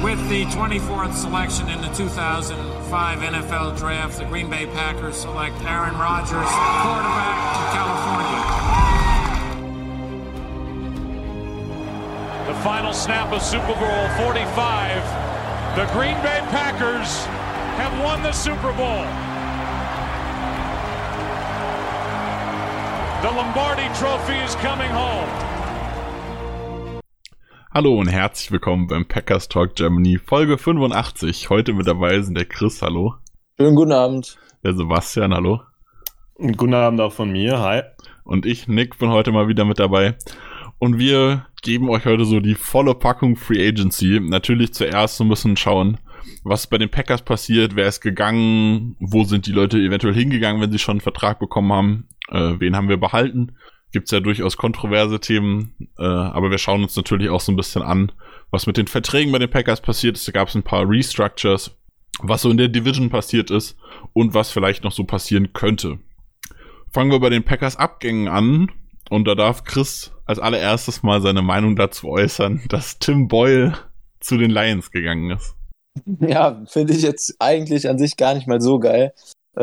With the 24th selection in the 2005 NFL Draft, the Green Bay Packers select Aaron Rodgers, quarterback of California. The final snap of Super Bowl 45. The Green Bay Packers have won the Super Bowl. The Lombardi Trophy is coming home. Hallo und herzlich willkommen beim Packers Talk Germany, Folge 85. Heute mit dabei sind der Chris, hallo. Schönen guten Abend. Der Sebastian, hallo. Und guten Abend auch von mir, hi. Und ich, Nick, bin heute mal wieder mit dabei. Und wir geben euch heute so die volle Packung Free Agency. Natürlich zuerst so ein bisschen schauen, was bei den Packers passiert, wer ist gegangen, wo sind die Leute eventuell hingegangen, wenn sie schon einen Vertrag bekommen haben, wen haben wir behalten. Gibt's ja durchaus kontroverse Themen, aber wir schauen uns natürlich auch so ein bisschen an, was mit den Verträgen bei den Packers passiert ist. Da gab es ein paar Restructures, was so in der Division passiert ist und was vielleicht noch so passieren könnte. Fangen wir bei den Packers-Abgängen an und da darf Chris als allererstes mal seine Meinung dazu äußern, dass Tim Boyle zu den Lions gegangen ist. Ja, finde ich jetzt eigentlich an sich gar nicht mal so geil.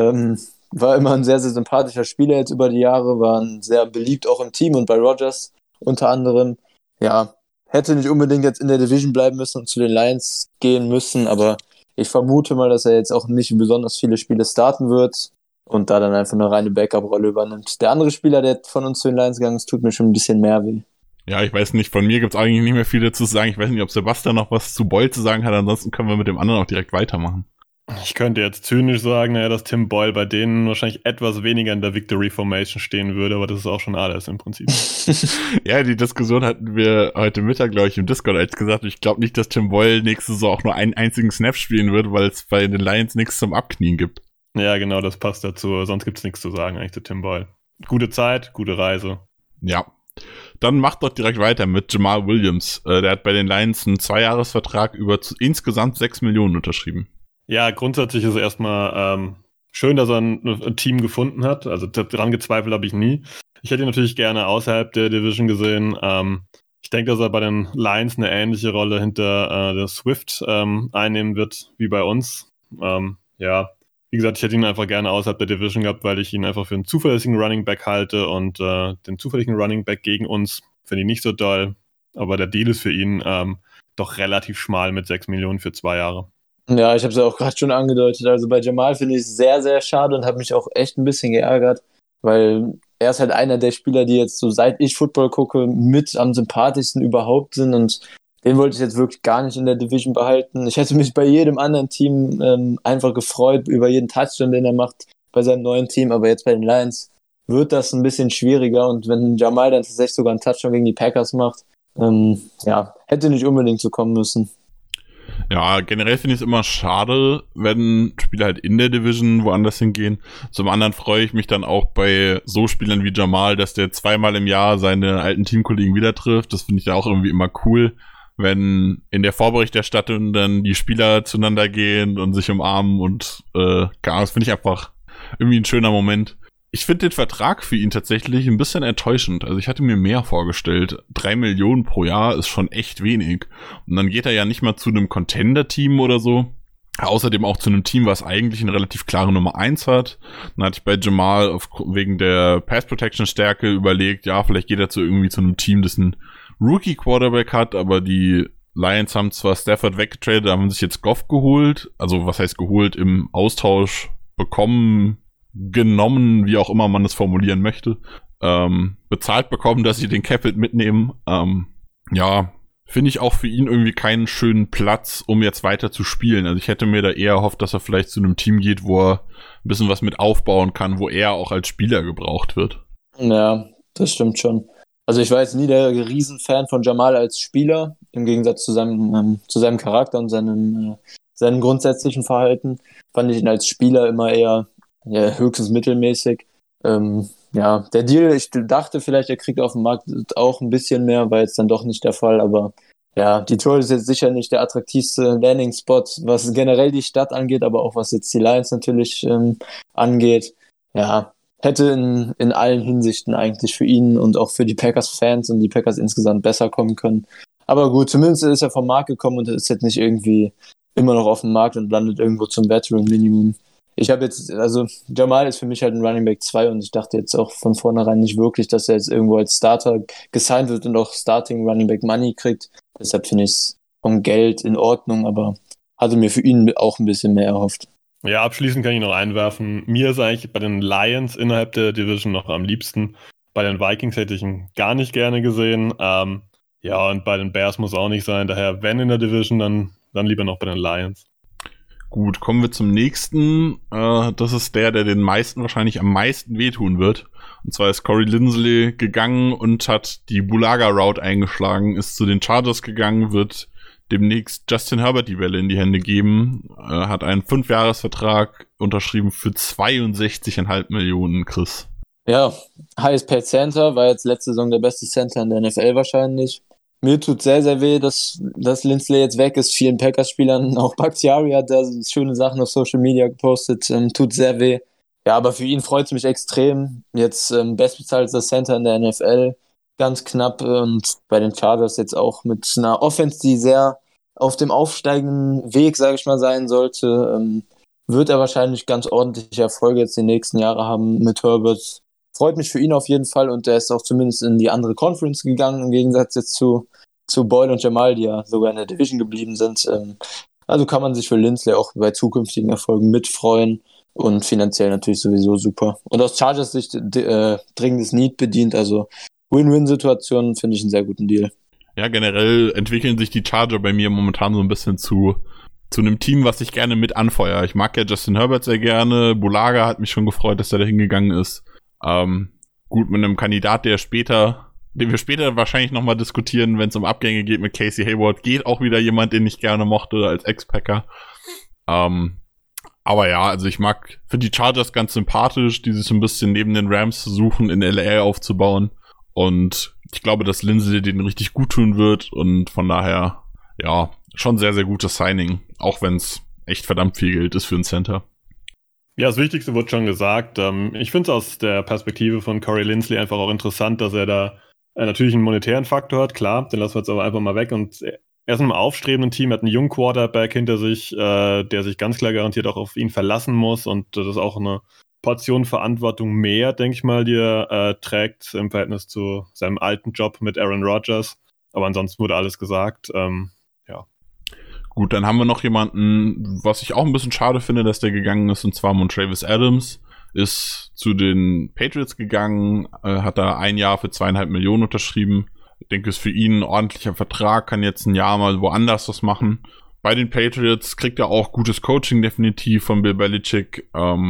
War immer ein sehr, sehr sympathischer Spieler jetzt über die Jahre, war sehr beliebt auch im Team und bei Rodgers unter anderem. Ja, hätte nicht unbedingt jetzt in der Division bleiben müssen und zu den Lions gehen müssen, aber ich vermute mal, dass er jetzt auch nicht besonders viele Spiele starten wird und da dann einfach eine reine Backup-Rolle übernimmt. Der andere Spieler, der von uns zu den Lions gegangen ist, tut mir schon ein bisschen mehr weh. Ja, ich weiß nicht, von mir gibt's eigentlich nicht mehr viel dazu zu sagen. Ich weiß nicht, ob Sebastian noch was zu Boyle zu sagen hat, ansonsten können wir mit dem anderen auch direkt weitermachen. Ich könnte jetzt zynisch sagen, dass Tim Boyle bei denen wahrscheinlich etwas weniger in der Victory Formation stehen würde, aber das ist auch schon alles im Prinzip. Ja, die Diskussion hatten wir heute Mittag, glaube ich, im Discord als gesagt. Ich glaube nicht, dass Tim Boyle nächste Saison auch nur einen einzigen Snap spielen wird, weil es bei den Lions nichts zum Abknien gibt. Ja, genau, das passt dazu. Sonst gibt's nichts zu sagen eigentlich zu Tim Boyle. Gute Zeit, gute Reise. Ja. Dann macht doch direkt weiter mit Jamal Williams. Der hat bei den Lions einen 2-Jahres-Vertrag über insgesamt 6 Millionen unterschrieben. Ja, grundsätzlich ist es erstmal schön, dass er ein Team gefunden hat. Also daran gezweifelt habe ich nie. Ich hätte ihn natürlich gerne außerhalb der Division gesehen. Ich denke, dass er bei den Lions eine ähnliche Rolle hinter der Swift einnehmen wird wie bei uns. Ja, wie gesagt, ich hätte ihn einfach gerne außerhalb der Division gehabt, weil ich ihn einfach für einen zuverlässigen Running Back halte und den zuverlässigen Running Back gegen uns finde ich nicht so doll. Aber der Deal ist für ihn doch relativ schmal mit 6 Millionen für 2 Jahre. Ja, ich habe es ja auch gerade schon angedeutet. Also bei Jamal finde ich es sehr, sehr schade und habe mich auch echt ein bisschen geärgert, weil er ist halt einer der Spieler, die jetzt so seit ich Football gucke, mit am sympathischsten überhaupt sind und den wollte ich jetzt wirklich gar nicht in der Division behalten. Ich hätte mich bei jedem anderen Team einfach gefreut über jeden Touchdown, den er macht bei seinem neuen Team, aber jetzt bei den Lions wird das ein bisschen schwieriger und wenn Jamal dann tatsächlich sogar einen Touchdown gegen die Packers macht, ja, hätte nicht unbedingt so kommen müssen. Ja, generell finde ich es immer schade, wenn Spieler halt in der Division woanders hingehen. Zum anderen freue ich mich dann auch bei so Spielern wie Jamal, dass der 2-mal im Jahr seine alten Teamkollegen wieder trifft. Das finde ich ja auch irgendwie immer cool, wenn in der Vorberichterstattung dann die Spieler zueinander gehen und sich umarmen und das finde ich einfach irgendwie ein schöner Moment. Ich finde den Vertrag für ihn tatsächlich ein bisschen enttäuschend. Also ich hatte mir mehr vorgestellt. 3 Millionen pro Jahr ist schon echt wenig. Und dann geht er ja nicht mal zu einem Contender-Team oder so. Außerdem auch zu einem Team, was eigentlich eine relativ klare Nummer 1 hat. Dann hatte ich bei Jamal wegen der Pass-Protection-Stärke überlegt, ja, vielleicht geht er zu einem Team, das einen Rookie-Quarterback hat, aber die Lions haben zwar Stafford weggetradet, haben sich jetzt Goff geholt. Also was heißt geholt? Im Austausch genommen, wie auch immer man das formulieren möchte, bezahlt bekommen, dass sie den Capit mitnehmen. Ja, finde ich auch für ihn irgendwie keinen schönen Platz, um jetzt weiter zu spielen. Also ich hätte mir da eher erhofft, dass er vielleicht zu einem Team geht, wo er ein bisschen was mit aufbauen kann, wo er auch als Spieler gebraucht wird. Ja, das stimmt schon. Also ich war jetzt nie der Riesenfan von Jamal als Spieler, im Gegensatz zu seinem Charakter und seinem grundsätzlichen Verhalten. Fand ich ihn als Spieler immer eher höchstens mittelmäßig. Ja, der Deal, ich dachte vielleicht, er kriegt auf dem Markt auch ein bisschen mehr, war jetzt dann doch nicht der Fall, aber ja, Detroit ist jetzt sicher nicht der attraktivste Landing-Spot, was generell die Stadt angeht, aber auch was jetzt die Lions natürlich angeht. Ja, hätte in allen Hinsichten eigentlich für ihn und auch für die Packers-Fans und die Packers insgesamt besser kommen können. Aber gut, zumindest ist er vom Markt gekommen und ist jetzt nicht irgendwie immer noch auf dem Markt und landet irgendwo zum Veteran-Minimum. Also Jamal ist für mich halt ein Running Back 2 und ich dachte jetzt auch von vornherein nicht wirklich, dass er jetzt irgendwo als Starter gesigned wird und auch Starting Running Back Money kriegt. Deshalb finde ich es vom Geld in Ordnung, aber hatte mir für ihn auch ein bisschen mehr erhofft. Ja, abschließend kann ich noch einwerfen. Mir ist eigentlich bei den Lions innerhalb der Division noch am liebsten. Bei den Vikings hätte ich ihn gar nicht gerne gesehen. Ja, und bei den Bears muss auch nicht sein. Daher, wenn in der Division, dann lieber noch bei den Lions. Gut, kommen wir zum nächsten. Das ist der den meisten wahrscheinlich am meisten wehtun wird. Und zwar ist Corey Linsley gegangen und hat die Bulaga-Route eingeschlagen, ist zu den Chargers gegangen, wird demnächst Justin Herbert die Welle in die Hände geben, hat einen 5-Jahres-Vertrag unterschrieben für 62,5 Millionen, Chris. Ja, Highest Paid Center, war jetzt letzte Saison der beste Center in der NFL wahrscheinlich. Mir tut sehr, sehr weh, dass Linsley jetzt weg ist. Vielen Packers-Spielern, auch Bakhtiari hat da schöne Sachen auf Social Media gepostet, tut sehr weh. Ja, aber für ihn freut es mich extrem. Jetzt bestbezahlter Center in der NFL, ganz knapp. Und bei den Chargers jetzt auch mit einer Offense, die sehr auf dem aufsteigenden Weg, sage ich mal, sein sollte, wird er wahrscheinlich ganz ordentliche Erfolge jetzt die nächsten Jahre haben mit Herbert. Freut mich für ihn auf jeden Fall und der ist auch zumindest in die andere Conference gegangen, im Gegensatz jetzt zu Boyle und Jamal, die ja sogar in der Division geblieben sind. Also kann man sich für Linsley auch bei zukünftigen Erfolgen mitfreuen und finanziell natürlich sowieso super. Und aus Chargers Sicht dringendes Need bedient, also Win-Win-Situationen finde ich einen sehr guten Deal. Ja, generell entwickeln sich die Charger bei mir momentan so ein bisschen zu einem Team, was ich gerne mit anfeuere. Ich mag ja Justin Herbert sehr gerne. Bulaga hat mich schon gefreut, dass er da hingegangen ist. Gut, mit einem Kandidat, den wir später wahrscheinlich nochmal diskutieren, wenn es um Abgänge geht mit Casey Hayward, geht auch wieder jemand, den ich gerne mochte als Ex-Packer. Aber ja, also finde die Chargers ganz sympathisch, die sich so ein bisschen neben den Rams versuchen, in LA aufzubauen. Und ich glaube, dass Linsley denen richtig gut tun wird und von daher, ja, schon sehr, sehr gutes Signing, auch wenn es echt verdammt viel Geld ist für einen Center. Ja, das Wichtigste wurde schon gesagt. Ich finde es aus der Perspektive von Corey Linsley einfach auch interessant, dass er da natürlich einen monetären Faktor hat, klar, den lassen wir jetzt aber einfach mal weg. Und er ist in einem aufstrebenden Team, hat einen jungen Quarterback hinter sich, der sich ganz klar garantiert auch auf ihn verlassen muss und das ist auch eine Portion Verantwortung mehr, denke ich mal, die er trägt im Verhältnis zu seinem alten Job mit Aaron Rodgers. Aber ansonsten wurde alles gesagt. Ja. Gut, dann haben wir noch jemanden, was ich auch ein bisschen schade finde, dass der gegangen ist, und zwar Montravis Adams. Ist zu den Patriots gegangen, hat da 1 Jahr für 2,5 Millionen unterschrieben. Ich denke, ist für ihn ein ordentlicher Vertrag, kann jetzt ein Jahr mal woanders was machen. Bei den Patriots kriegt er auch gutes Coaching definitiv von Bill Belichick.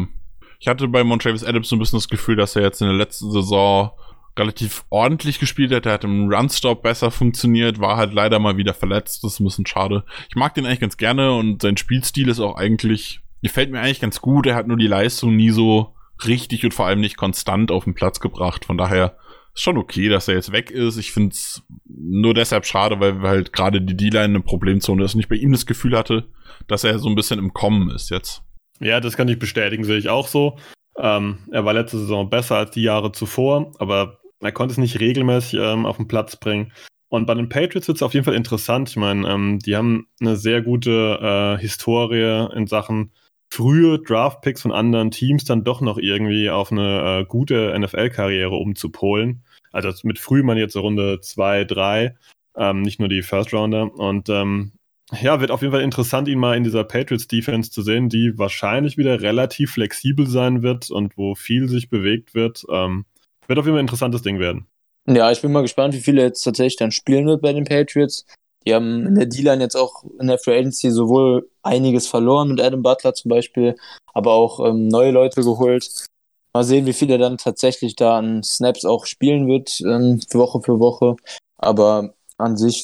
Ich hatte bei Montravis Adams so ein bisschen das Gefühl, dass er jetzt in der letzten Saison relativ ordentlich gespielt hat. Er hat im Runstop besser funktioniert, war halt leider mal wieder verletzt. Das ist ein bisschen schade. Ich mag den eigentlich ganz gerne und sein Spielstil ist auch gefällt mir eigentlich ganz gut. Er hat nur die Leistung nie so richtig und vor allem nicht konstant auf den Platz gebracht. Von daher ist schon okay, dass er jetzt weg ist. Ich finde es nur deshalb schade, weil halt gerade die D-Line eine Problemzone ist und ich bei ihm das Gefühl hatte, dass er so ein bisschen im Kommen ist jetzt. Ja, das kann ich bestätigen, sehe ich auch so. Er war letzte Saison besser als die Jahre zuvor, aber er konnte es nicht regelmäßig auf den Platz bringen. Und bei den Patriots wird es auf jeden Fall interessant. Ich meine, die haben eine sehr gute Historie in Sachen frühe Draftpicks von anderen Teams dann doch noch irgendwie auf eine gute NFL-Karriere umzupolen. Also mit früh man jetzt Runde 2, 3, nicht nur die First-Rounder. Und ja, wird auf jeden Fall interessant, ihn mal in dieser Patriots-Defense zu sehen, die wahrscheinlich wieder relativ flexibel sein wird und wo viel sich bewegt wird. Wird auf jeden Fall ein interessantes Ding werden. Ja, ich bin mal gespannt, wie viele jetzt tatsächlich dann spielen wird bei den Patriots. Die haben in der D-Line jetzt auch in der Free Agency sowohl einiges verloren mit Adam Butler zum Beispiel, aber auch neue Leute geholt. Mal sehen, wie viele dann tatsächlich da an Snaps auch spielen wird, Woche für Woche. Aber an sich,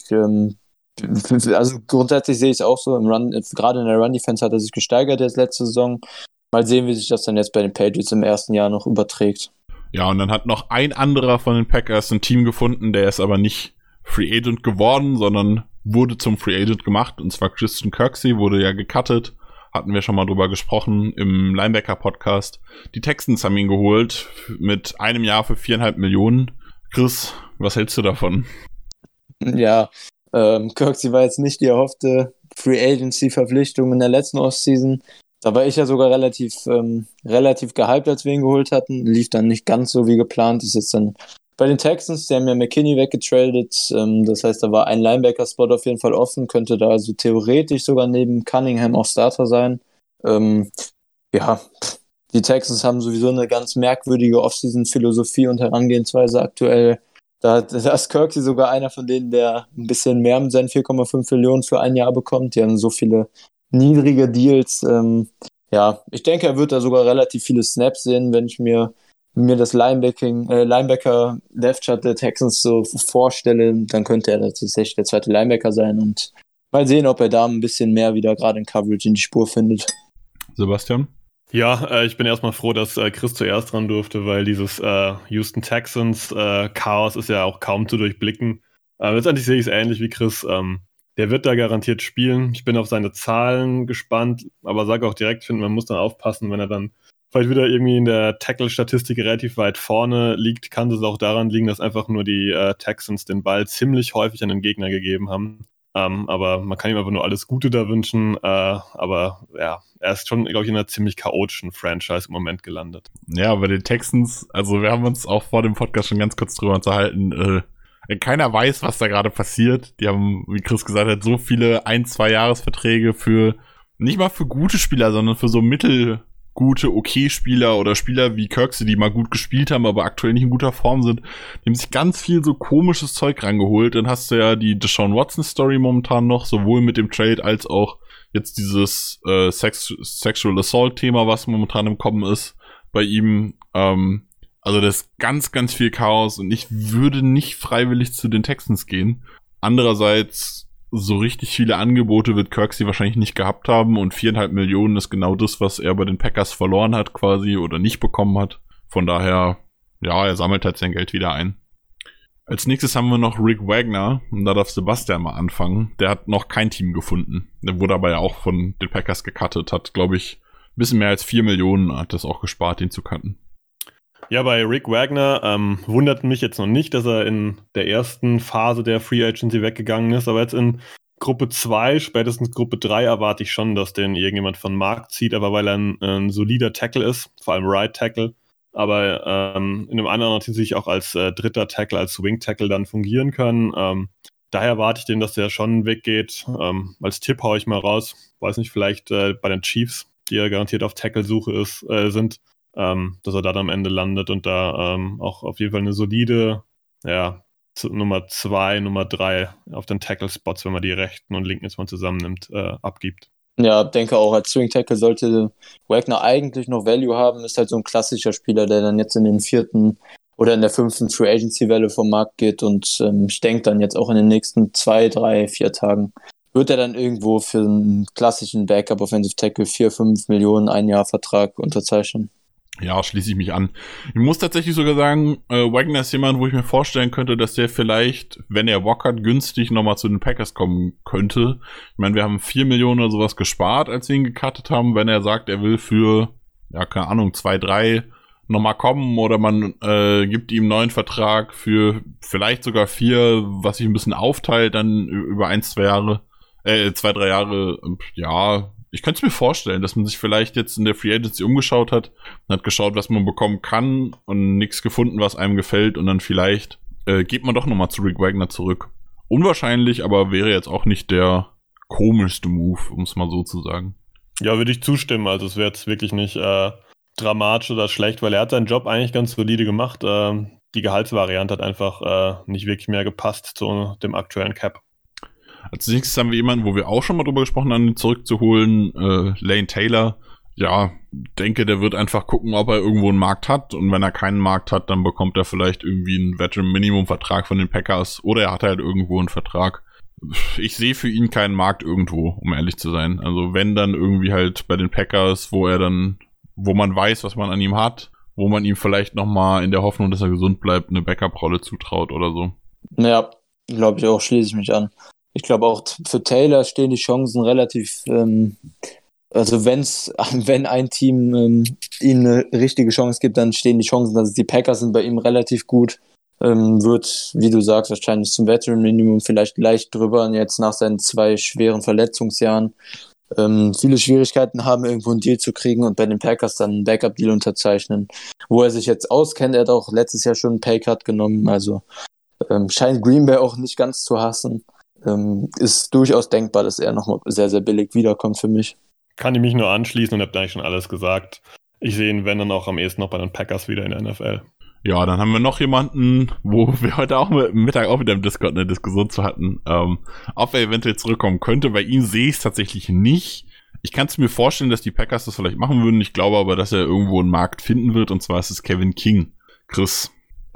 also grundsätzlich sehe ich es auch so. Gerade in der Run-Defense hat er sich gesteigert jetzt letzte Saison. Mal sehen, wie sich das dann jetzt bei den Patriots im ersten Jahr noch überträgt. Ja, und dann hat noch ein anderer von den Packers ein Team gefunden, der ist aber nicht Free Agent geworden, sondern wurde zum Free Agent gemacht, und zwar Christian Kirksey wurde ja gecuttet, hatten wir schon mal drüber gesprochen im Linebacker-Podcast. Die Texans haben ihn geholt mit 1 Jahr für 4,5 Millionen. Chris, was hältst du davon? Ja, Kirksey war jetzt nicht die erhoffte Free Agency Verpflichtung in der letzten Offseason. Da war ich ja sogar relativ gehypt, als wir ihn geholt hatten. Lief dann nicht ganz so wie geplant. Ist jetzt dann bei den Texans, die haben ja McKinney weggetradet. Das heißt, da war ein Linebacker-Spot auf jeden Fall offen. Könnte da also theoretisch sogar neben Cunningham auch Starter sein. Die Texans haben sowieso eine ganz merkwürdige Offseason-Philosophie und Herangehensweise aktuell. Da ist Kirksey sogar einer von denen, der ein bisschen mehr mit seinen 4,5 Millionen für ein Jahr bekommt. Die haben so viele niedrige Deals. Ich denke, er wird da sogar relativ viele Snaps sehen, wenn ich mir das Linebacker-Left-Chart der Texans so vorstelle, dann könnte er tatsächlich der zweite Linebacker sein und mal sehen, ob er da ein bisschen mehr wieder gerade in Coverage in die Spur findet. Sebastian? Ja, ich bin erstmal froh, dass Chris zuerst dran durfte, weil dieses Houston Texans Chaos ist ja auch kaum zu durchblicken. Letztendlich sehe ich es ähnlich wie Chris. Der wird da garantiert spielen. Ich bin auf seine Zahlen gespannt, aber sage auch direkt, finde, man muss dann aufpassen, wenn er dann vielleicht wieder irgendwie in der Tackle-Statistik relativ weit vorne liegt, kann es auch daran liegen, dass einfach nur die Texans den Ball ziemlich häufig an den Gegner gegeben haben. Aber man kann ihm einfach nur alles Gute da wünschen. Aber ja, er ist schon, glaube ich, in einer ziemlich chaotischen Franchise im Moment gelandet. Ja, bei den Texans, also wir haben uns auch vor dem Podcast schon ganz kurz drüber unterhalten, keiner weiß, was da gerade passiert. Die haben, wie Chris gesagt hat, so viele 1-2 Jahresverträge für, nicht mal für gute Spieler, sondern für so mittelgute, okay Spieler oder Spieler wie Kirksey, die mal gut gespielt haben, aber aktuell nicht in guter Form sind. Die haben sich ganz viel so komisches Zeug rangeholt. Dann hast du ja die Deshaun Watson-Story momentan noch, sowohl mit dem Trade als auch jetzt dieses Sexual Assault-Thema, was momentan im Kommen ist bei ihm. Also das ist ganz, ganz viel Chaos und ich würde nicht freiwillig zu den Texans gehen. Andererseits, so richtig viele Angebote wird Kirksey wahrscheinlich nicht gehabt haben und 4,5 Millionen ist genau das, was er bei den Packers verloren hat quasi oder nicht bekommen hat. Von daher, ja, er sammelt halt sein Geld wieder ein. Als nächstes haben wir noch Rick Wagner und da darf Sebastian mal anfangen. Der hat noch kein Team gefunden. Der wurde aber ja auch von den Packers gecuttet, hat, glaube ich, ein bisschen mehr als 4 Millionen hat das auch gespart, ihn zu cutten. Ja, bei Rick Wagner wundert mich jetzt noch nicht, dass er in der ersten Phase der Free Agency weggegangen ist, aber jetzt in Gruppe 2, spätestens Gruppe 3 erwarte ich schon, dass den irgendjemand von Markt zieht, aber weil er ein solider Tackle ist, vor allem Right Tackle, aber in einem anderen natürlich auch als dritter Tackle, als Swing Tackle dann fungieren kann. Daher erwarte ich den, dass der schon weggeht. Als Tipp haue ich mal raus, weiß nicht, vielleicht bei den Chiefs, die ja garantiert auf Tackle-Suche sind, dass er dann am Ende landet und da auch auf jeden Fall eine solide, Nummer 2, Nummer 3 auf den Tackle-Spots, wenn man die rechten und linken jetzt mal zusammennimmt, abgibt. Ja, denke auch, als Swing Tackle sollte Wagner eigentlich noch Value haben, ist halt so ein klassischer Spieler, der dann jetzt in den 4. oder in der 5. Free Agency Welle vom Markt geht und ich denke dann jetzt auch in den nächsten 2, 3, 4 Tagen wird er dann irgendwo für einen klassischen Backup Offensive Tackle 4-5 Millionen ein Jahr Vertrag unterzeichnen. Ja, schließe ich mich an. Ich muss tatsächlich sogar sagen, Wagner ist jemand, wo ich mir vorstellen könnte, dass der vielleicht, wenn er Bock hat, günstig nochmal zu den Packers kommen könnte. Ich meine, wir haben 4 Millionen oder sowas gespart, als wir ihn gecuttet haben. Wenn er sagt, er will für, ja, keine Ahnung, 2, 3 nochmal kommen oder man gibt ihm einen neuen Vertrag für vielleicht sogar 4, was sich ein bisschen aufteilt, dann über 1, 2 Jahre, 2, 3 Jahre, ja. Ich könnte es mir vorstellen, dass man sich vielleicht jetzt in der Free Agency umgeschaut hat und hat geschaut, was man bekommen kann und nichts gefunden, was einem gefällt und dann vielleicht geht man doch nochmal zu Rick Wagner zurück. Unwahrscheinlich, aber wäre jetzt auch nicht der komischste Move, um es mal so zu sagen. Ja, würde ich zustimmen. Also es wäre jetzt wirklich nicht dramatisch oder schlecht, weil er hat seinen Job eigentlich ganz solide gemacht. Die Gehaltsvariante hat einfach nicht wirklich mehr gepasst zu dem aktuellen Cap. Als nächstes haben wir jemanden, wo wir auch schon mal drüber gesprochen haben, ihn zurückzuholen, Lane Taylor. Ja, denke, der wird einfach gucken, ob er irgendwo einen Markt hat. Und wenn er keinen Markt hat, dann bekommt er vielleicht irgendwie einen Veteran-Minimum-Vertrag von den Packers. Oder er hat halt irgendwo einen Vertrag. Ich sehe für ihn keinen Markt irgendwo, um ehrlich zu sein. Also wenn, dann irgendwie halt bei den Packers, wo man weiß, was man an ihm hat, wo man ihm vielleicht nochmal in der Hoffnung, dass er gesund bleibt, eine Backup-Rolle zutraut oder so. Ja, glaube ich auch, schließe ich mich an. Ich glaube auch für Taylor stehen die Chancen relativ, also wenn ein Team ihm eine richtige Chance gibt, dann stehen die Chancen, dass es die Packers sind, bei ihm relativ gut. wird, wie du sagst, wahrscheinlich zum Veteran-Minimum vielleicht leicht drüber und jetzt nach seinen 2 schweren Verletzungsjahren viele Schwierigkeiten haben, irgendwo einen Deal zu kriegen und bei den Packers dann einen Backup-Deal unterzeichnen. Wo er sich jetzt auskennt, er hat auch letztes Jahr schon einen Paycut genommen, also scheint Green Bay auch nicht ganz zu hassen. Ist durchaus denkbar, dass er nochmal sehr, sehr billig wiederkommt für mich. Kann ich mich nur anschließen und habe eigentlich schon alles gesagt. Ich sehe ihn, wenn dann auch am ehesten noch bei den Packers wieder in der NFL. Ja, dann haben wir noch jemanden, wo wir heute auch Mittag auch wieder im Discord eine Diskussion zu hatten, ob er eventuell zurückkommen könnte. Bei ihm sehe ich es tatsächlich nicht. Ich kann es mir vorstellen, dass die Packers das vielleicht machen würden. Ich glaube aber, dass er irgendwo einen Markt finden wird, und zwar ist es Kevin King. Chris?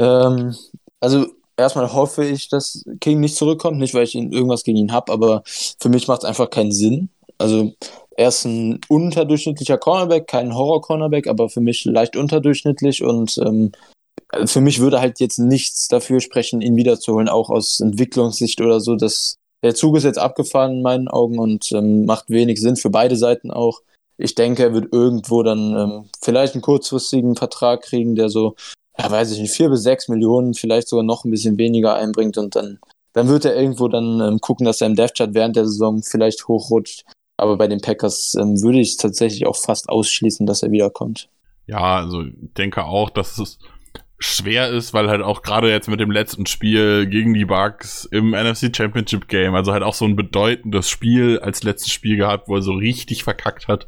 Also erstmal hoffe ich, dass King nicht zurückkommt, nicht weil ich irgendwas gegen ihn habe, aber für mich macht es einfach keinen Sinn. Also er ist ein unterdurchschnittlicher Cornerback, kein Horror-Cornerback, aber für mich leicht unterdurchschnittlich und für mich würde halt jetzt nichts dafür sprechen, ihn wiederzuholen, auch aus Entwicklungssicht oder so. Der Zug ist jetzt abgefahren in meinen Augen und macht wenig Sinn für beide Seiten auch. Ich denke, er wird irgendwo dann vielleicht einen kurzfristigen Vertrag kriegen, der so, ja, weiß ich nicht, 4 bis 6 Millionen, vielleicht sogar noch ein bisschen weniger einbringt und dann wird er irgendwo dann gucken, dass er im Death-Chart während der Saison vielleicht hochrutscht. Aber bei den Packers würde ich tatsächlich auch fast ausschließen, dass er wiederkommt. Ja, also ich denke auch, dass es schwer ist, weil halt auch gerade jetzt mit dem letzten Spiel gegen die Bucks im NFC Championship Game, also halt auch so ein bedeutendes Spiel als letztes Spiel gehabt, wo er so richtig verkackt hat.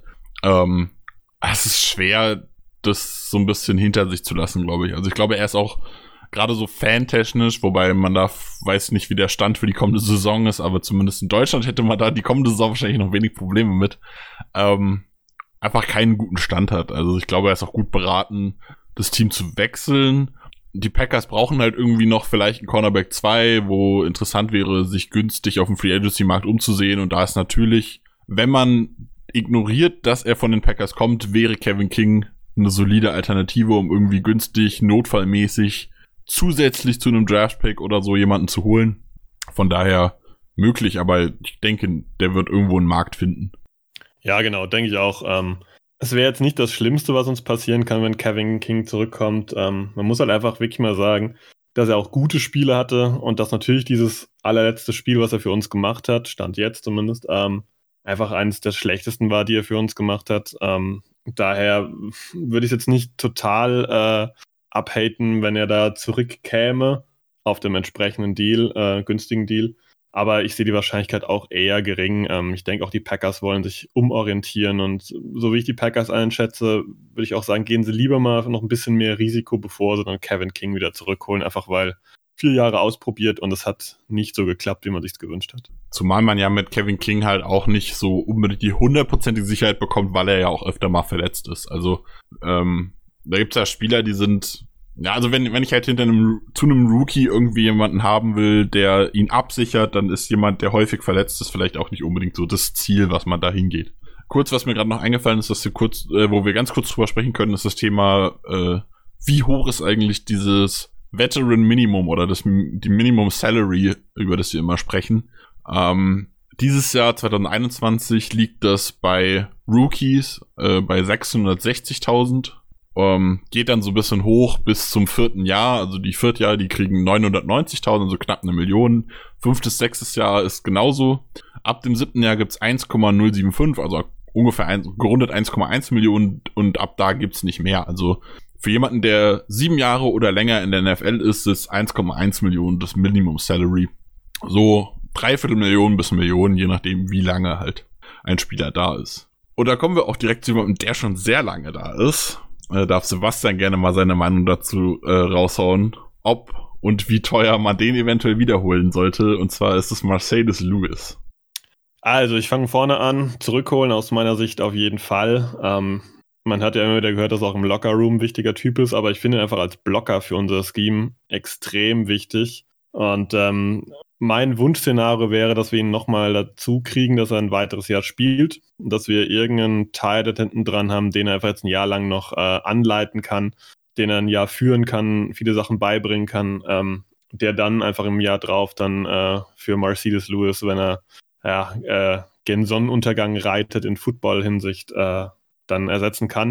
Es ist schwer, das so ein bisschen hinter sich zu lassen, glaube ich. Also ich glaube, er ist auch gerade so fantechnisch, wobei man da weiß nicht, wie der Stand für die kommende Saison ist, aber zumindest in Deutschland hätte man da die kommende Saison wahrscheinlich noch wenig Probleme mit. Einfach keinen guten Stand hat. Also ich glaube, er ist auch gut beraten, das Team zu wechseln. Die Packers brauchen halt irgendwie noch vielleicht einen Cornerback 2, wo interessant wäre, sich günstig auf dem Free Agency Markt umzusehen. Und da ist natürlich, wenn man ignoriert, dass er von den Packers kommt, wäre Kevin King eine solide Alternative, um irgendwie günstig, notfallmäßig zusätzlich zu einem Draft-Pick oder so jemanden zu holen. Von daher möglich, aber ich denke, der wird irgendwo einen Markt finden. Ja, genau, denke ich auch. Es wäre jetzt nicht das Schlimmste, was uns passieren kann, wenn Kevin King zurückkommt. Man muss halt einfach wirklich mal sagen, dass er auch gute Spiele hatte und dass natürlich dieses allerletzte Spiel, was er für uns gemacht hat, Stand jetzt zumindest, einfach eines der schlechtesten war, die er für uns gemacht hat. Daher würde ich es jetzt nicht total abhaten, wenn er da zurückkäme auf dem entsprechenden Deal, günstigen Deal. Aber ich sehe die Wahrscheinlichkeit auch eher gering. Ich denke auch, die Packers wollen sich umorientieren. Und so wie ich die Packers einschätze, würde ich auch sagen, gehen sie lieber mal noch ein bisschen mehr Risiko, bevor sie dann Kevin King wieder zurückholen. Einfach weil 4 Jahre ausprobiert und es hat nicht so geklappt, wie man sich gewünscht hat. Zumal man ja mit Kevin King halt auch nicht so unbedingt die 100%ige Sicherheit bekommt, weil er ja auch öfter mal verletzt ist. Also da gibt es ja Spieler, die sind... Ja, also wenn ich halt zu einem Rookie irgendwie jemanden haben will, der ihn absichert, dann ist jemand, der häufig verletzt ist, vielleicht auch nicht unbedingt so das Ziel, was man da hingeht. Kurz, was mir gerade noch eingefallen ist, dass wo wir ganz kurz drüber sprechen können, ist das Thema, wie hoch ist eigentlich dieses Veteran Minimum oder die Minimum Salary, über das wir immer sprechen. Dieses Jahr 2021 liegt das bei Rookies bei 660.000. Geht dann so ein bisschen hoch bis zum 4. Jahr, also die 4. Jahr, die kriegen 990.000, so knapp 1 Million. 5. bis 6. Jahr ist genauso. Ab dem 7. Jahr gibt's 1,075, also ungefähr gerundet 1,1 Millionen und ab da gibt's nicht mehr. Also für jemanden, der 7 Jahre oder länger in der NFL ist, ist 1,1 Millionen das Minimum Salary. So 3/4 Million bis 1 Million, je nachdem, wie lange halt ein Spieler da ist. Und da kommen wir auch direkt zu jemandem, der schon sehr lange da ist. Darf Sebastian gerne mal seine Meinung dazu raushauen, ob und wie teuer man den eventuell wiederholen sollte. Und zwar ist es Marcedes Lewis. Also ich fange vorne an. Zurückholen aus meiner Sicht auf jeden Fall. Man hat ja immer wieder gehört, dass er auch im Lockerroom ein wichtiger Typ ist, aber ich finde ihn einfach als Blocker für unser Scheme extrem wichtig. Und mein Wunschszenario wäre, dass wir ihn nochmal dazu kriegen, dass er ein weiteres Jahr spielt und dass wir irgendeinen Teil da hinten dran haben, den er einfach jetzt ein Jahr lang noch anleiten kann, den er ein Jahr führen kann, viele Sachen beibringen kann, der dann einfach im Jahr drauf dann für Marcedes Lewis, wenn er gen Sonnenuntergang reitet in Football-Hinsicht, dann ersetzen kann.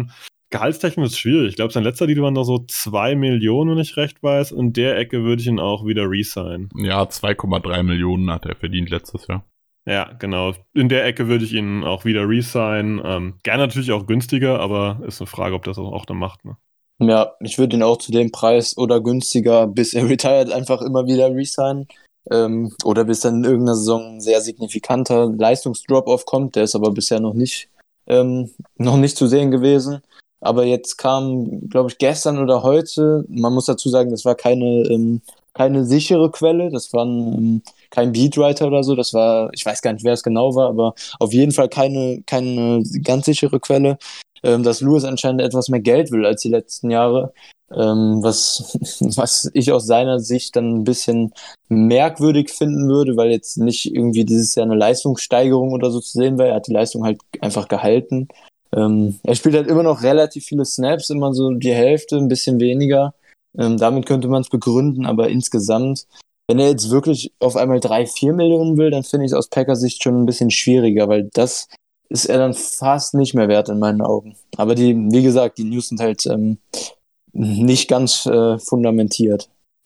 gehaltstechnisch ist es schwierig. Ich glaube, sein letzter Deal waren noch so 2 Millionen, wenn ich recht weiß. In der Ecke würde ich ihn auch wieder resignen. Ja, 2,3 Millionen hat er verdient letztes Jahr. Ja, genau. In der Ecke würde ich ihn auch wieder resignen. Gerne natürlich auch günstiger, aber ist eine Frage, ob das auch dann macht. Ne? Ja, ich würde ihn auch zu dem Preis oder günstiger, bis er retired, einfach immer wieder resignen. Oder bis dann in irgendeiner Saison ein sehr signifikanter Leistungsdrop-off kommt. Der ist aber bisher noch nicht zu sehen gewesen. Aber jetzt kam, glaube ich, gestern oder heute, man muss dazu sagen, das war keine sichere Quelle, das war kein Beatwriter oder so, das war, ich weiß gar nicht, wer es genau war, aber auf jeden Fall keine ganz sichere Quelle, dass Lewis anscheinend etwas mehr Geld will als die letzten Jahre, was ich aus seiner Sicht dann ein bisschen merkwürdig finden würde, weil jetzt nicht irgendwie dieses Jahr eine Leistungssteigerung oder so zu sehen war, er hat die Leistung halt einfach gehalten. Er spielt halt immer noch relativ viele Snaps, immer so die Hälfte, ein bisschen weniger. Damit könnte man es begründen, aber insgesamt, wenn er jetzt wirklich auf einmal 3-4 Millionen will, dann finde ich es aus Packers Sicht schon ein bisschen schwieriger, weil das ist er dann fast nicht mehr wert in meinen Augen. Aber wie gesagt, die News sind halt nicht ganz fundiert.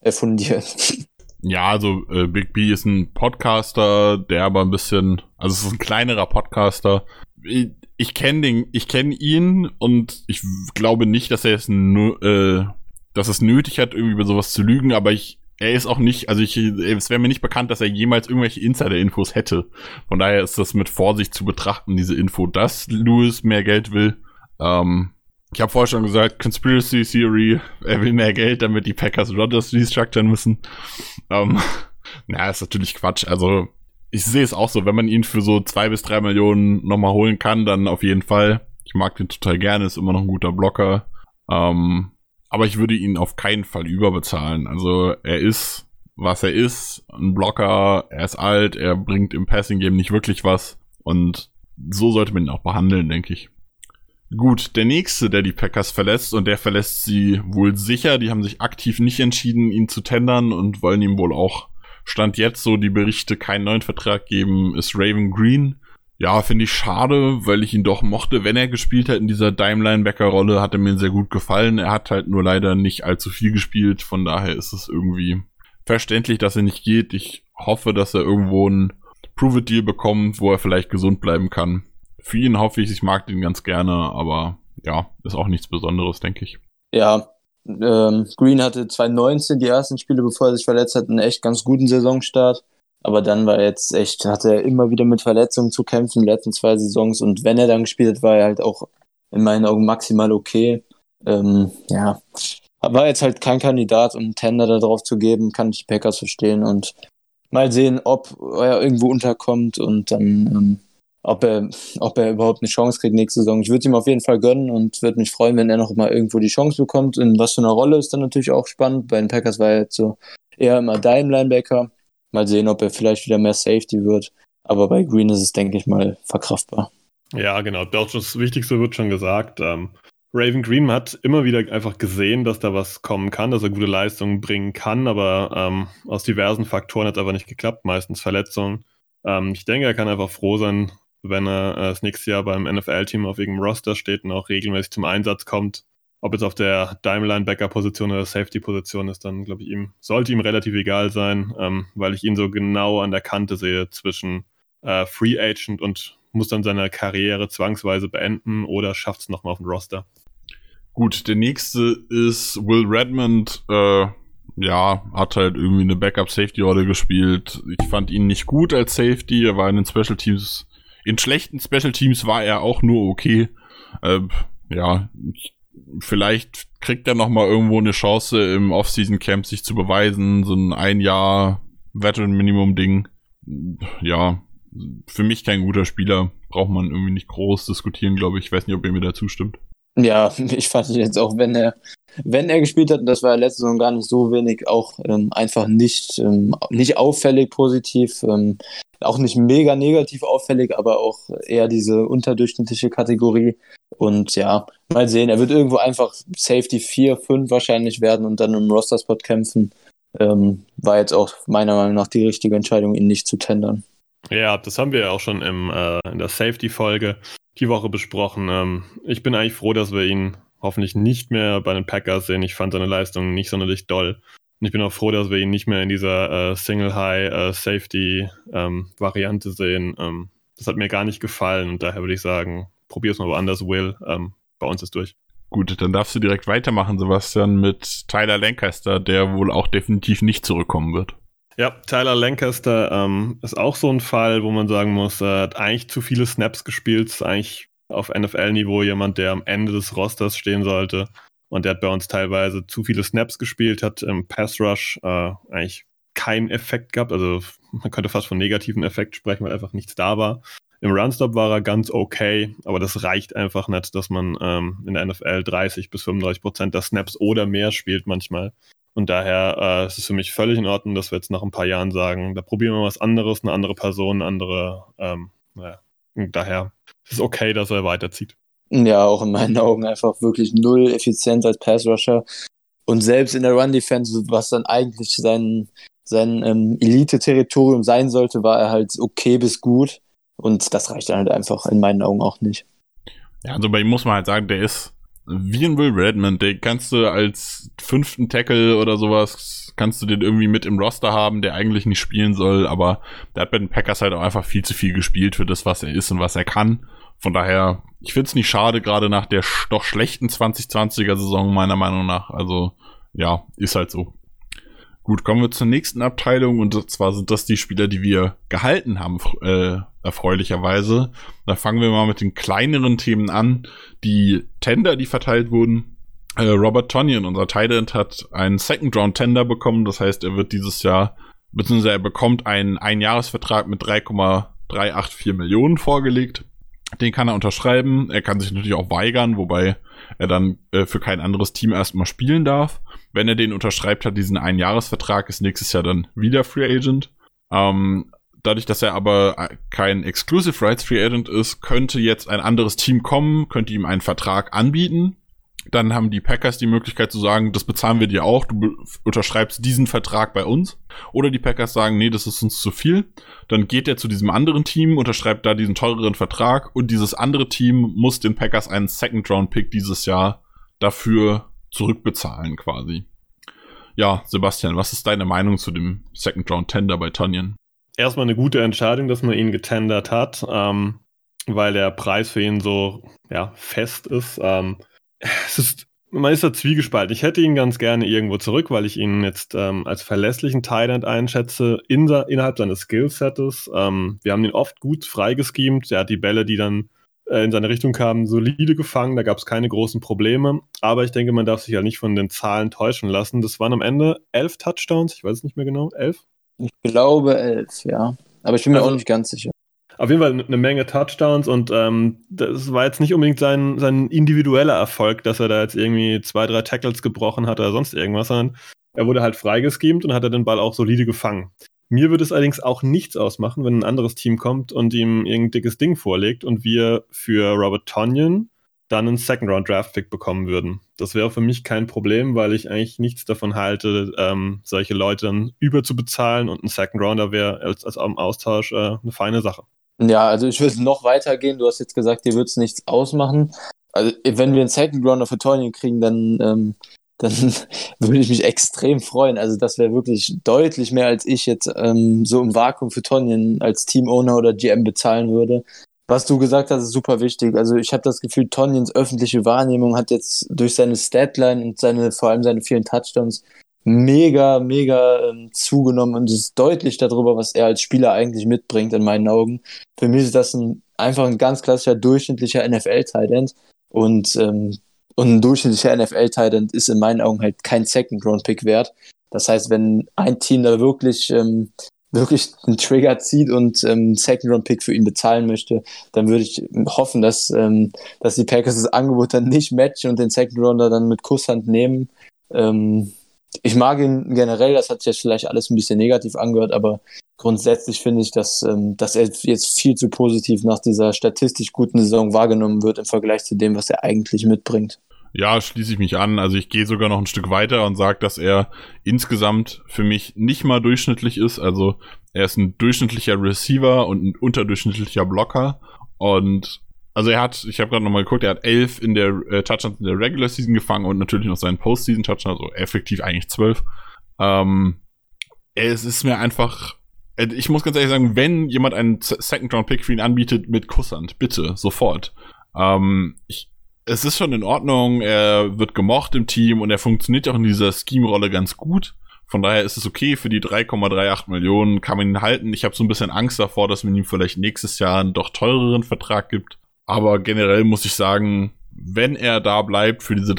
Ja, also Big B ist ein Podcaster, der aber ein bisschen, also es ist ein kleinerer Podcaster. Ich kenne ihn und ich glaube nicht, dass er es dass es nötig hat, irgendwie über sowas zu lügen, aber er ist auch nicht, also es wäre mir nicht bekannt, dass er jemals irgendwelche Insider-Infos hätte. Von daher ist das mit Vorsicht zu betrachten, diese Info, dass Lewis mehr Geld will. Ich habe vorher schon gesagt, Conspiracy Theory, er will mehr Geld, damit die Packers Rodgers restructuren müssen. Ist natürlich Quatsch. Also ich sehe es auch so, wenn man ihn für so 2 bis 3 Millionen nochmal holen kann, dann auf jeden Fall. Ich mag den total gerne, ist immer noch ein guter Blocker. Aber ich würde ihn auf keinen Fall überbezahlen. Also er ist, was er ist, ein Blocker, er ist alt, er bringt im Passing-Game nicht wirklich was. Und so sollte man ihn auch behandeln, denke ich. Gut, der nächste, der die Packers verlässt, und der verlässt sie wohl sicher, die haben sich aktiv nicht entschieden, ihn zu tendern und wollen ihm wohl auch, Stand jetzt so die Berichte, keinen neuen Vertrag geben, ist Raven Green. Ja, finde ich schade, weil ich ihn doch mochte, wenn er gespielt hat in dieser Dime-Linebacker-Rolle, hat er mir sehr gut gefallen. Er hat halt nur leider nicht allzu viel gespielt, von daher ist es irgendwie verständlich, dass er nicht geht. Ich hoffe, dass er irgendwo einen Prove-It-Deal bekommt, wo er vielleicht gesund bleiben kann. Für ihn hoffe ich mag den ganz gerne, aber ja, ist auch nichts Besonderes, denke ich. Ja, Green hatte 2019 die ersten Spiele, bevor er sich verletzt hat, einen echt ganz guten Saisonstart. Aber dann hatte er immer wieder mit Verletzungen zu kämpfen, in den letzten 2 Saisons. Und wenn er dann gespielt hat, war er halt auch in meinen Augen maximal okay. War jetzt halt kein Kandidat, um einen Tender da drauf zu geben, kann ich die Packers verstehen. Und mal sehen, ob er irgendwo unterkommt und dann ob er überhaupt eine Chance kriegt nächste Saison. Ich würde es ihm auf jeden Fall gönnen und würde mich freuen, wenn er noch mal irgendwo die Chance bekommt. In was für einer Rolle ist dann natürlich auch spannend. Bei den Packers war er jetzt so eher immer Dime-Linebacker. Mal sehen, ob er vielleicht wieder mehr Safety wird. Aber bei Green ist es, denke ich mal, verkraftbar. Ja, genau. Das Wichtigste wird schon gesagt. Raven Green hat immer wieder einfach gesehen, dass da was kommen kann, dass er gute Leistungen bringen kann, aber aus diversen Faktoren hat es einfach nicht geklappt, meistens Verletzungen. Ich denke, er kann einfach froh sein, wenn er das nächste Jahr beim NFL-Team auf irgendeinem Roster steht und auch regelmäßig zum Einsatz kommt. Ob jetzt auf der Dime-Linebacker-Position oder Safety-Position ist, dann glaube ich, sollte ihm relativ egal sein, weil ich ihn so genau an der Kante sehe zwischen Free Agent und muss dann seine Karriere zwangsweise beenden oder schafft es nochmal auf dem Roster. Gut, der nächste ist Will Redmond, hat halt irgendwie eine Backup-Safety-Rolle gespielt. Ich fand ihn nicht gut als Safety, er war in den Special Teams, in schlechten Special Teams war er auch nur okay. Vielleicht kriegt er nochmal irgendwo eine Chance im Off-Season-Camp sich zu beweisen, so ein Jahr Veteran-Minimum-Ding. Ja, für mich kein guter Spieler, braucht man irgendwie nicht groß diskutieren, glaube ich. Ich weiß nicht, ob ihr mir da zustimmt. Ja, ich fand ihn jetzt auch, wenn er gespielt hat, und das war letzte Saison gar nicht so wenig, auch einfach nicht auffällig positiv, auch nicht mega negativ auffällig, aber auch eher diese unterdurchschnittliche Kategorie. Und ja, mal sehen, er wird irgendwo einfach Safety 4, 5 wahrscheinlich werden und dann im Roster-Spot kämpfen. War jetzt auch meiner Meinung nach die richtige Entscheidung, ihn nicht zu tendern. Ja, das haben wir ja auch schon in der Safety-Folge die Woche besprochen. Ich bin eigentlich froh, dass wir ihn hoffentlich nicht mehr bei den Packers sehen. Ich fand seine Leistung nicht sonderlich doll. Und ich bin auch froh, dass wir ihn nicht mehr in dieser Single-High-Safety-Variante sehen. Das hat mir gar nicht gefallen und daher würde ich sagen, probier's mal woanders, Will. Bei uns ist durch. Gut, dann darfst du direkt weitermachen, Sebastian, mit Tyler Lancaster, der wohl auch definitiv nicht zurückkommen wird. Ja, Tyler Lancaster ist auch so ein Fall, wo man sagen muss, er hat eigentlich zu viele Snaps gespielt, ist eigentlich auf NFL-Niveau jemand, der am Ende des Rosters stehen sollte. Und der hat bei uns teilweise zu viele Snaps gespielt, hat im Pass-Rush eigentlich keinen Effekt gehabt. Also man könnte fast von negativen Effekt sprechen, weil einfach nichts da war. Im Runstop war er ganz okay, aber das reicht einfach nicht, dass man in der NFL 30-35% der Snaps oder mehr spielt manchmal. Und daher ist es für mich völlig in Ordnung, dass wir jetzt nach ein paar Jahren sagen, da probieren wir was anderes, eine andere Person, und daher ist es okay, dass er weiterzieht. Ja, auch in meinen Augen einfach wirklich null Effizienz als Pass-Rusher. Und selbst in der Run-Defense, was dann eigentlich sein Elite-Territorium sein sollte, war er halt okay bis gut. Und das reicht dann halt einfach in meinen Augen auch nicht. Ja, also bei ihm muss man halt sagen, der ist wie ein Will Redmond. Den kannst du als 5. Tackle oder sowas, kannst du den irgendwie mit im Roster haben, der eigentlich nicht spielen soll. Aber der hat bei den Packers halt auch einfach viel zu viel gespielt für das, was er ist und was er kann. Von daher, ich find's nicht schade, gerade nach der doch schlechten 2020er-Saison meiner Meinung nach. Also, ja, ist halt so. Gut, kommen wir zur nächsten Abteilung und zwar sind das die Spieler, die wir gehalten haben, erfreulicherweise. Da fangen wir mal mit den kleineren Themen an. Die Tender, die verteilt wurden. Robert Tonyan, unser Tight End, hat einen Second-Round-Tender bekommen. Das heißt, er wird dieses Jahr, beziehungsweise er bekommt einen Einjahresvertrag mit 3,384 Millionen vorgelegt. Den kann er unterschreiben. Er kann sich natürlich auch weigern, wobei er dann für kein anderes Team erstmal spielen darf. Wenn er den unterschreibt, hat diesen Einjahresvertrag, ist nächstes Jahr dann wieder Free Agent. Dadurch, dass er aber kein Exclusive Rights Free Agent ist, könnte jetzt ein anderes Team kommen, könnte ihm einen Vertrag anbieten. Dann haben die Packers die Möglichkeit zu sagen, das bezahlen wir dir auch, du unterschreibst diesen Vertrag bei uns. Oder die Packers sagen, nee, das ist uns zu viel. Dann geht er zu diesem anderen Team, unterschreibt da diesen teureren Vertrag und dieses andere Team muss den Packers einen Second-Round-Pick dieses Jahr dafür zurückbezahlen quasi. Ja, Sebastian, was ist deine Meinung zu dem Second-Round-Tender bei Tonyan? Erstmal eine gute Entscheidung, dass man ihn getendert hat, weil der Preis für ihn so fest ist. Man ist da zwiegespalten. Ich hätte ihn ganz gerne irgendwo zurück, weil ich ihn jetzt als verlässlichen Tight End einschätze innerhalb seines Skillsettes. Wir haben ihn oft gut freigeschemt. Er hat die Bälle, die dann in seine Richtung kamen, solide gefangen. Da gab es keine großen Probleme. Aber ich denke, man darf sich ja nicht von den Zahlen täuschen lassen. Das waren am Ende 11 Touchdowns. Ich weiß es nicht mehr genau. 11? Ich glaube 11, ja. Aber ich bin mir auch nicht ganz sicher. Auf jeden Fall eine Menge Touchdowns und das war jetzt nicht unbedingt sein individueller Erfolg, dass er da jetzt irgendwie 2-3 Tackles gebrochen hat oder sonst irgendwas, sondern er wurde halt freigeschemt und hat er den Ball auch solide gefangen. Mir würde es allerdings auch nichts ausmachen, wenn ein anderes Team kommt und ihm irgendein dickes Ding vorlegt und wir für Robert Tonyan dann einen Second-Round-Draft-Pick bekommen würden. Das wäre für mich kein Problem, weil ich eigentlich nichts davon halte, solche Leute dann überzubezahlen und ein Second-Rounder wäre als am Austausch eine feine Sache. Ja, also ich würde noch weitergehen. Du hast jetzt gesagt, dir würde es nichts ausmachen. Also wenn wir einen Second-Rounder für Tonyan kriegen, dann würde ich mich extrem freuen. Also das wäre wirklich deutlich mehr, als ich jetzt so im Vakuum für Tonyan als Team-Owner oder GM bezahlen würde. Was du gesagt hast, ist super wichtig. Also ich habe das Gefühl, Tonyans öffentliche Wahrnehmung hat jetzt durch seine Statline und vor allem seine vielen Touchdowns mega zugenommen und es ist deutlich darüber, was er als Spieler eigentlich mitbringt, in meinen Augen. Für mich ist das einfach ein ganz klassischer, durchschnittlicher NFL-Tight End und ein durchschnittlicher NFL-Tight End ist in meinen Augen halt kein Second-Round-Pick wert. Das heißt, wenn ein Team da wirklich einen Trigger zieht und einen Second-Round-Pick für ihn bezahlen möchte, dann würde ich hoffen, dass die Packers das Angebot dann nicht matchen und den Second-Rounder dann mit Kusshand nehmen. Ich mag ihn generell, das hat sich jetzt vielleicht alles ein bisschen negativ angehört, aber grundsätzlich finde ich, dass er jetzt viel zu positiv nach dieser statistisch guten Saison wahrgenommen wird im Vergleich zu dem, was er eigentlich mitbringt. Ja, schließe ich mich an. Also ich gehe sogar noch ein Stück weiter und sage, dass er insgesamt für mich nicht mal durchschnittlich ist. Also er ist ein durchschnittlicher Receiver und ein unterdurchschnittlicher Blocker. Und Also ich habe gerade nochmal geguckt, er hat 11 in der Touchdowns in der Regular Season gefangen und natürlich noch seinen Postseason Touchdown, also effektiv eigentlich 12. Es ist mir einfach, ich muss ganz ehrlich sagen, wenn jemand einen Second-Round-Pick für ihn anbietet, mit Kusshand, bitte, sofort. Es ist schon in Ordnung, er wird gemocht im Team und er funktioniert auch in dieser Scheme-Rolle ganz gut. Von daher ist es okay, für die 3,38 Millionen kann man ihn halten. Ich habe so ein bisschen Angst davor, dass man ihm vielleicht nächstes Jahr einen doch teureren Vertrag gibt. Aber generell muss ich sagen, wenn er da bleibt für diese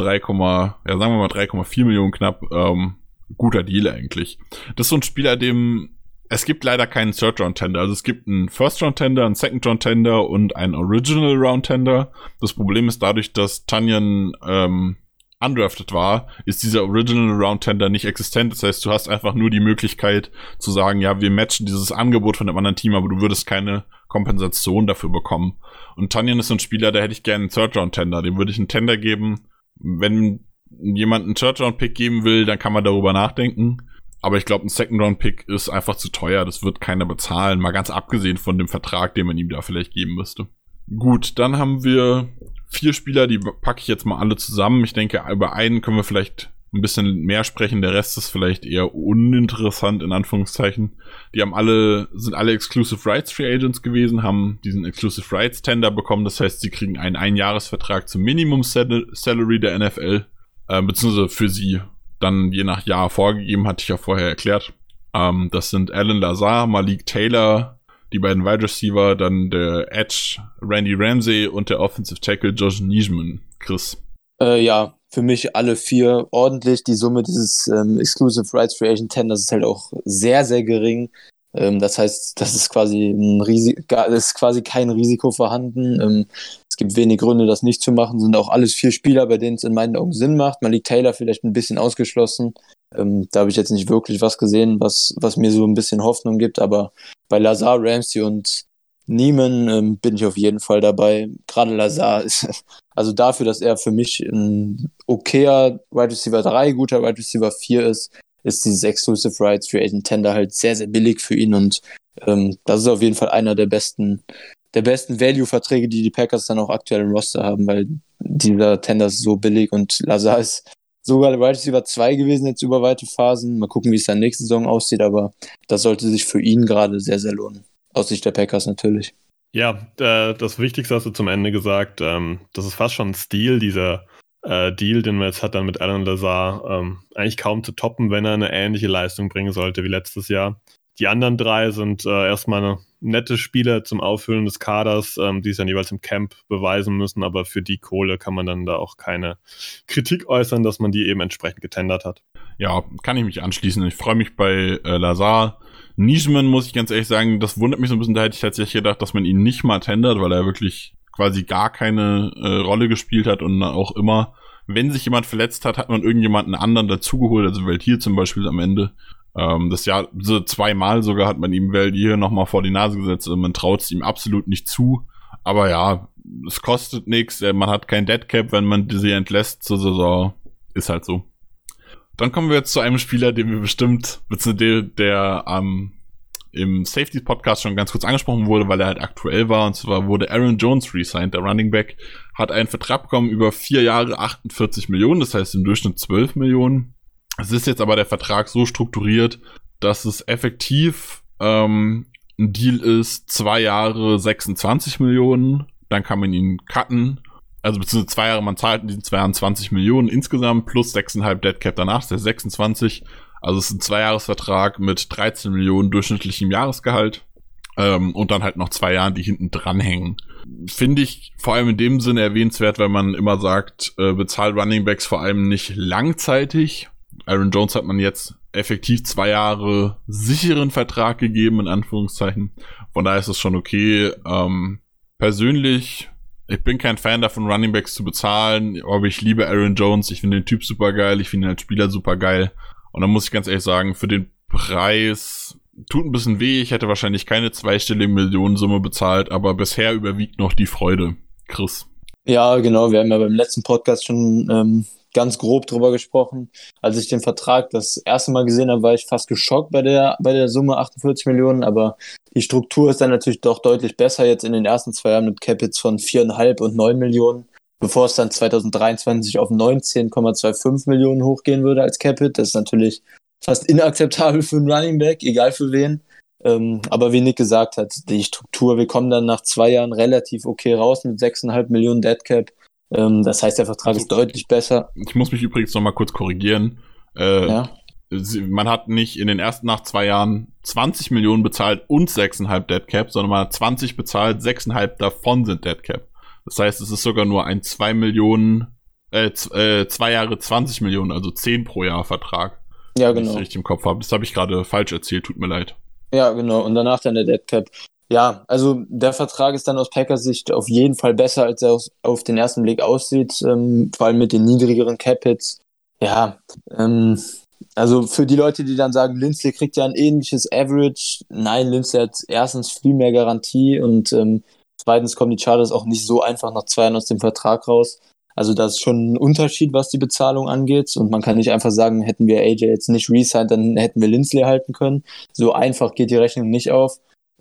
3,4 Millionen knapp, guter Deal eigentlich. Das ist so ein Spieler, es gibt leider keinen Third-Round-Tender. Also es gibt einen First-Round-Tender, einen Second-Round-Tender und einen Original-Round-Tender. Das Problem ist dadurch, dass Tanyan undrafted war, ist dieser Original-Round-Tender nicht existent. Das heißt, du hast einfach nur die Möglichkeit zu sagen, ja, wir matchen dieses Angebot von dem anderen Team, aber du würdest keine Kompensation dafür bekommen. Und Tanyan ist so ein Spieler, da hätte ich gerne einen Third-Round-Tender. Dem würde ich einen Tender geben. Wenn jemand einen Third-Round-Pick geben will, dann kann man darüber nachdenken. Aber ich glaube, ein Second-Round-Pick ist einfach zu teuer. Das wird keiner bezahlen. Mal ganz abgesehen von dem Vertrag, den man ihm da vielleicht geben müsste. Gut, dann haben wir 4 Spieler, die packe ich jetzt mal alle zusammen. Ich denke, über einen können wir vielleicht ein bisschen mehr sprechen. Der Rest ist vielleicht eher uninteressant, in Anführungszeichen. Sind alle Exclusive Rights Free Agents gewesen, haben diesen Exclusive Rights Tender bekommen. Das heißt, sie kriegen einen Einjahresvertrag zum Minimum Salary der NFL, beziehungsweise für sie dann je nach Jahr vorgegeben, hatte ich ja vorher erklärt. Das sind Alan Lazar, Malik Taylor, die beiden Wide Receiver, dann der Edge Randy Ramsey und der Offensive Tackle Josh Nijman. Chris? Ja, für mich alle 4 ordentlich. Die Summe dieses Exclusive Rights Free Agent Tenders ist halt auch sehr, sehr gering. Das heißt, das ist quasi kein Risiko vorhanden. Es gibt wenig Gründe, das nicht zu machen. Sind auch alles 4 Spieler, bei denen es in meinen Augen Sinn macht. Malik Taylor vielleicht ein bisschen ausgeschlossen. Da habe ich jetzt nicht wirklich was gesehen, was mir so ein bisschen Hoffnung gibt. Aber bei Lazar, Ramsey und Neiman bin ich auf jeden Fall dabei. Gerade Lazar ist, also dafür, dass er für mich ein okayer Wide Receiver 3, guter Wide Receiver 4 ist dieses Exclusive Rights Free Agent Tender halt sehr, sehr billig für ihn. Und das ist auf jeden Fall einer der besten Value-Verträge, die Packers dann auch aktuell im Roster haben, weil dieser Tender ist so billig und Lazar ist sogar Wide Receiver 2 gewesen jetzt über weite Phasen. Mal gucken, wie es dann nächste Saison aussieht, aber das sollte sich für ihn gerade sehr, sehr lohnen. Aus Sicht der Packers natürlich. Ja, das Wichtigste hast du zum Ende gesagt. Das ist fast schon ein Stil, dieser Deal, den man jetzt hat dann mit Alan Lazar, eigentlich kaum zu toppen, wenn er eine ähnliche Leistung bringen sollte wie letztes Jahr. Die anderen 3 sind erstmal eine nette Spieler zum Auffüllen des Kaders, die es dann jeweils im Camp beweisen müssen, aber für die Kohle kann man dann da auch keine Kritik äußern, dass man die eben entsprechend getendert hat. Ja, kann ich mich anschließen. Ich freue mich bei Lazar. Nijman, muss ich ganz ehrlich sagen, das wundert mich so ein bisschen, da hätte ich tatsächlich gedacht, dass man ihn nicht mal tendert, weil er wirklich quasi gar keine Rolle gespielt hat und auch immer, wenn sich jemand verletzt hat, hat man irgendjemanden anderen dazugeholt, also Valtier zum Beispiel am Ende. Das Jahr, so 2-mal sogar hat man ihm Valtier nochmal vor die Nase gesetzt und man traut es ihm absolut nicht zu. Aber ja, es kostet nichts, man hat kein Deadcap, wenn man sie entlässt zur Saison, ist halt so. Dann kommen wir jetzt zu einem Spieler, den wir bestimmt, beziehungsweise der im Safety-Podcast schon ganz kurz angesprochen wurde, weil er halt aktuell war, und zwar wurde Aaron Jones resigned. Der Running Back hat einen Vertrag bekommen über 4 Jahre, 48 Millionen, das heißt im Durchschnitt 12 Millionen. Es ist jetzt aber der Vertrag so strukturiert, dass es effektiv ein Deal ist, 2 Jahre 26 Millionen, dann kann man ihn cutten, also beziehungsweise 2 Jahre, man zahlt in diesen 2 Jahren 20 Millionen insgesamt, plus 6,5 Deadcap danach, das ist 26. Also es ist ein 2-Jahres-Vertrag mit 13 Millionen durchschnittlichem Jahresgehalt und dann halt noch 2 Jahren, die hinten dranhängen. Finde ich vor allem in dem Sinne erwähnenswert, weil man immer sagt, bezahlt Runningbacks vor allem nicht langzeitig. Aaron Jones hat man jetzt effektiv 2 Jahre sicheren Vertrag gegeben, in Anführungszeichen. Von daher ist es schon okay. Persönlich, ich bin kein Fan davon, Runningbacks zu bezahlen, aber ich liebe Aaron Jones. Ich finde den Typ super geil, ich finde ihn als Spieler super geil. Und dann muss ich ganz ehrlich sagen, für den Preis tut ein bisschen weh. Ich hätte wahrscheinlich keine zweistellige Millionensumme bezahlt, aber bisher überwiegt noch die Freude. Chris? Ja, genau. Wir haben ja beim letzten Podcast schon ganz grob drüber gesprochen. Als ich den Vertrag das erste Mal gesehen habe, war ich fast geschockt bei der Summe 48 Millionen, aber die Struktur ist dann natürlich doch deutlich besser jetzt in den ersten 2 Jahren mit Cap-Hits von 4,5 und 9 Millionen, bevor es dann 2023 auf 19,25 Millionen hochgehen würde als Cap-Hit. Das ist natürlich fast inakzeptabel für einen Running Back, egal für wen. Aber wie Nick gesagt hat, die Struktur, wir kommen dann nach 2 Jahren relativ okay raus mit 6,5 Millionen Dead Cap. Das heißt, der Vertrag ist deutlich besser. Ich muss mich übrigens noch mal kurz korrigieren. Man hat nicht in den ersten nach 2 Jahren 20 Millionen bezahlt und 6,5 Dead Cap, sondern man hat 20 bezahlt, 6,5 davon sind Dead Cap. Das heißt, es ist sogar nur ein 2 Jahre 20 Millionen, also 10 pro Jahr Vertrag. Ja, genau. Wenn ich es richtig im Kopf habe. Das habe ich gerade falsch erzählt, tut mir leid. Ja, genau. Und danach dann der Dead Cap. Ja, also der Vertrag ist dann aus Packers Sicht auf jeden Fall besser, als er auf den ersten Blick aussieht, vor allem mit den niedrigeren Cap-Hits. Ja, also für die Leute, die dann sagen, Lindsay kriegt ja ein ähnliches Average. Nein, Lindsay hat erstens viel mehr Garantie und zweitens kommen die Chargers auch nicht so einfach nach 2 Jahren aus dem Vertrag raus. Also da ist schon ein Unterschied, was die Bezahlung angeht. Und man kann nicht einfach sagen, hätten wir AJ jetzt nicht re-signed, dann hätten wir Lindsay halten können. So einfach geht die Rechnung nicht auf.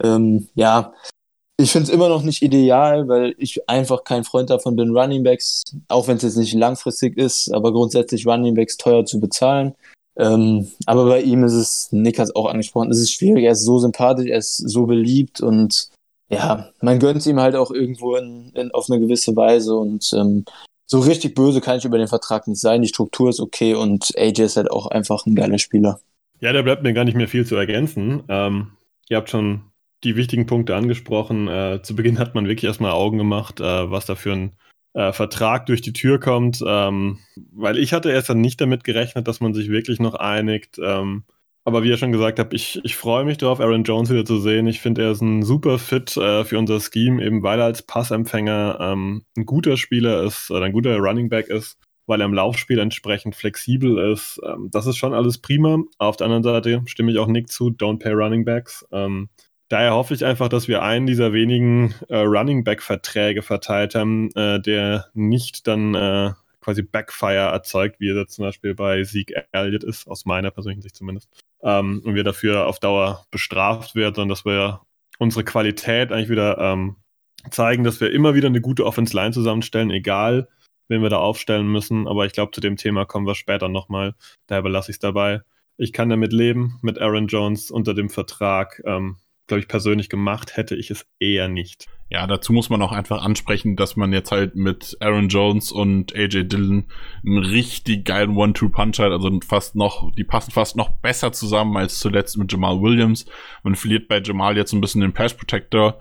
Ja, ich finde es immer noch nicht ideal, weil ich einfach kein Freund davon bin, Runningbacks, auch wenn es jetzt nicht langfristig ist, aber grundsätzlich Runningbacks teuer zu bezahlen. Aber bei ihm ist es, Nick hat es auch angesprochen, es ist schwierig, er ist so sympathisch, er ist so beliebt und ja, man gönnt es ihm halt auch irgendwo auf eine gewisse Weise und so richtig böse kann ich über den Vertrag nicht sein. Die Struktur ist okay und AJ ist halt auch einfach ein geiler Spieler. Ja, da bleibt mir gar nicht mehr viel zu ergänzen. Ihr habt schon die wichtigen Punkte angesprochen. Zu Beginn hat man wirklich erstmal Augen gemacht, was da für ein Vertrag durch die Tür kommt. Weil ich hatte erst dann nicht damit gerechnet, dass man sich wirklich noch einigt. Aber wie ihr schon gesagt habt, ich freue mich drauf, Aaron Jones wieder zu sehen. Ich finde, er ist ein super Fit für unser Scheme, eben weil er als Passempfänger ein guter Spieler ist oder ein guter Running Back ist, weil er im Laufspiel entsprechend flexibel ist. Das ist schon alles prima. Auf der anderen Seite stimme ich auch Nick zu, don't pay Running Backs. Daher hoffe ich einfach, dass wir einen dieser wenigen Running Back-Verträge verteilt haben, der nicht dann quasi Backfire erzeugt, wie er zum Beispiel bei Zeke Elliott ist, aus meiner persönlichen Sicht zumindest. Und wir dafür auf Dauer bestraft werden, sondern dass wir unsere Qualität eigentlich wieder zeigen, dass wir immer wieder eine gute Offense-Line zusammenstellen, egal, wen wir da aufstellen müssen. Aber ich glaube, zu dem Thema kommen wir später nochmal. Daher belasse ich es dabei. Ich kann damit leben, mit Aaron Jones unter dem Vertrag. Glaube ich, persönlich gemacht hätte ich es eher nicht. Ja, dazu muss man auch einfach ansprechen, dass man jetzt halt mit Aaron Jones und AJ Dillon einen richtig geilen One-Two-Punch hat, also die passen fast noch besser zusammen als zuletzt mit Jamal Williams. Man verliert bei Jamal jetzt ein bisschen den Pass Protector.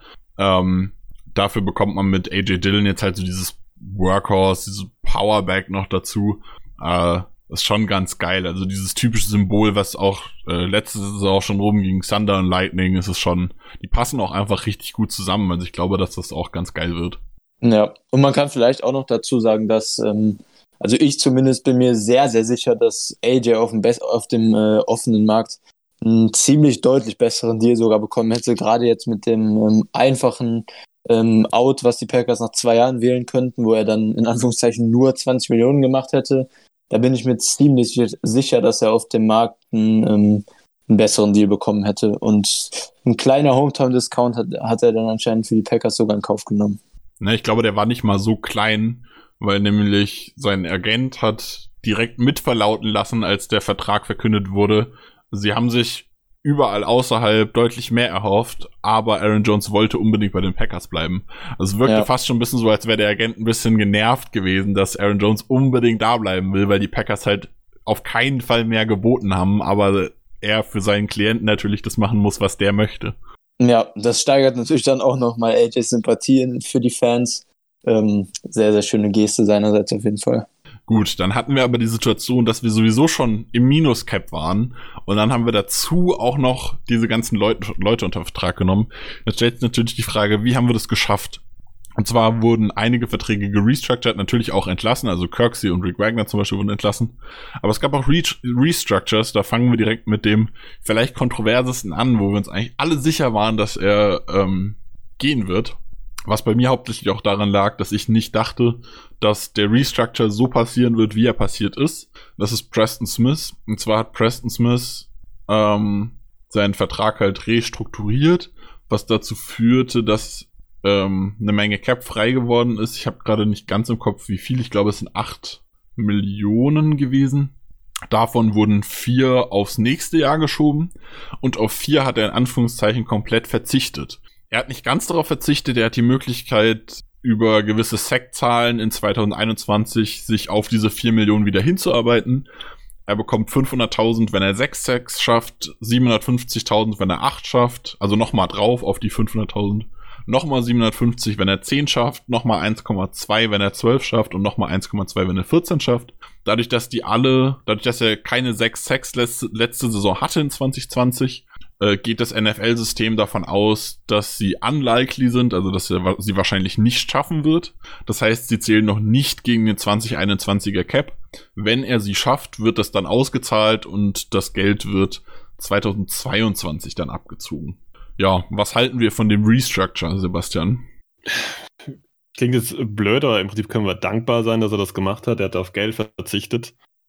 Dafür bekommt man mit AJ Dillon jetzt halt so dieses Workhorse, dieses Powerback noch dazu. Das ist schon ganz geil. Also dieses typische Symbol, was auch letzte Saison schon rumging, Thunder und Lightning, ist es schon, die passen auch einfach richtig gut zusammen. Also ich glaube, dass das auch ganz geil wird. Ja, und man kann vielleicht auch noch dazu sagen, dass, also ich zumindest bin mir sehr, sehr sicher, dass AJ auf dem offenen Markt einen ziemlich deutlich besseren Deal sogar bekommen hätte, gerade jetzt mit dem einfachen Out, was die Packers nach 2 Jahren wählen könnten, wo er dann in Anführungszeichen nur 20 Millionen gemacht hätte. Da bin ich mir ziemlich sicher, dass er auf dem Markt einen besseren Deal bekommen hätte. Und ein kleiner Hometown-Discount hat er dann anscheinend für die Packers sogar in Kauf genommen. Ne, ich glaube, der war nicht mal so klein, weil nämlich sein Agent hat direkt mitverlauten lassen, als der Vertrag verkündet wurde. Sie haben sich überall außerhalb deutlich mehr erhofft, aber Aaron Jones wollte unbedingt bei den Packers bleiben. Also es wirkte fast schon ein bisschen so, als wäre der Agent ein bisschen genervt gewesen, dass Aaron Jones unbedingt da bleiben will, weil die Packers halt auf keinen Fall mehr geboten haben, aber er für seinen Klienten natürlich das machen muss, was der möchte. Ja, das steigert natürlich dann auch nochmal AJs Sympathien für die Fans. Sehr, sehr schöne Geste seinerseits auf jeden Fall. Gut, dann hatten wir aber die Situation, dass wir sowieso schon im Minus-Cap waren und dann haben wir dazu auch noch diese ganzen Leute unter Vertrag genommen. Jetzt stellt sich natürlich die Frage, wie haben wir das geschafft? Und zwar wurden einige Verträge gerestructured, natürlich auch entlassen, also Kirksey und Rick Wagner zum Beispiel wurden entlassen. Aber es gab auch Restructures, da fangen wir direkt mit dem vielleicht kontroversesten an, wo wir uns eigentlich alle sicher waren, dass er gehen wird. Was bei mir hauptsächlich auch daran lag, dass ich nicht dachte, dass der Restructure so passieren wird, wie er passiert ist. Das ist Preston Smith. Und zwar hat Preston Smith seinen Vertrag halt restrukturiert, was dazu führte, dass eine Menge Cap frei geworden ist. Ich habe gerade nicht ganz im Kopf, wie viel. Ich glaube, es sind 8 Millionen gewesen. Davon wurden 4 aufs nächste Jahr geschoben und auf 4 hat er in Anführungszeichen komplett verzichtet. Er hat nicht ganz darauf verzichtet, er hat die Möglichkeit, über gewisse Sack-Zahlen in 2021 sich auf diese 4 Millionen wieder hinzuarbeiten. Er bekommt 500.000, wenn er 6 Sacks schafft, 750.000, wenn er 8 schafft, also nochmal drauf auf die 500.000. Nochmal 750, wenn er 10 schafft, nochmal 1,2, wenn er 12 schafft und nochmal 1,2, wenn er 14 schafft. Dadurch, dass er keine 6 Sacks letzte Saison hatte in 2020, geht das NFL-System davon aus, dass sie unlikely sind, also dass er sie wahrscheinlich nicht schaffen wird. Das heißt, sie zählen noch nicht gegen den 2021er Cap. Wenn er sie schafft, wird das dann ausgezahlt und das Geld wird 2022 dann abgezogen. Ja, was halten wir von dem Restructure, Sebastian? Klingt jetzt blöd, aber im Prinzip können wir dankbar sein, dass er das gemacht hat. Er hat auf Geld verzichtet.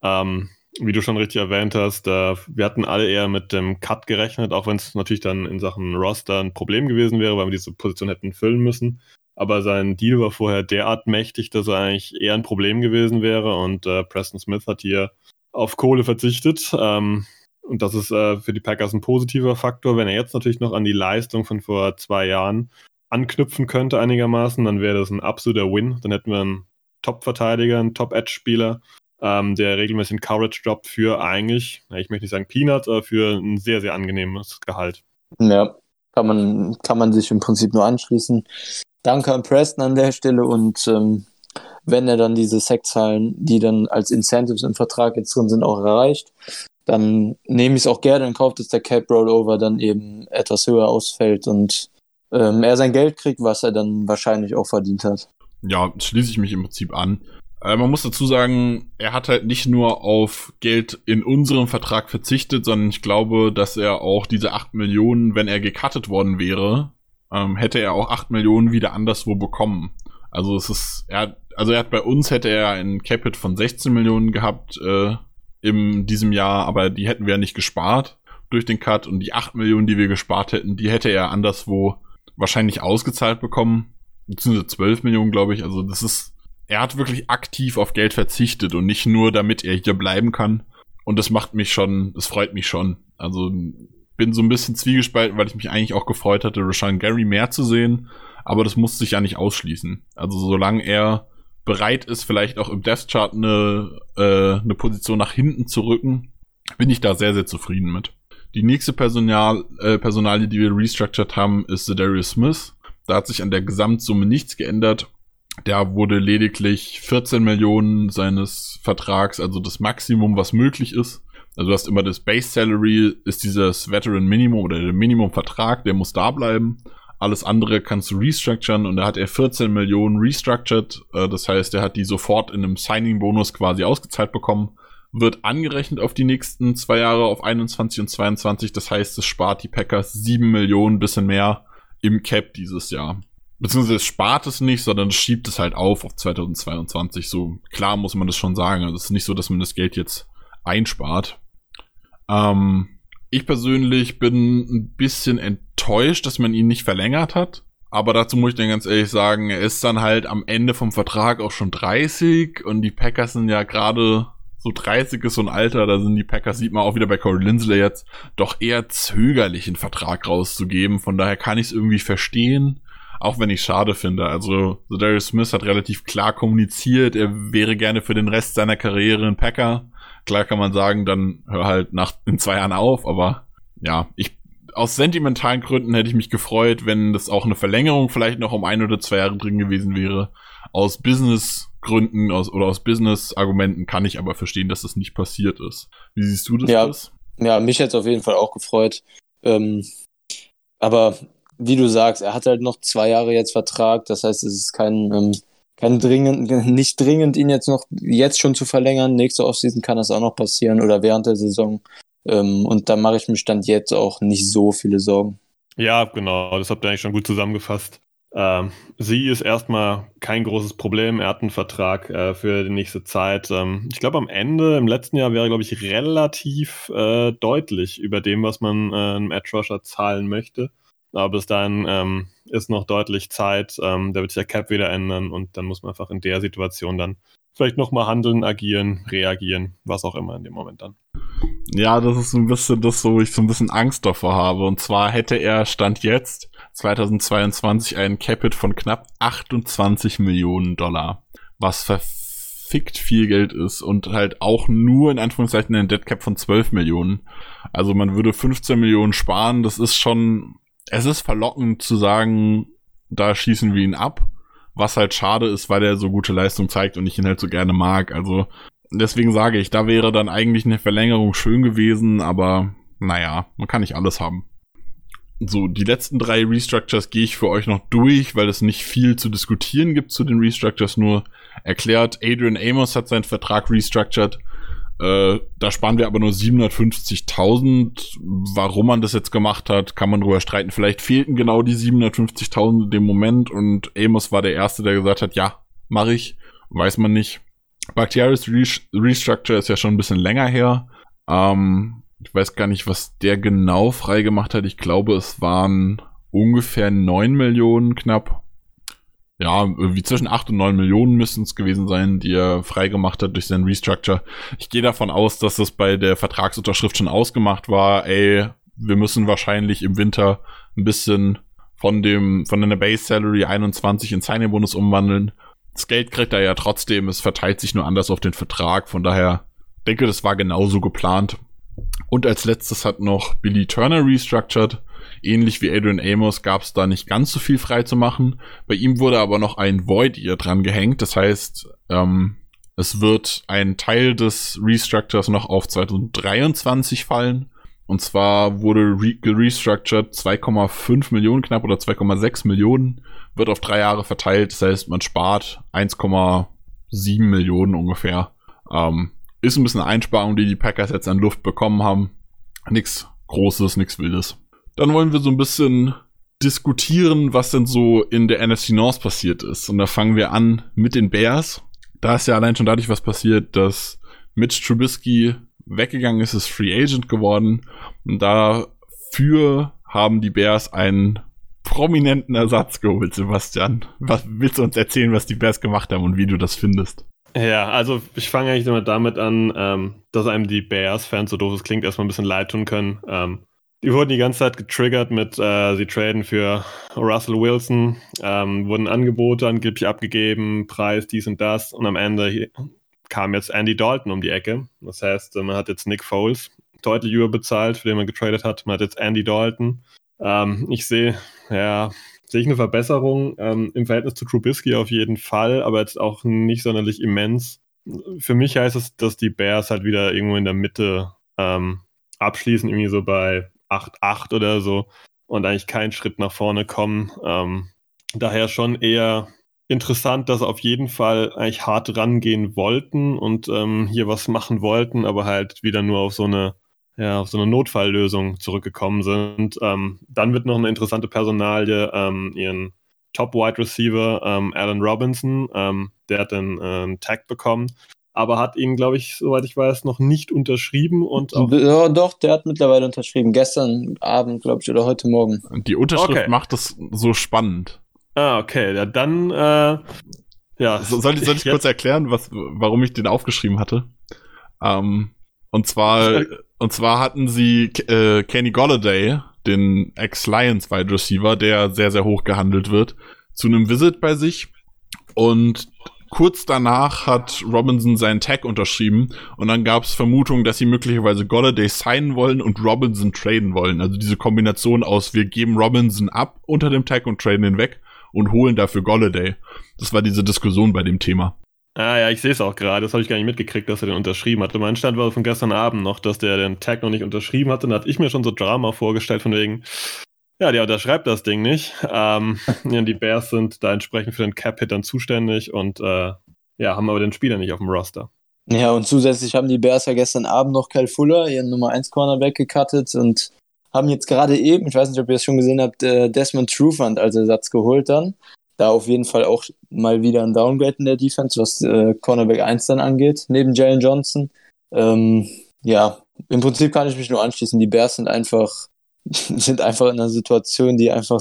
Wie du schon richtig erwähnt hast, wir hatten alle eher mit dem Cut gerechnet, auch wenn es natürlich dann in Sachen Roster ein Problem gewesen wäre, weil wir diese Position hätten füllen müssen. Aber sein Deal war vorher derart mächtig, dass er eigentlich eher ein Problem gewesen wäre und Preston Smith hat hier auf Kohle verzichtet. Und das ist für die Packers ein positiver Faktor. Wenn er jetzt natürlich noch an die Leistung von vor 2 Jahren anknüpfen könnte einigermaßen, dann wäre das ein absoluter Win. Dann hätten wir einen Top-Verteidiger, einen Top-Edge-Spieler, der regelmäßig Coverage droppt für eigentlich, ich möchte nicht sagen Peanuts, aber für ein sehr, sehr angenehmes Gehalt. Ja, kann man sich im Prinzip nur anschließen. Danke an Preston an der Stelle und wenn er dann diese Sackzahlen, die dann als Incentives im Vertrag jetzt drin sind, auch erreicht, dann nehme ich es auch gerne in Kauf, dass der Cap Rollover dann eben etwas höher ausfällt und er sein Geld kriegt, was er dann wahrscheinlich auch verdient hat. Ja, schließe ich mich im Prinzip an. Man muss dazu sagen, er hat halt nicht nur auf Geld in unserem Vertrag verzichtet, sondern ich glaube, dass er auch diese 8 Millionen, wenn er gecuttet worden wäre, hätte er auch 8 Millionen wieder anderswo bekommen. Also er hat bei uns hätte er einen Cap-Hit von 16 Millionen gehabt in diesem Jahr, aber die hätten wir ja nicht gespart durch den Cut und die 8 Millionen, die wir gespart hätten, die hätte er anderswo wahrscheinlich ausgezahlt bekommen, beziehungsweise 12 Millionen, glaube ich. Also er hat wirklich aktiv auf Geld verzichtet und nicht nur, damit er hier bleiben kann. Und das freut mich schon. Also bin so ein bisschen zwiegespalten, weil ich mich eigentlich auch gefreut hatte, Rashan Gary mehr zu sehen. Aber das muss sich ja nicht ausschließen. Also solange er bereit ist, vielleicht auch im Death Chart eine Position nach hinten zu rücken, bin ich da sehr, sehr zufrieden mit. Die nächste Personalie, die wir restructured haben, ist Darius Smith. Da hat sich an der Gesamtsumme nichts geändert. Der wurde lediglich 14 Millionen seines Vertrags, also das Maximum, was möglich ist. Also du hast immer das Base Salary, ist dieses Veteran Minimum oder der Minimum-Vertrag, der muss da bleiben. Alles andere kannst du restructuren und da hat er 14 Millionen restructured. Das heißt, er hat die sofort in einem Signing-Bonus quasi ausgezahlt bekommen. Wird angerechnet auf die nächsten 2 Jahre, auf 21 und 22. Das heißt, es spart die Packers 7 Millionen, bisschen mehr im Cap dieses Jahr. Beziehungsweise es spart es nicht, sondern es schiebt es halt auf 2022. So klar muss man das schon sagen. Also es ist nicht so, dass man das Geld jetzt einspart. Ich persönlich bin ein bisschen enttäuscht, dass man ihn nicht verlängert hat. Aber dazu muss ich dann ganz ehrlich sagen, er ist dann halt am Ende vom Vertrag auch schon 30 und die Packers sind ja gerade so 30 ist so ein Alter, da sind die Packers, sieht man auch wieder bei Corey Linsley jetzt, doch eher zögerlich einen Vertrag rauszugeben. Von daher kann ich es irgendwie verstehen, auch wenn ich es schade finde. Also Darius Smith hat relativ klar kommuniziert, er wäre gerne für den Rest seiner Karriere ein Packer. Klar kann man sagen, dann hör halt in 2 Jahren auf, aber ja, aus sentimentalen Gründen hätte ich mich gefreut, wenn das auch eine Verlängerung vielleicht noch um 1 oder 2 Jahre drin gewesen wäre. Aus Business-Gründen oder aus Business-Argumenten kann ich aber verstehen, dass das nicht passiert ist. Wie siehst du das? Ja, mich hätte es auf jeden Fall auch gefreut. Aber wie du sagst, er hat halt noch 2 Jahre jetzt Vertrag, das heißt, es ist nicht dringend, ihn jetzt schon zu verlängern. Nächste Offseason kann das auch noch passieren oder während der Saison. Und da mache ich mir Stand jetzt auch nicht so viele Sorgen. Ja, genau, das habt ihr eigentlich schon gut zusammengefasst. Sie ist erstmal kein großes Problem. Er hat einen Vertrag für die nächste Zeit. Ich glaube, am Ende, im letzten Jahr, wäre, glaube ich, relativ deutlich über dem, was man einem Edge Rusher zahlen möchte. Aber bis dahin ist noch deutlich Zeit. Da wird sich der Cap wieder ändern und dann muss man einfach in der Situation dann vielleicht nochmal handeln, agieren, reagieren, was auch immer in dem Moment dann. Ja, das ist so ein bisschen das, wo ich so ein bisschen Angst davor habe. Und zwar hätte er Stand jetzt 2022 einen Capit von knapp 28 Millionen $, was verfickt viel Geld ist und halt auch nur in Anführungszeichen einen Dead Cap von 12 Millionen. Also man würde 15 Millionen sparen. Das ist schon, es ist verlockend zu sagen, da schießen wir ihn ab. Was halt schade ist, weil er so gute Leistung zeigt und ich ihn halt so gerne mag. Also deswegen sage ich, da wäre dann eigentlich eine Verlängerung schön gewesen, aber naja, man kann nicht alles haben. So, die letzten 3 Restructures gehe ich für euch noch durch, weil es nicht viel zu diskutieren gibt zu den Restructures, nur erklärt, Adrian Amos hat seinen Vertrag restructured. Da sparen wir aber nur 750.000. Warum man das jetzt gemacht hat, kann man drüber streiten. Vielleicht fehlten genau die 750.000 in dem Moment und Amos war der Erste, der gesagt hat, ja, mache ich. Weiß man nicht. Bakhtiaris Restructure ist ja schon ein bisschen länger her. Ich weiß gar nicht, was der genau freigemacht hat. Ich glaube, es waren ungefähr 9 Millionen knapp. Ja, irgendwie zwischen 8 und 9 Millionen müssten es gewesen sein, die er freigemacht hat durch seinen Restructure. Ich gehe davon aus, dass das bei der Vertragsunterschrift schon ausgemacht war. Ey, wir müssen wahrscheinlich im Winter ein bisschen von einer Base Salary 21 in Signing-Bonus umwandeln. Das Geld kriegt er ja trotzdem, es verteilt sich nur anders auf den Vertrag. Von daher denke, das war genauso geplant. Und als letztes hat noch Billy Turner restructured. Ähnlich wie Adrian Amos gab es da nicht ganz so viel frei zu machen. Bei ihm wurde aber noch ein Void Year dran gehängt. Das heißt, es wird ein Teil des Restructures noch auf 2023 fallen. Und zwar wurde gerestructured 2,5 Millionen knapp oder 2,6 Millionen. Wird auf 3 Jahre verteilt. Das heißt, man spart 1,7 Millionen ungefähr. Ist ein bisschen Einsparung, die Packers jetzt an Luft bekommen haben. Nix Großes, nix Wildes. Dann wollen wir so ein bisschen diskutieren, was denn so in der NFC North passiert ist. Und da fangen wir an mit den Bears. Da ist ja allein schon dadurch was passiert, dass Mitch Trubisky weggegangen ist, ist Free Agent geworden. Und dafür haben die Bears einen prominenten Ersatz geholt, Sebastian. Was willst du uns erzählen, was die Bears gemacht haben und wie du das findest? Ja, also ich fange eigentlich immer damit an, dass einem die Bears-Fans, so doof es klingt, erstmal ein bisschen leid tun können. Die wurden die ganze Zeit getriggert mit, sie traden für Russell Wilson, wurden Angebote angeblich abgegeben, Preis, dies und das. Und am Ende kam jetzt Andy Dalton um die Ecke. Das heißt, man hat jetzt Nick Foles deutlich überbezahlt, für den man getradet hat. Man hat jetzt Andy Dalton. Ich sehe eine Verbesserung im Verhältnis zu Trubisky auf jeden Fall, aber jetzt auch nicht sonderlich immens. Für mich heißt es, dass die Bears halt wieder irgendwo in der Mitte abschließen, irgendwie so bei 8-8 oder so und eigentlich keinen Schritt nach vorne kommen. Daher schon eher interessant, dass sie auf jeden Fall eigentlich hart rangehen wollten und hier was machen wollten, aber halt wieder nur auf so eine Notfalllösung zurückgekommen sind. Dann wird noch eine interessante Personalie, ihren Top-Wide Receiver, Allen Robinson, der hat einen Tag bekommen, aber hat ihn, glaube ich, soweit ich weiß, noch nicht unterschrieben. Und auch ja, doch, der hat mittlerweile unterschrieben. Gestern Abend, glaube ich, oder heute Morgen. Die Unterschrift macht es so spannend. Ah, okay. Ja, dann, Soll ich kurz erklären, warum ich den aufgeschrieben hatte? Und zwar hatten sie Kenny Golladay, den Ex-Lions Wide Receiver, der sehr, sehr hoch gehandelt wird, zu einem Visit bei sich. Und kurz danach hat Robinson seinen Tag unterschrieben. Und dann gab es Vermutungen, dass sie möglicherweise Golladay signen wollen und Robinson traden wollen. Also diese Kombination aus, wir geben Robinson ab unter dem Tag und traden ihn weg und holen dafür Golladay. Das war diese Diskussion bei dem Thema. Ah ja, ich sehe es auch gerade. Das habe ich gar nicht mitgekriegt, dass er den unterschrieben hatte. Mein Stand war von gestern Abend noch, dass der den Tag noch nicht unterschrieben hatte. Und da hatte ich mir schon so Drama vorgestellt von wegen, ja, der unterschreibt das Ding nicht. Die Bears sind da entsprechend für den Cap-Hit dann zuständig und haben aber den Spieler nicht auf dem Roster. Ja, und zusätzlich haben die Bears ja gestern Abend noch Kyle Fuller, ihren Nummer 1 Cornerback, gecuttet und haben jetzt gerade eben, ich weiß nicht, ob ihr das schon gesehen habt, Desmond Trufant als Ersatz geholt dann. Da auf jeden Fall auch mal wieder ein Downgrade in der Defense, was Cornerback 1 dann angeht, neben Jalen Johnson. Ja, im Prinzip kann ich mich nur anschließen. Die Bears sind einfach in einer Situation, die einfach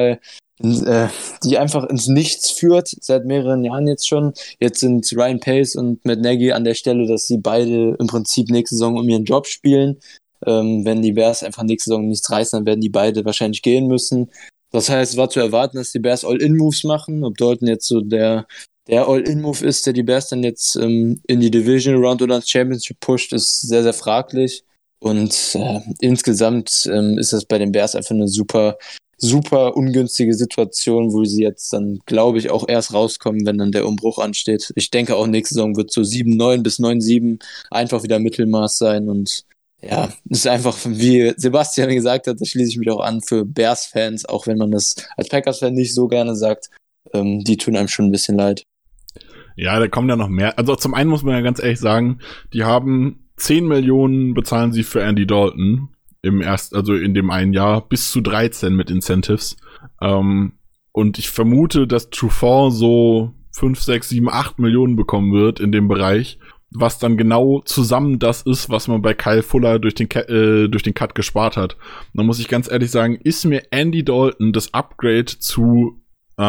die einfach ins Nichts führt, seit mehreren Jahren jetzt schon. Jetzt sind Ryan Pace und Matt Nagy an der Stelle, dass sie beide im Prinzip nächste Saison um ihren Job spielen. Wenn die Bears einfach nächste Saison nichts reißen, dann werden die beide wahrscheinlich gehen müssen. Das heißt, es war zu erwarten, dass die Bears All-In-Moves machen. Ob Dalton jetzt so der All-In-Move ist, der die Bears dann jetzt in die Division Round oder ins Championship pusht, ist sehr, sehr fraglich. Und insgesamt ist das bei den Bears einfach eine super, super ungünstige Situation, wo sie jetzt dann, glaube ich, auch erst rauskommen, wenn dann der Umbruch ansteht. Ich denke auch nächste Saison wird so 7-9 bis 9-7 einfach wieder Mittelmaß sein und ja, es ist einfach, wie Sebastian gesagt hat, da schließe ich mich auch an, für Bears-Fans, auch wenn man das als Packers-Fan nicht so gerne sagt, die tun einem schon ein bisschen leid. Ja, da kommen ja noch mehr. Also zum einen muss man ja ganz ehrlich sagen, die haben 10 Millionen bezahlen sie für Andy Dalton also in dem einen Jahr, bis zu 13 mit Incentives. Und ich vermute, dass Trufant so 5, 6, 7, 8 Millionen bekommen wird in dem Bereich, was dann genau zusammen das ist, was man bei Kyle Fuller durch den Cut gespart hat. Und da muss ich ganz ehrlich sagen, ist mir Andy Dalton das Upgrade zu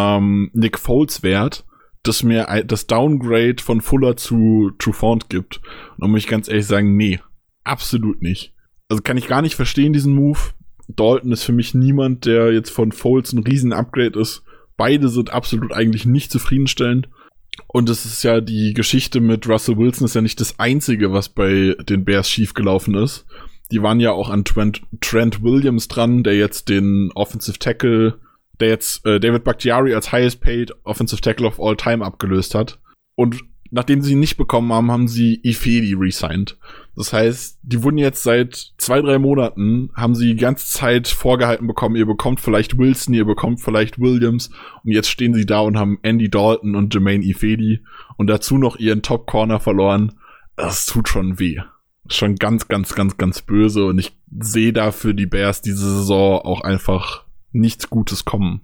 Nick Foles wert, das mir das Downgrade von Fuller zu Trufant gibt? Und da muss ich ganz ehrlich sagen, nee, absolut nicht. Also kann ich gar nicht verstehen, diesen Move. Dalton ist für mich niemand, der jetzt von Foles ein riesen Upgrade ist. Beide sind absolut eigentlich nicht zufriedenstellend. Und es ist ja die Geschichte mit Russell Wilson ist ja nicht das Einzige, was bei den Bears schiefgelaufen ist. Die waren ja auch an Trent Williams dran, der jetzt den Offensive Tackle, der jetzt David Bakhtiari als highest paid Offensive Tackle of all time abgelöst hat. Und nachdem sie ihn nicht bekommen haben, haben sie Ifedi resigned. Das heißt, die wurden jetzt seit 2-3 Monaten, haben sie die ganze Zeit vorgehalten bekommen, ihr bekommt vielleicht Wilson, ihr bekommt vielleicht Williams. Und jetzt stehen sie da und haben Andy Dalton und Jermaine Ifedi und dazu noch ihren Top-Corner verloren. Das tut schon weh. Schon ganz, ganz, ganz, ganz böse. Und ich sehe da für die Bears diese Saison auch einfach nichts Gutes kommen.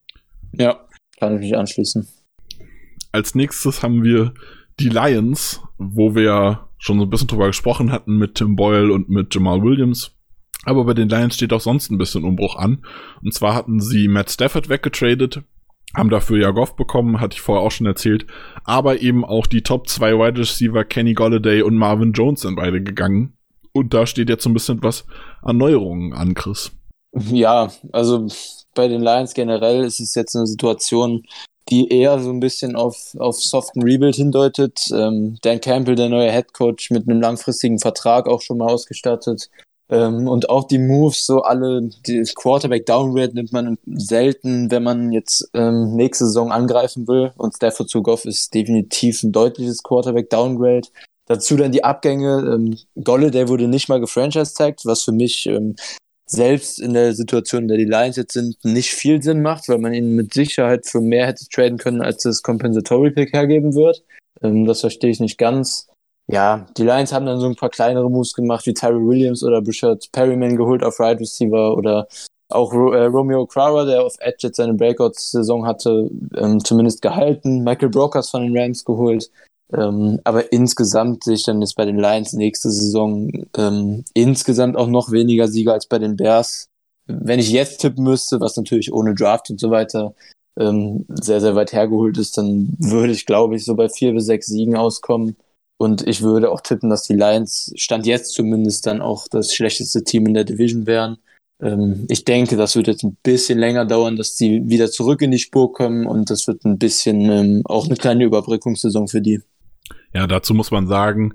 Ja, kann ich mich anschließen. Als nächstes haben wir die Lions, wo wir schon so ein bisschen drüber gesprochen hatten mit Tim Boyle und mit Jamal Williams. Aber bei den Lions steht auch sonst ein bisschen Umbruch an. Und zwar hatten sie Matt Stafford weggetradet, haben dafür ja Goff bekommen, hatte ich vorher auch schon erzählt. Aber eben auch die Top 2 Wide Receiver Kenny Golladay und Marvin Jones sind beide gegangen. Und da steht jetzt so ein bisschen was an Neuerungen an, Chris. Ja, also bei den Lions generell ist es jetzt eine Situation, die eher so ein bisschen auf soften Rebuild hindeutet. Dan Campbell, der neue Headcoach, mit einem langfristigen Vertrag auch schon mal ausgestattet. Und auch die Moves, so alle, das Quarterback-Downgrade nimmt man selten, wenn man jetzt nächste Saison angreifen will. Und Stafford zu Goff ist definitiv ein deutliches Quarterback-Downgrade. Dazu dann die Abgänge. Golladay wurde nicht mal gefranchise-tagged, was für mich selbst in der Situation, in der die Lions jetzt sind, nicht viel Sinn macht, weil man ihn mit Sicherheit für mehr hätte traden können, als das Compensatory Pick hergeben wird. Das verstehe ich nicht ganz. Ja, die Lions haben dann so ein paar kleinere Moves gemacht, wie Tyrell Williams oder Breshad Perryman geholt auf Right Receiver oder auch Romeo Crowder, der auf Edge jetzt seine Breakout-Saison hatte, zumindest gehalten. Michael Brokers von den Rams geholt. Aber insgesamt sehe ich dann jetzt bei den Lions nächste Saison insgesamt auch noch weniger Sieger als bei den Bears. Wenn ich jetzt tippen müsste, was natürlich ohne Draft und so weiter sehr, sehr weit hergeholt ist, dann würde ich, glaube ich, so bei 4 bis 6 Siegen auskommen. Und ich würde auch tippen, dass die Lions, Stand jetzt zumindest, dann auch das schlechteste Team in der Division wären. Ich denke, das wird jetzt ein bisschen länger dauern, dass die wieder zurück in die Spur kommen und das wird ein bisschen auch eine kleine Überbrückungssaison für die. Ja, dazu muss man sagen,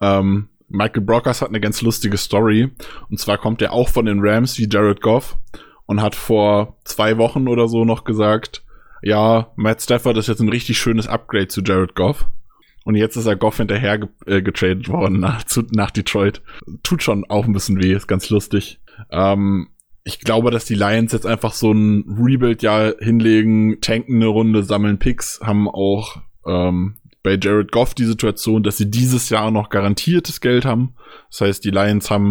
Michael Brokers hat eine ganz lustige Story. Und zwar kommt er auch von den Rams wie Jared Goff und hat vor 2 Wochen oder so noch gesagt, ja, Matt Stafford ist jetzt ein richtig schönes Upgrade zu Jared Goff. Und jetzt ist er Goff hinterher getradet worden nach Detroit. Tut schon auch ein bisschen weh, ist ganz lustig. Ich glaube, dass die Lions jetzt einfach so ein Rebuild-Jahr hinlegen, tanken eine Runde, sammeln Picks, haben auch bei Jared Goff die Situation, dass sie dieses Jahr noch garantiertes Geld haben. Das heißt, die Lions haben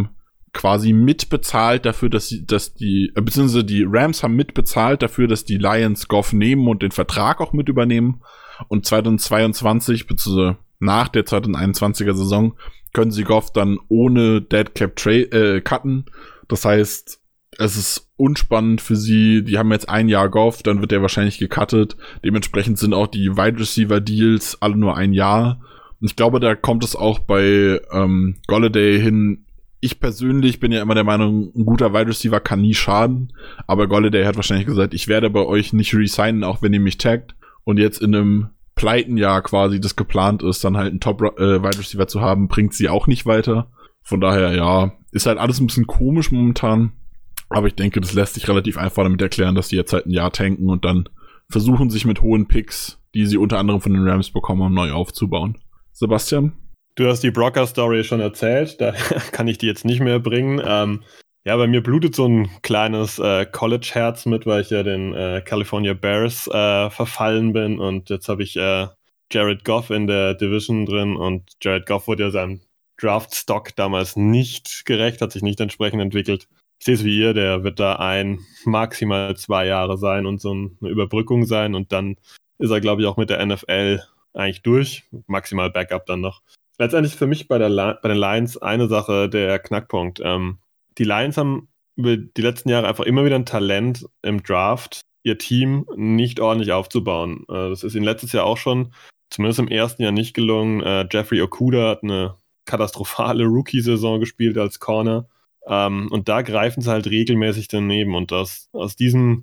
quasi mitbezahlt dafür, beziehungsweise die Rams haben mitbezahlt dafür, dass die Lions Goff nehmen und den Vertrag auch mit übernehmen. Und 2022, beziehungsweise nach der 2021er Saison, können sie Goff dann ohne Dead Cap cutten. Das heißt, es ist unspannend für sie. Die haben jetzt ein Jahr Goff, dann wird er wahrscheinlich gecuttet. Dementsprechend sind auch die Wide Receiver Deals alle nur ein Jahr. Und ich glaube, da kommt es auch bei Golladay hin. Ich persönlich bin ja immer der Meinung, ein guter Wide Receiver kann nie schaden. Aber Golladay hat wahrscheinlich gesagt, ich werde bei euch nicht resignen, auch wenn ihr mich taggt. Und jetzt in einem Pleitenjahr quasi, das geplant ist, dann halt einen Top-Wide Receiver zu haben, bringt sie auch nicht weiter. Von daher, ja, ist halt alles ein bisschen komisch momentan. Aber ich denke, das lässt sich relativ einfach damit erklären, dass die jetzt halt ein Jahr tanken und dann versuchen, sich mit hohen Picks, die sie unter anderem von den Rams bekommen haben, neu aufzubauen. Sebastian? Du hast die Brocker-Story schon erzählt, da kann ich die jetzt nicht mehr bringen. Ja, bei mir blutet so ein kleines College-Herz mit, weil ich ja den California Bears verfallen bin und jetzt habe ich Jared Goff in der Division drin und Jared Goff wurde ja seinem Draft-Stock damals nicht gerecht, hat sich nicht entsprechend entwickelt. Ich sehe es wie ihr, der wird da maximal 2 Jahre sein und so eine Überbrückung sein und dann ist er, glaube ich, auch mit der NFL eigentlich durch. Maximal Backup dann noch. Letztendlich für mich bei den Lions eine Sache, der Knackpunkt. Die Lions haben über die letzten Jahre einfach immer wieder ein Talent im Draft, ihr Team nicht ordentlich aufzubauen. Das ist ihnen letztes Jahr auch schon, zumindest im ersten Jahr nicht gelungen. Jeffrey Okudah hat eine katastrophale Rookie-Saison gespielt als Corner. Und da greifen sie halt regelmäßig daneben. Und aus diesem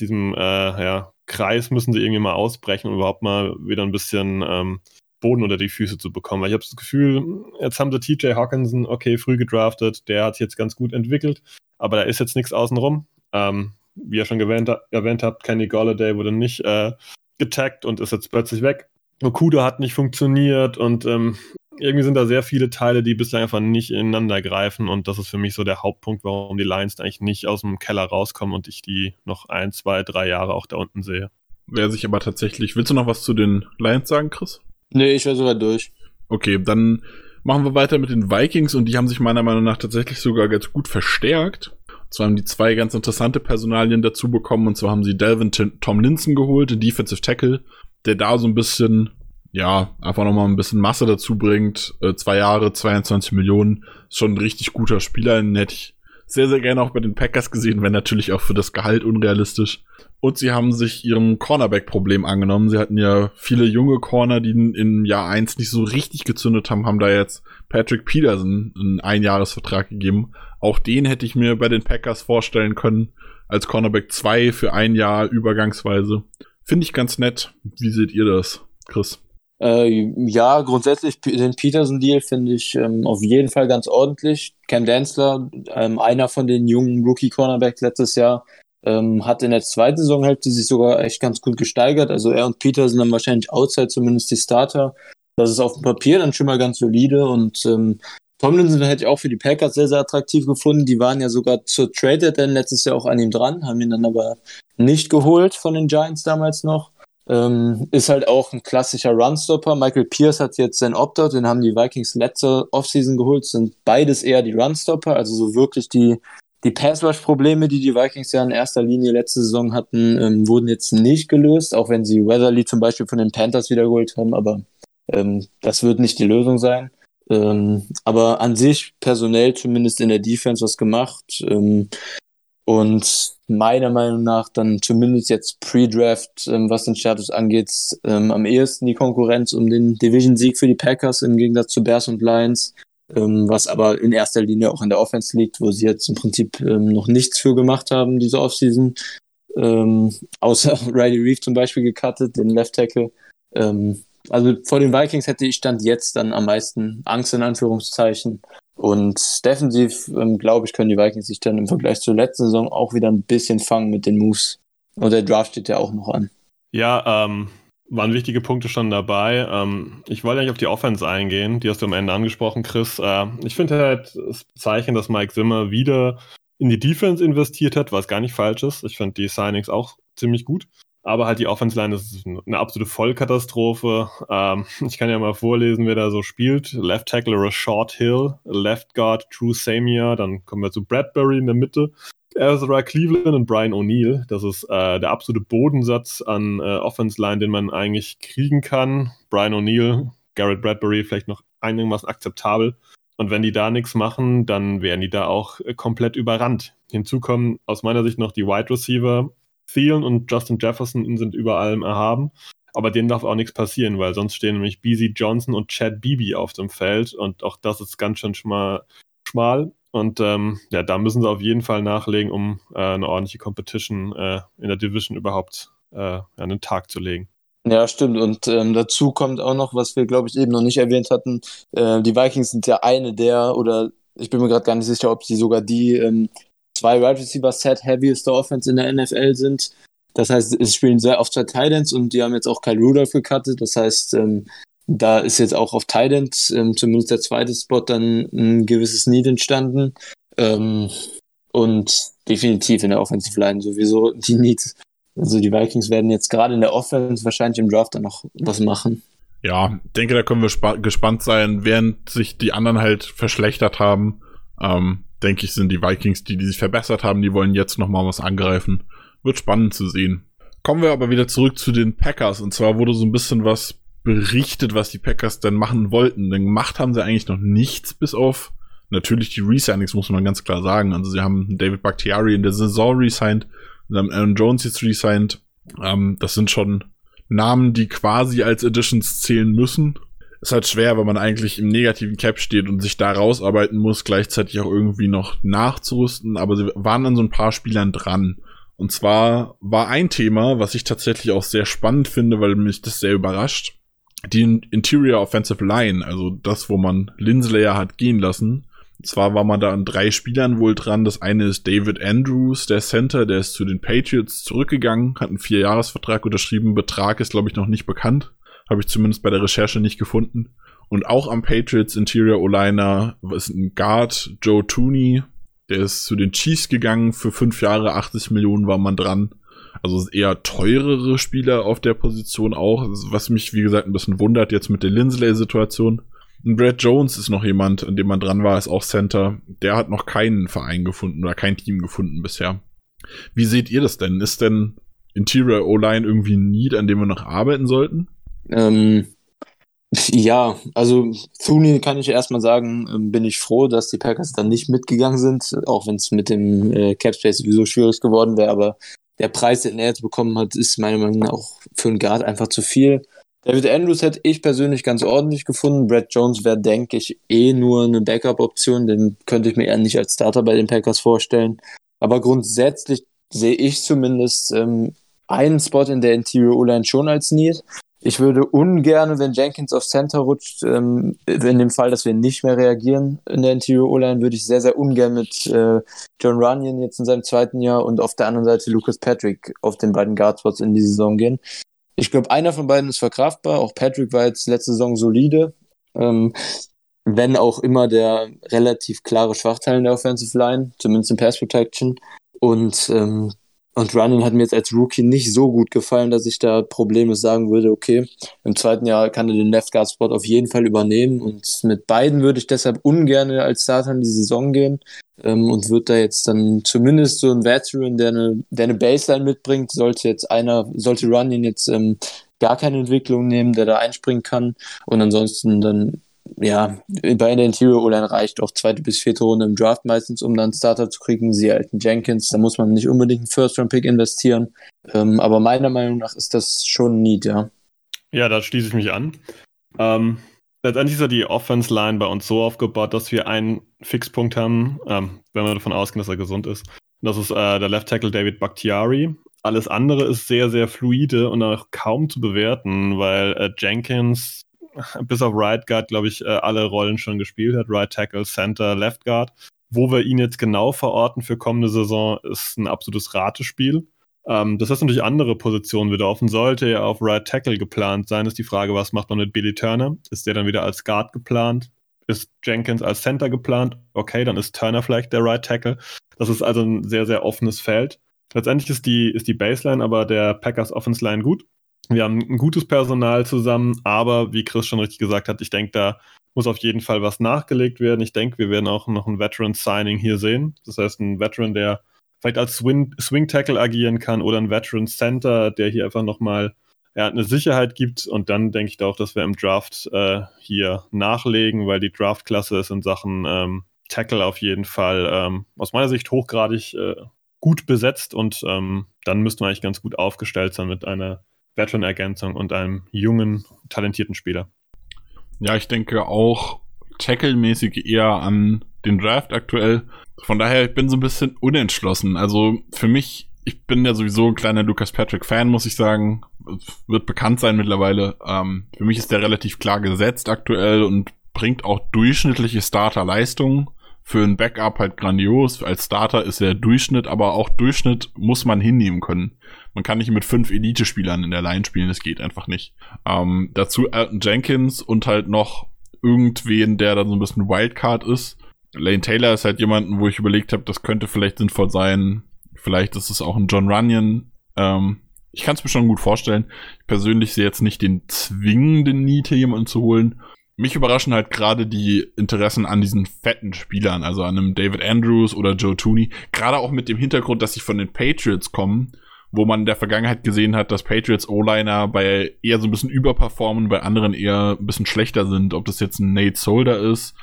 Kreis müssen sie irgendwie mal ausbrechen, um überhaupt mal wieder ein bisschen Boden unter die Füße zu bekommen. Weil ich habe das Gefühl, jetzt haben sie TJ Hawkinson, okay, früh gedraftet, der hat sich jetzt ganz gut entwickelt, aber da ist jetzt nichts außenrum. Wie ihr schon erwähnt habt, Kenny Golladay wurde nicht getaggt und ist jetzt plötzlich weg. Okudah hat nicht funktioniert und irgendwie sind da sehr viele Teile, die bislang einfach nicht ineinander greifen und das ist für mich so der Hauptpunkt, warum die Lions eigentlich nicht aus dem Keller rauskommen und ich die noch 1, 2, 3 Jahre auch da unten sehe. Wer sich aber tatsächlich... Willst du noch was zu den Lions sagen, Chris? Nee, ich wäre sogar durch. Okay, dann machen wir weiter mit den Vikings und die haben sich meiner Meinung nach tatsächlich sogar ganz gut verstärkt. Und zwar haben die 2 ganz interessante Personalien dazu bekommen und zwar haben sie Delvin Tomlinson geholt, den Defensive Tackle, der da so ein bisschen, ja, einfach nochmal ein bisschen Masse dazu bringt. 2 Jahre, 22 Millionen, ist schon ein richtig guter Spieler, den hätte ich sehr, sehr gerne auch bei den Packers gesehen, wenn natürlich auch für das Gehalt unrealistisch. Und sie haben sich ihrem Cornerback-Problem angenommen. Sie hatten ja viele junge Corner, die in Jahr 1 nicht so richtig gezündet haben da jetzt Patrick Peterson einen Einjahresvertrag gegeben. Auch den hätte ich mir bei den Packers vorstellen können, als Cornerback 2 für 1 Jahr übergangsweise. Finde ich ganz nett. Wie seht ihr das, Chris? Ja, grundsätzlich den Peterson-Deal finde ich auf jeden Fall ganz ordentlich. Cam Dantzler, einer von den jungen Rookie-Cornerbacks letztes Jahr, hat in der zweiten Saisonhälfte sich sogar echt ganz gut gesteigert. Also er und Peterson haben wahrscheinlich outside zumindest die Starter. Das ist auf dem Papier dann schon mal ganz solide und Tomlinson hätte ich auch für die Packers sehr, sehr attraktiv gefunden. Die waren ja sogar zur Trade-Deadline letztes Jahr auch an ihm dran, haben ihn dann aber nicht geholt von den Giants damals noch. Ist halt auch ein klassischer Runstopper. Michael Pierce hat jetzt sein Opt-out, den haben die Vikings letzte Offseason geholt, sind beides eher die Runstopper, also so wirklich die Pass-Rush-Probleme, die die Vikings ja in erster Linie letzte Saison hatten, wurden jetzt nicht gelöst, auch wenn sie Weatherly zum Beispiel von den Panthers wiedergeholt haben, aber das wird nicht die Lösung sein. Aber an sich personell zumindest in der Defense was gemacht und meiner Meinung nach dann zumindest jetzt Pre-Draft, was den Status angeht, am ehesten die Konkurrenz um den Division-Sieg für die Packers im Gegensatz zu Bears und Lions, was aber in erster Linie auch in der Offense liegt, wo sie jetzt im Prinzip noch nichts für gemacht haben, diese Offseason, außer Riley Reef zum Beispiel gecuttet, den Left Tackle. Also vor den Vikings hätte ich Stand jetzt dann am meisten Angst in Anführungszeichen. Und defensiv, glaube ich, können die Vikings sich dann im Vergleich zur letzten Saison auch wieder ein bisschen fangen mit den Moves. Und der Draft steht ja auch noch an. Ja, waren wichtige Punkte schon dabei. Ich wollte eigentlich auf die Offense eingehen. Die hast du am Ende angesprochen, Chris. Ich finde halt es bezeichnend, dass Mike Zimmer wieder in die Defense investiert hat, was gar nicht falsch ist. Ich fand die Signings auch ziemlich gut. Aber halt die Offense-Line ist eine absolute Vollkatastrophe. Ich kann ja mal vorlesen, wer da so spielt. Left Tackle Rashad Hill, Left Guard Drew Samia, dann kommen wir zu Bradbury in der Mitte, Ezra Cleveland und Brian O'Neill. Das ist der absolute Bodensatz an Offense-Line, den man eigentlich kriegen kann. Brian O'Neill, Garrett Bradbury vielleicht noch einigermaßen akzeptabel. Und wenn die da nichts machen, dann werden die da auch komplett überrannt. Hinzu kommen aus meiner Sicht noch die Wide Receiver. Thielen und Justin Jefferson sind über allem erhaben. Aber denen darf auch nichts passieren, weil sonst stehen nämlich Beasley Johnson und Chad Beebe auf dem Feld. Und auch das ist ganz schön schmal. Und da müssen sie auf jeden Fall nachlegen, um eine ordentliche Competition in der Division überhaupt an den Tag zu legen. Ja, stimmt. Und dazu kommt auch noch, was wir, glaube ich, eben noch nicht erwähnt hatten. Die Vikings sind ja oder ich bin mir gerade gar nicht sicher, ob sie sogar die 2 Wide Receiver Set heaviest Offense in der NFL sind. Das heißt, es spielen sehr oft 2 Tight Ends und die haben jetzt auch Kyle Rudolph gecuttet. Das heißt, da ist jetzt auch auf Tight End, zumindest der zweite Spot, dann ein gewisses Need entstanden. Und definitiv in der Offensive Line sowieso die Needs. Also die Vikings werden jetzt gerade in der Offense wahrscheinlich im Draft dann noch was machen. Ja, denke, da können wir gespannt sein, während sich die anderen halt verschlechtert haben. Denke ich, sind die Vikings, die sich verbessert haben, die wollen jetzt nochmal was angreifen. Wird spannend zu sehen. Kommen wir aber wieder zurück zu den Packers. Und zwar wurde so ein bisschen was berichtet, was die Packers dann machen wollten. Denn gemacht haben sie eigentlich noch nichts, bis auf natürlich die Resignings, muss man ganz klar sagen. Also sie haben David Bakhtiari in der Saison resigned, sie haben Aaron Jones jetzt resigned. Das sind schon Namen, die quasi als Additions zählen müssen. Ist halt schwer, wenn man eigentlich im negativen Cap steht und sich da rausarbeiten muss, gleichzeitig auch irgendwie noch nachzurüsten. Aber sie waren an so ein paar Spielern dran. Und zwar war ein Thema, was ich tatsächlich auch sehr spannend finde, weil mich das sehr überrascht, die Interior Offensive Line, also das, wo man Linslayer hat gehen lassen. Und zwar war man da an 3 Spielern wohl dran. Das eine ist David Andrews, der Center, der ist zu den Patriots zurückgegangen, hat einen 4-Jahres-Vertrag unterschrieben. Betrag ist, glaube ich, noch nicht bekannt. Habe ich zumindest bei der Recherche nicht gefunden. Und auch am Patriots Interior O-Liner ist ein Guard, Joe Thuney. Der ist zu den Chiefs gegangen. Für 5 Jahre, 80 Millionen war man dran. Also eher teurere Spieler auf der Position auch. Was mich, wie gesagt, ein bisschen wundert jetzt mit der Linsley-Situation. Und Brad Jones ist noch jemand, an dem man dran war, ist auch Center. Der hat noch keinen Verein gefunden oder kein Team gefunden bisher. Wie seht ihr das denn? Ist denn Interior O-Line irgendwie ein Need, an dem wir noch arbeiten sollten? Ja, also Thuney kann ich erstmal sagen, bin ich froh, dass die Packers dann nicht mitgegangen sind, auch wenn es mit dem Cap Space sowieso schwierig geworden wäre, aber der Preis, den er jetzt bekommen hat, ist meiner Meinung nach auch für einen Guard einfach zu viel. David Andrews hätte ich persönlich ganz ordentlich gefunden. Brad Jones wäre, denke ich, nur eine Backup-Option, den könnte ich mir eher nicht als Starter bei den Packers vorstellen. Aber grundsätzlich sehe ich zumindest einen Spot in der Interior O-Line schon als Need. Ich würde ungern, wenn Jenkins auf Center rutscht, in dem Fall, dass wir nicht mehr reagieren in der Interior O-Line, würde ich sehr, sehr ungern mit John Runyon jetzt in seinem 2. Jahr und auf der anderen Seite Lucas Patrick auf den beiden Guardspots in die Saison gehen. Ich glaube, einer von beiden ist verkraftbar. Auch Patrick war jetzt letzte Saison solide. Wenn auch immer der relativ klare Schwachteil in der Offensive Line, zumindest in Pass Protection. Und Runyon hat mir jetzt als Rookie nicht so gut gefallen, dass ich da problemlos sagen würde, okay, im 2. Jahr kann er den Left Guard Spot auf jeden Fall übernehmen und mit beiden würde ich deshalb ungern als Starter in die Saison gehen und würde da jetzt dann zumindest so ein Veteran, der eine Baseline mitbringt, sollte Runyon jetzt gar keine Entwicklung nehmen, der da einspringen kann und ansonsten dann ja, bei der Interior O-Line reicht auch 2. bis 4. Runde im Draft meistens, um dann einen Starter zu kriegen. Sie alten Jenkins, da muss man nicht unbedingt einen First-Round-Pick investieren. Aber meiner Meinung nach ist das schon ein Need, ja. Ja, da schließe ich mich an. Letztendlich ist ja die Offense-Line bei uns so aufgebaut, dass wir einen Fixpunkt haben, wenn wir davon ausgehen, dass er gesund ist. Das ist der Left Tackle David Bakhtiari. Alles andere ist sehr, sehr fluide und auch kaum zu bewerten, weil Jenkins bis auf Right Guard, glaube ich, alle Rollen schon gespielt hat. Right Tackle, Center, Left Guard. Wo wir ihn jetzt genau verorten für kommende Saison, ist ein absolutes Ratespiel. Das heißt natürlich andere Positionen wieder offen. Sollte er auf Right Tackle geplant sein, ist die Frage, was macht man mit Billy Turner? Ist der dann wieder als Guard geplant? Ist Jenkins als Center geplant? Okay, dann ist Turner vielleicht der Right Tackle. Das ist also ein sehr, sehr offenes Feld. letztendlich ist die Baseline aber der Packers Offense Line gut. Wir haben ein gutes Personal zusammen, aber wie Chris schon richtig gesagt hat, ich denke, da muss auf jeden Fall was nachgelegt werden. Ich denke, wir werden auch noch ein Veteran-Signing hier sehen. Das heißt, ein Veteran, der vielleicht als Swing-Tackle agieren kann oder ein Veteran-Center, der hier einfach nochmal eine Sicherheit gibt. Und dann denke ich auch, dass wir im Draft hier nachlegen, weil die Draft-Klasse ist in Sachen Tackle auf jeden Fall aus meiner Sicht hochgradig gut besetzt. Und dann müssten wir eigentlich ganz gut aufgestellt sein mit einer Veteran-Ergänzung und einem jungen, talentierten Spieler. Ja, ich denke auch tackle-mäßig eher an den Draft aktuell. Von daher, ich bin so ein bisschen unentschlossen. Also für mich, ich bin ja sowieso ein kleiner Lucas Patrick-Fan, muss ich sagen. Wird bekannt sein mittlerweile. Für mich ist der relativ klar gesetzt aktuell und bringt auch durchschnittliche Starter-Leistungen. Für ein Backup halt grandios. Als Starter ist er Durchschnitt, aber auch Durchschnitt muss man hinnehmen können. Man kann nicht mit 5 Elite-Spielern in der Line spielen, das geht einfach nicht. Dazu Elton Jenkins und halt noch irgendwen, der dann so ein bisschen Wildcard ist. Lane Taylor ist halt jemanden, wo ich überlegt habe, das könnte vielleicht sinnvoll sein. Vielleicht ist es auch ein John Runyon. Ich kann es mir schon gut vorstellen. Ich persönlich sehe jetzt nicht den zwingenden Need, hier jemanden zu holen. Mich überraschen halt gerade die Interessen an diesen fetten Spielern, also an einem David Andrews oder Joe Thuney. Gerade auch mit dem Hintergrund, dass sie von den Patriots kommen, wo man in der Vergangenheit gesehen hat, dass Patriots O-Liner bei eher so ein bisschen überperformen, bei anderen eher ein bisschen schlechter sind. Ob das jetzt ein Nate Solder ist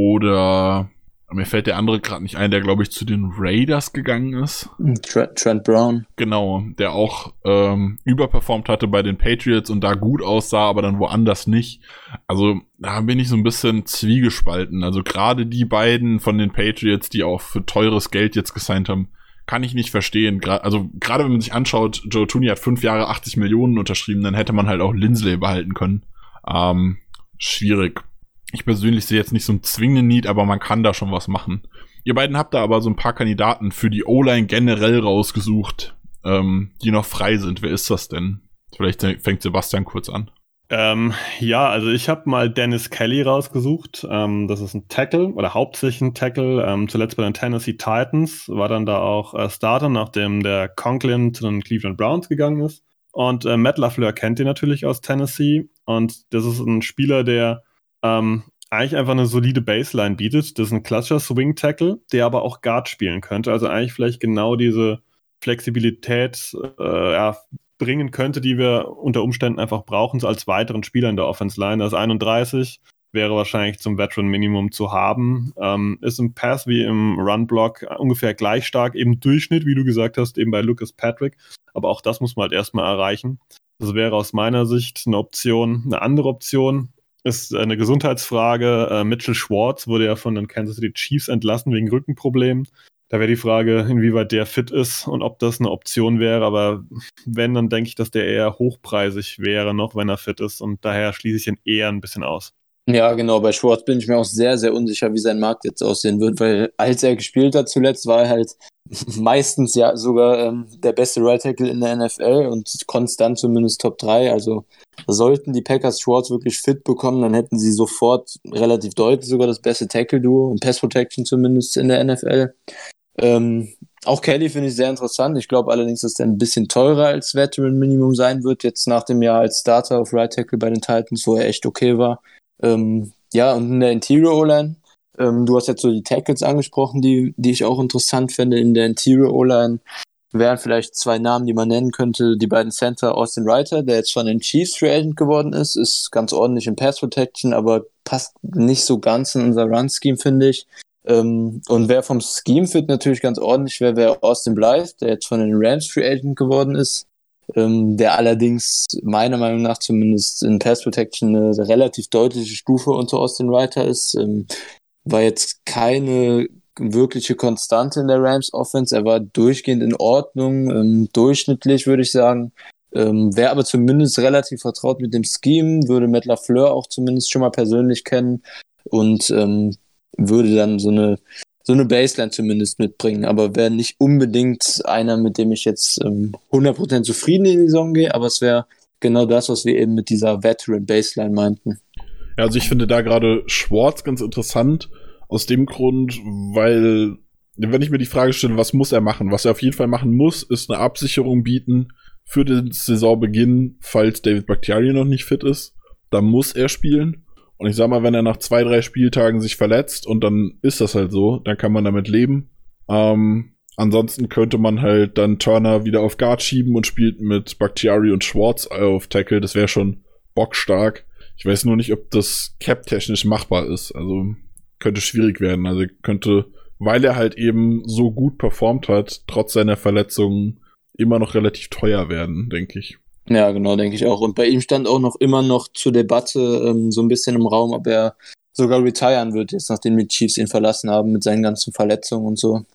oder mir fällt der andere gerade nicht ein, der glaube ich zu den Raiders gegangen ist. Trent Brown. Genau, der auch überperformt hatte bei den Patriots und da gut aussah, aber dann woanders nicht. Also da bin ich so ein bisschen zwiegespalten. Also gerade die beiden von den Patriots, die auch für teures Geld jetzt gesigned haben, kann ich nicht verstehen. Also gerade wenn man sich anschaut, Joe Thuney hat 5 Jahre 80 Millionen unterschrieben, dann hätte man halt auch Lindsley behalten können. Schwierig. Ich persönlich sehe jetzt nicht so einen zwingenden Need, aber man kann da schon was machen. Ihr beiden habt da aber so ein paar Kandidaten für die O-Line generell rausgesucht, die noch frei sind. Wer ist das denn? Vielleicht fängt Sebastian kurz an. Ja, also ich habe mal Dennis Kelly rausgesucht. Das ist ein Tackle oder hauptsächlich ein Tackle. Zuletzt bei den Tennessee Titans, war dann da auch Starter, nachdem der Conklin zu den Cleveland Browns gegangen ist. Und Matt LaFleur kennt ihn natürlich aus Tennessee. Und das ist ein Spieler, der eigentlich einfach eine solide Baseline bietet. Das ist ein klassischer Swing-Tackle, der aber auch Guard spielen könnte. Also eigentlich vielleicht genau diese Flexibilität bringen könnte, die wir unter Umständen einfach brauchen, so als weiteren Spieler in der Offense-Line. Das ist 31, wäre wahrscheinlich zum Veteran-Minimum zu haben. Ist im Pass wie im Run-Block ungefähr gleich stark, eben Durchschnitt, wie du gesagt hast, eben bei Lucas Patrick. Aber auch das muss man halt erstmal erreichen. Das wäre aus meiner Sicht eine Option. Eine andere Option ist eine Gesundheitsfrage. Mitchell Schwartz wurde ja von den Kansas City Chiefs entlassen wegen Rückenproblemen. Da wäre die Frage, inwieweit der fit ist und ob das eine Option wäre. Aber wenn, dann denke ich, dass der eher hochpreisig wäre, noch wenn er fit ist. Und daher schließe ich ihn eher ein bisschen aus. Ja, genau. Bei Schwartz bin ich mir auch sehr, sehr unsicher, wie sein Markt jetzt aussehen wird, weil als er gespielt hat zuletzt, war er halt meistens ja sogar der beste Right Tackle in der NFL und konstant zumindest Top 3. Also sollten die Packers Schwartz wirklich fit bekommen, dann hätten sie sofort relativ deutlich sogar das beste Tackle-Duo und Pass Protection zumindest in der NFL. Auch Kelly finde ich sehr interessant. Ich glaube allerdings, dass der ein bisschen teurer als Veteran Minimum sein wird, jetzt nach dem Jahr als Starter auf Right Tackle bei den Titans, wo er echt okay war. Ja, und in der Interior O-Line, du hast jetzt so die Tackles angesprochen, die ich auch interessant finde. In der Interior O-Line wären vielleicht 2 Namen, die man nennen könnte. Die beiden Center, Austin Reiter, der jetzt von den Chiefs Free Agent geworden ist ganz ordentlich in Pass Protection, aber passt nicht so ganz in unser Run-Scheme, finde ich. Und wer vom Scheme fit natürlich ganz ordentlich wäre Austin Blythe, der jetzt von den Rams Free Agent geworden ist. Der allerdings meiner Meinung nach zumindest in Pass Protection eine relativ deutliche Stufe unter Austin Reiter ist. War jetzt keine wirkliche Konstante in der Rams Offense. Er war durchgehend in Ordnung, durchschnittlich würde ich sagen. Wäre aber zumindest relativ vertraut mit dem Scheme, würde Matt LaFleur auch zumindest schon mal persönlich kennen und würde dann so eine Baseline zumindest mitbringen, aber wäre nicht unbedingt einer, mit dem ich jetzt 100% zufrieden in die Saison gehe, aber es wäre genau das, was wir eben mit dieser Veteran Baseline meinten. Ja, also ich finde da gerade Schwartz ganz interessant, aus dem Grund, weil wenn ich mir die Frage stelle, was muss er machen? Was er auf jeden Fall machen muss, ist eine Absicherung bieten für den Saisonbeginn, falls David Bakhtiari noch nicht fit ist. Da muss er spielen. Und ich sag mal, wenn er nach 2-3 Spieltagen sich verletzt und dann ist das halt so, dann kann man damit leben. Ansonsten könnte man halt dann Turner wieder auf Guard schieben und spielt mit Bakhtiari und Schwartz auf Tackle. Das wäre schon bockstark. Ich weiß nur nicht, ob das cap-technisch machbar ist. Also könnte schwierig werden. Also könnte, weil er halt eben so gut performt hat, trotz seiner Verletzungen immer noch relativ teuer werden, denke ich. Ja, genau, denke ich auch. Und bei ihm stand auch noch immer noch zur Debatte so ein bisschen im Raum, ob er sogar retiren wird, jetzt nachdem die Chiefs ihn verlassen haben mit seinen ganzen Verletzungen und so.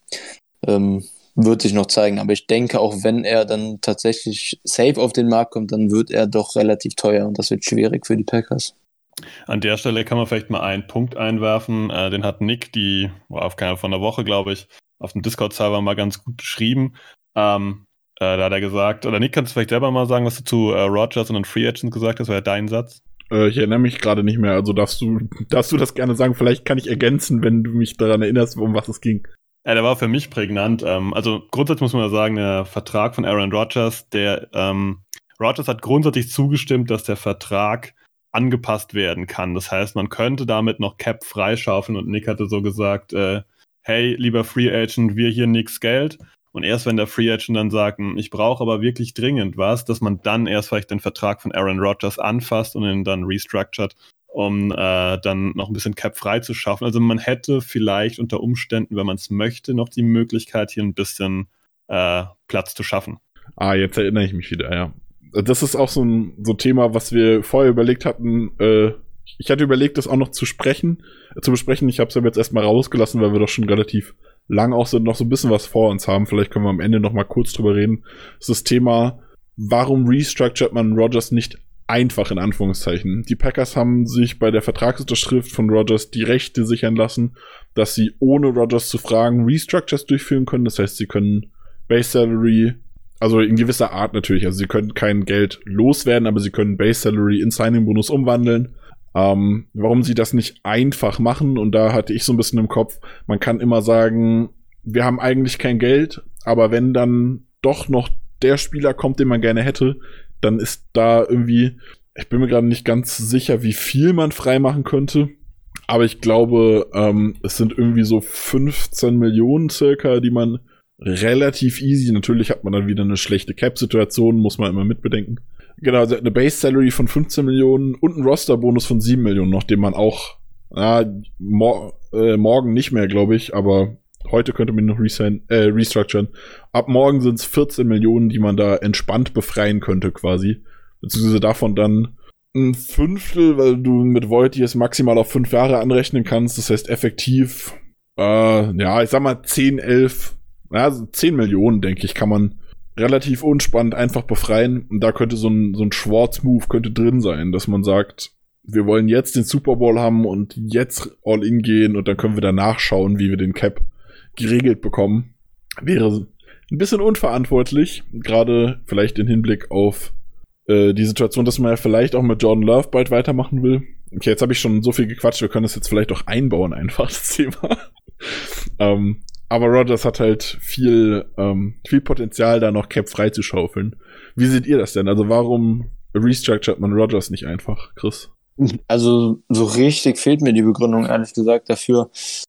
Wird sich noch zeigen. Aber ich denke, auch wenn er dann tatsächlich safe auf den Markt kommt, dann wird er doch relativ teuer und das wird schwierig für die Packers. An der Stelle kann man vielleicht mal einen Punkt einwerfen. Den hat Nick, auf keiner von der Woche, glaube ich, auf dem Discord-Server mal ganz gut beschrieben. Da hat er gesagt, oder Nick, kannst du vielleicht selber mal sagen, was du zu Rodgers und den Free Agents gesagt hast? Das war dein Satz. Ich erinnere mich gerade nicht mehr, also darfst du das gerne sagen. Vielleicht kann ich ergänzen, wenn du mich daran erinnerst, um was es ging. Ja, der war für mich prägnant. Also grundsätzlich muss man ja sagen, der Vertrag von Aaron Rodgers, Rodgers hat grundsätzlich zugestimmt, dass der Vertrag angepasst werden kann. Das heißt, man könnte damit noch Cap freischaufeln und Nick hatte so gesagt, hey, lieber Free Agent, wir hier nix Geld. Und erst wenn der Free Agent dann sagt, ich brauche aber wirklich dringend was, dass man dann erst vielleicht den Vertrag von Aaron Rodgers anfasst und ihn dann restructured, um dann noch ein bisschen Cap freizuschaffen. Also man hätte vielleicht unter Umständen, wenn man es möchte, noch die Möglichkeit, hier ein bisschen Platz zu schaffen. Jetzt erinnere ich mich wieder, ja. Das ist auch so ein Thema, was wir vorher überlegt hatten. Ich hatte überlegt, das auch noch zu besprechen. Ich habe es aber jetzt erstmal rausgelassen, weil wir doch schon relativ lang auch noch so ein bisschen was vor uns haben. Vielleicht können wir am Ende noch mal kurz drüber reden. Das ist das Thema, warum restructured man Rodgers nicht einfach in Anführungszeichen. Die Packers haben sich bei der Vertragsunterschrift von Rodgers die Rechte sichern lassen, dass sie ohne Rodgers zu fragen Restructures durchführen können. Das heißt, sie können Base Salary, also in gewisser Art natürlich, also sie können kein Geld loswerden, aber sie können Base Salary in Signing-Bonus umwandeln. Warum sie das nicht einfach machen, und da hatte ich so ein bisschen im Kopf, man kann immer sagen, wir haben eigentlich kein Geld, aber wenn dann doch noch der Spieler kommt, den man gerne hätte, dann ist da irgendwie, ich bin mir gerade nicht ganz sicher, wie viel man frei machen könnte, aber ich glaube, es sind irgendwie so 15 Millionen circa, die man relativ easy, natürlich hat man dann wieder eine schlechte Cap-Situation, muss man immer mitbedenken. Genau, also eine Base-Salary von 15 Millionen und ein Roster-Bonus von 7 Millionen, noch den man auch morgen nicht mehr, glaube ich, aber heute könnte man noch restructuren. Ab morgen sind es 14 Millionen, die man da entspannt befreien könnte quasi. Beziehungsweise davon dann ein Fünftel, weil du mit Void es maximal auf 5 Jahre anrechnen kannst. Das heißt effektiv, ich sag mal 10 Millionen, denke ich, kann man relativ unspannend einfach befreien. Und da könnte so ein Schwartz-Move könnte drin sein, dass man sagt, wir wollen jetzt den Super Bowl haben und jetzt All-In gehen und dann können wir danach schauen, wie wir den Cap geregelt bekommen. Wäre ein bisschen unverantwortlich, gerade vielleicht im Hinblick auf die Situation, dass man ja vielleicht auch mit Jordan Love bald weitermachen will. Okay, jetzt habe ich schon so viel gequatscht, wir können das jetzt vielleicht auch einbauen, einfach das Thema. Aber Rodgers hat halt viel Potenzial, da noch Cap freizuschaufeln. Wie seht ihr das denn? Also warum restructured man Rodgers nicht einfach, Chris? Also so richtig fehlt mir die Begründung, ehrlich gesagt, dafür.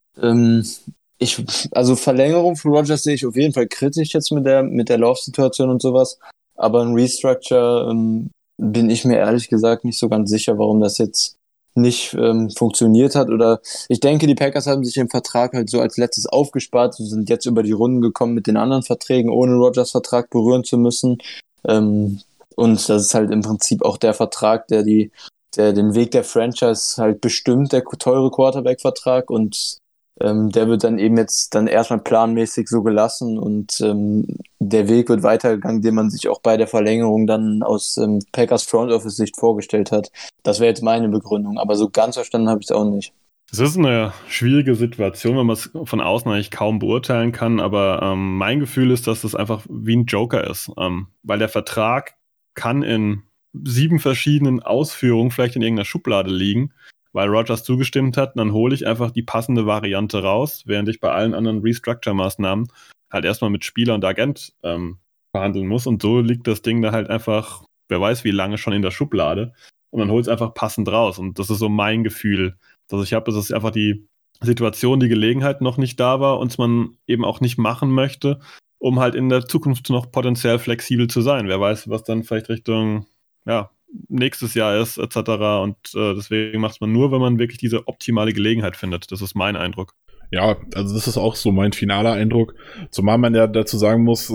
Also Verlängerung von Rodgers sehe ich auf jeden Fall kritisch jetzt mit der Laufsituation und sowas. Aber ein Restructure bin ich mir ehrlich gesagt nicht so ganz sicher, warum das jetzt nicht funktioniert hat. Oder ich denke, die Packers haben sich den Vertrag halt so als letztes aufgespart und sind jetzt über die Runden gekommen mit den anderen Verträgen, ohne Rodgers Vertrag berühren zu müssen. Und das ist halt im Prinzip auch der Vertrag, der den Weg der Franchise halt bestimmt, der teure Quarterback-Vertrag, und der wird dann eben jetzt dann erstmal planmäßig so gelassen und der Weg wird weitergegangen, den man sich auch bei der Verlängerung dann aus Packers Front Office Sicht vorgestellt hat. Das wäre jetzt meine Begründung, aber so ganz verstanden habe ich es auch nicht. Es ist eine schwierige Situation, wenn man es von außen eigentlich kaum beurteilen kann, aber mein Gefühl ist, dass das einfach wie ein Joker ist, weil der Vertrag kann in 7 verschiedenen Ausführungen vielleicht in irgendeiner Schublade liegen. weil Rodgers zugestimmt hat, dann hole ich einfach die passende Variante raus, während ich bei allen anderen Restructure-Maßnahmen halt erstmal mit Spieler und Agent verhandeln muss. Und so liegt das Ding da halt einfach, wer weiß wie lange, schon in der Schublade. Und dann holt es einfach passend raus. Und das ist so mein Gefühl, dass ich habe, dass es einfach die Situation, die Gelegenheit noch nicht da war und es man eben auch nicht machen möchte, um halt in der Zukunft noch potenziell flexibel zu sein. Wer weiß, was dann vielleicht Richtung nächstes Jahr ist, etc. Und deswegen macht man nur, wenn man wirklich diese optimale Gelegenheit findet. Das ist mein Eindruck. Ja, also das ist auch so mein finaler Eindruck. Zumal man ja dazu sagen muss,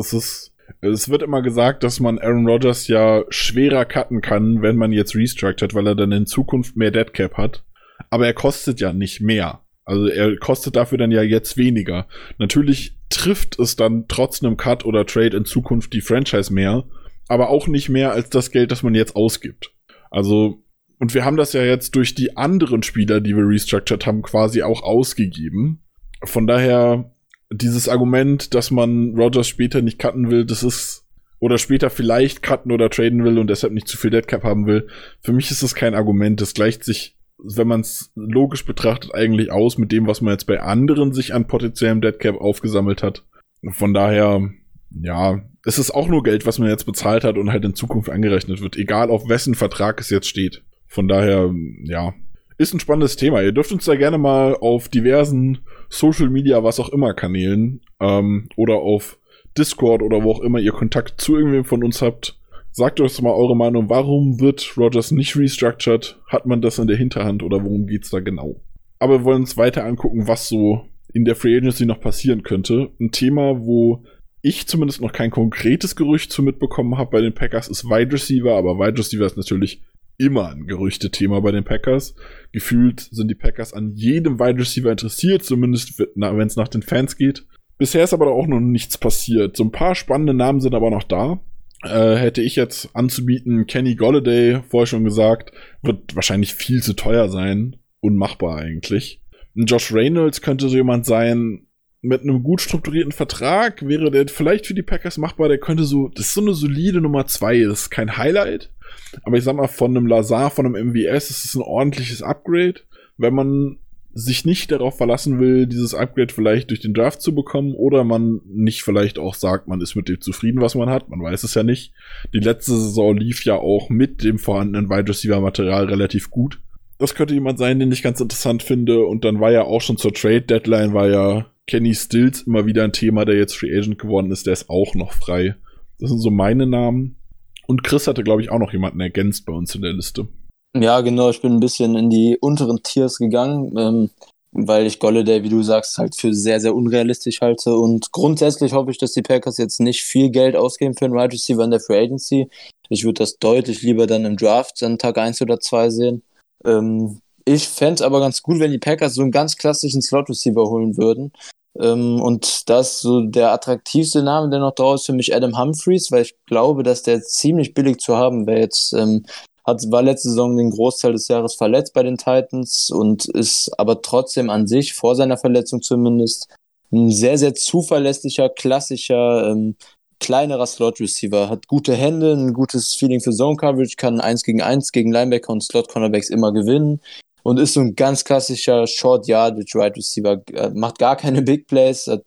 es wird immer gesagt, dass man Aaron Rodgers ja schwerer cutten kann, wenn man jetzt restructured, weil er dann in Zukunft mehr Deadcap hat. Aber er kostet ja nicht mehr. Also er kostet dafür dann ja jetzt weniger. Natürlich trifft es dann trotz einem Cut oder Trade in Zukunft die Franchise mehr, aber auch nicht mehr als das Geld, das man jetzt ausgibt. Also, und wir haben das ja jetzt durch die anderen Spieler, die wir restructured haben, quasi auch ausgegeben. Von daher, dieses Argument, dass man Rodgers später nicht cutten will, das ist, oder später vielleicht cutten oder traden will und deshalb nicht zu viel Deadcap haben will, für mich ist das kein Argument. Das gleicht sich, wenn man es logisch betrachtet, eigentlich aus mit dem, was man jetzt bei anderen sich an potenziellem Deadcap aufgesammelt hat. Von daher, ja, es ist auch nur Geld, was man jetzt bezahlt hat und halt in Zukunft angerechnet wird, egal auf wessen Vertrag es jetzt steht. Von daher, ja, ist ein spannendes Thema. Ihr dürft uns da gerne mal auf diversen Social Media, was auch immer Kanälen oder auf Discord oder wo auch immer ihr Kontakt zu irgendwem von uns habt, sagt uns mal eure Meinung. Warum wird Rodgers nicht restructured? Hat man das in der Hinterhand oder worum geht's da genau? Aber wir wollen uns weiter angucken, was so in der Free Agency noch passieren könnte. Ein Thema, wo ich zumindest noch kein konkretes Gerücht zu mitbekommen habe bei den Packers, ist Wide Receiver. Aber Wide Receiver ist natürlich immer ein Gerüchtethema bei den Packers. Gefühlt sind die Packers an jedem Wide Receiver interessiert, zumindest wenn es nach den Fans geht. Bisher ist aber auch noch nichts passiert. So ein paar spannende Namen sind aber noch da. Hätte ich jetzt anzubieten, Kenny Golladay, vorher schon gesagt, wird wahrscheinlich viel zu teuer sein. Unmachbar eigentlich. Ein Josh Reynolds könnte so jemand sein, mit einem gut strukturierten Vertrag wäre der vielleicht für die Packers machbar. Der könnte so, das ist so eine solide Nummer 2, das ist kein Highlight. Aber ich sag mal, von einem Lazar, von einem MVS, ist es ein ordentliches Upgrade. Wenn man sich nicht darauf verlassen will, dieses Upgrade vielleicht durch den Draft zu bekommen oder man nicht vielleicht auch sagt, man ist mit dem zufrieden, was man hat. Man weiß es ja nicht. Die letzte Saison lief ja auch mit dem vorhandenen Wide Receiver Material relativ gut. Das könnte jemand sein, den ich ganz interessant finde. Und dann war ja auch schon zur Trade Deadline war ja Kenny Stills immer wieder ein Thema, der jetzt Free Agent geworden ist. Der ist auch noch frei. Das sind so meine Namen. Und Chris hatte, glaube ich, auch noch jemanden ergänzt bei uns in der Liste. Ja, genau. Ich bin ein bisschen in die unteren Tiers gegangen, weil ich Golladay, wie du sagst, halt für sehr, sehr unrealistisch halte. Und grundsätzlich hoffe ich, dass die Packers jetzt nicht viel Geld ausgeben für einen Wide Receiver in der Free Agency. Ich würde das deutlich lieber dann im Draft an Tag 1 oder 2 sehen. Ich fände es aber ganz gut, wenn die Packers so einen ganz klassischen Slot-Receiver holen würden. Und das so der attraktivste Name, der noch draus ist, für mich Adam Humphries, weil ich glaube, dass der ziemlich billig zu haben wäre. Jetzt war letzte Saison den Großteil des Jahres verletzt bei den Titans und ist aber trotzdem an sich, vor seiner Verletzung zumindest, ein sehr, sehr zuverlässlicher, klassischer, kleinerer Slot-Receiver. Hat gute Hände, ein gutes Feeling für Zone-Coverage, kann 1 gegen 1 gegen Linebacker und Slot-Cornerbacks immer gewinnen. Und ist so ein ganz klassischer Short-Yardage-Wide Receiver. Macht gar keine Big Plays, hat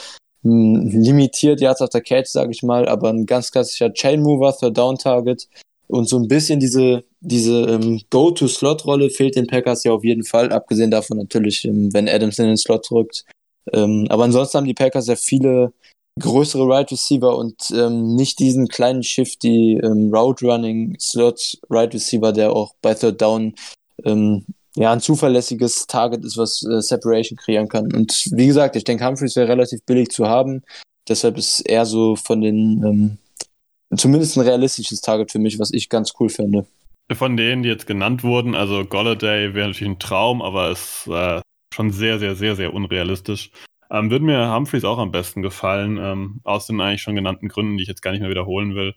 limitiert Yards after Catch, sage ich mal, aber ein ganz klassischer Chain-Mover, Third-Down-Target. Und so ein bisschen diese Go-to-Slot-Rolle fehlt den Packers ja auf jeden Fall, abgesehen davon natürlich, wenn Adams in den Slot rückt. Aber ansonsten haben die Packers ja viele größere Wide Receiver und nicht diesen kleinen shifty Route-Running Slot-Wide Receiver, der auch bei Third Down ein zuverlässiges Target ist, was Separation kreieren kann. Und wie gesagt, ich denke, Humphries wäre relativ billig zu haben. Deshalb ist er so von den zumindest ein realistisches Target für mich, was ich ganz cool finde. Von denen, die jetzt genannt wurden, also Golladay wäre natürlich ein Traum, aber ist schon sehr, sehr, sehr, sehr unrealistisch. Würde mir Humphries auch am besten gefallen, aus den eigentlich schon genannten Gründen, die ich jetzt gar nicht mehr wiederholen will.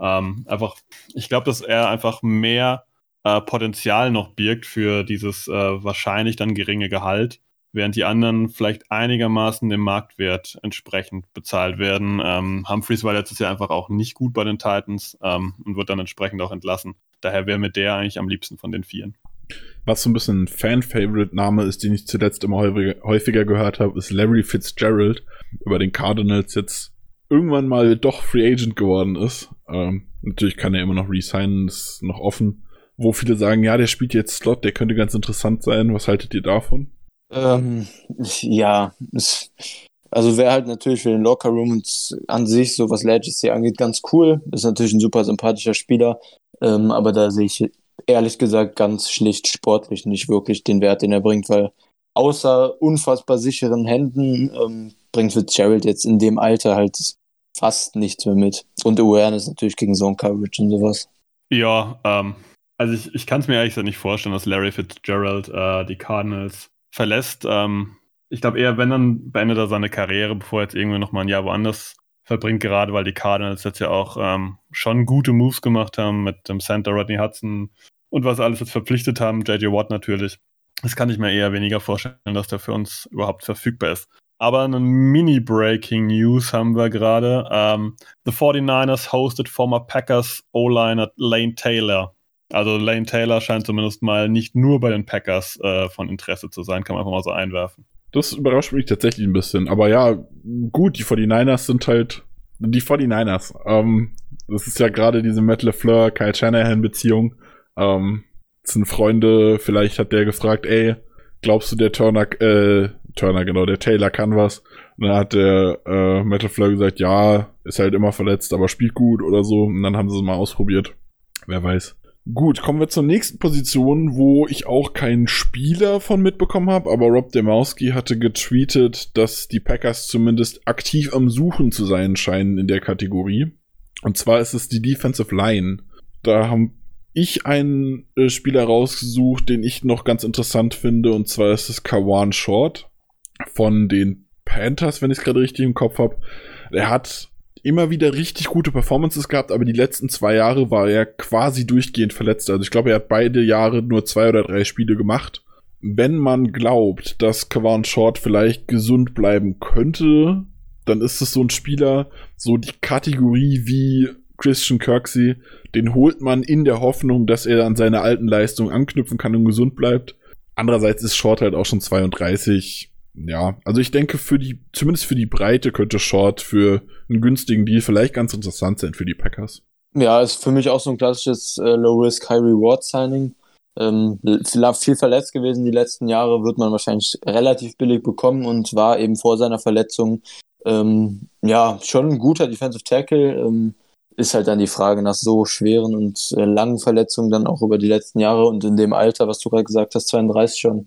Ich glaube, dass er einfach mehr Potenzial noch birgt für dieses wahrscheinlich dann geringe Gehalt, während die anderen vielleicht einigermaßen dem Marktwert entsprechend bezahlt werden. Humphries war letztes Jahr einfach auch nicht gut bei den Titans und wird dann entsprechend auch entlassen. Daher wäre mir der eigentlich am liebsten von den Vieren. Was so ein bisschen ein Fan-Favorite-Name ist, den ich zuletzt immer häufiger gehört habe, ist Larry Fitzgerald, über den Cardinals jetzt irgendwann mal doch Free Agent geworden ist. Natürlich kann er immer noch resignen, ist noch offen. Wo viele sagen, ja, der spielt jetzt Slot, der könnte ganz interessant sein. Was haltet ihr davon? Ja, also wäre halt natürlich für den Lockerroom und an sich, so was Legacy angeht, ganz cool. Ist natürlich ein super sympathischer Spieler, aber da sehe ich ehrlich gesagt ganz schlicht sportlich nicht wirklich den Wert, den er bringt, weil außer unfassbar sicheren Händen bringt Fitzgerald jetzt in dem Alter halt fast nichts mehr mit. Und Awareness natürlich gegen Zone Coverage und sowas. Ja, also ich kann es mir ehrlich gesagt nicht vorstellen, dass Larry Fitzgerald die Cardinals verlässt. Ich glaube eher, wenn, dann beendet er seine Karriere, bevor er jetzt irgendwie nochmal ein Jahr woanders verbringt, gerade weil die Cardinals jetzt ja auch schon gute Moves gemacht haben mit dem Center Rodney Hudson und was alles jetzt verpflichtet haben, J.J. Watt natürlich. Das kann ich mir eher weniger vorstellen, dass der für uns überhaupt verfügbar ist. Aber eine Mini-Breaking News haben wir gerade. The 49ers hosted former Packers O-Liner Lane Taylor. Also Lane Taylor scheint zumindest mal nicht nur bei den Packers von Interesse zu sein, kann man einfach mal so einwerfen. Das überrascht mich tatsächlich ein bisschen. Aber ja, gut, die 49ers sind halt die 49ers. Das ist ja gerade diese Matt LaFleur, Kyle Shanahan-Beziehung. Das sind Freunde, vielleicht hat der gefragt, ey, glaubst du, der der Taylor kann was? Und dann hat der Matt LaFleur gesagt, ja, ist halt immer verletzt, aber spielt gut oder so. Und dann haben sie es mal ausprobiert. Wer weiß. Gut, kommen wir zur nächsten Position, wo ich auch keinen Spieler von mitbekommen habe, aber Rob Demarski hatte getweetet, dass die Packers zumindest aktiv am Suchen zu sein scheinen in der Kategorie. Und zwar ist es die Defensive Line. Da haben ich einen Spieler rausgesucht, den ich noch ganz interessant finde, und zwar ist es Kawan Short von den Panthers, wenn ich es gerade richtig im Kopf habe. Er hat immer wieder richtig gute Performances gehabt, aber die letzten 2 Jahre war er quasi durchgehend verletzt. Also ich glaube, er hat beide Jahre nur 2 oder 3 Spiele gemacht. Wenn man glaubt, dass Kawan Short vielleicht gesund bleiben könnte, dann ist es so ein Spieler, so die Kategorie wie Christian Kirksey, den holt man in der Hoffnung, dass er an seine alten Leistungen anknüpfen kann und gesund bleibt. Andererseits ist Short halt auch schon 32. Ja, also ich denke, zumindest für die Breite könnte Short für einen günstigen Deal vielleicht ganz interessant sein für die Packers. Ja, ist für mich auch so ein klassisches Low-Risk, High-Reward-Signing. Viel verletzt gewesen die letzten Jahre, wird man wahrscheinlich relativ billig bekommen und war eben vor seiner Verletzung schon ein guter Defensive Tackle. Ist halt dann die Frage nach so schweren und langen Verletzungen dann auch über die letzten Jahre und in dem Alter, was du gerade gesagt hast, 32 schon,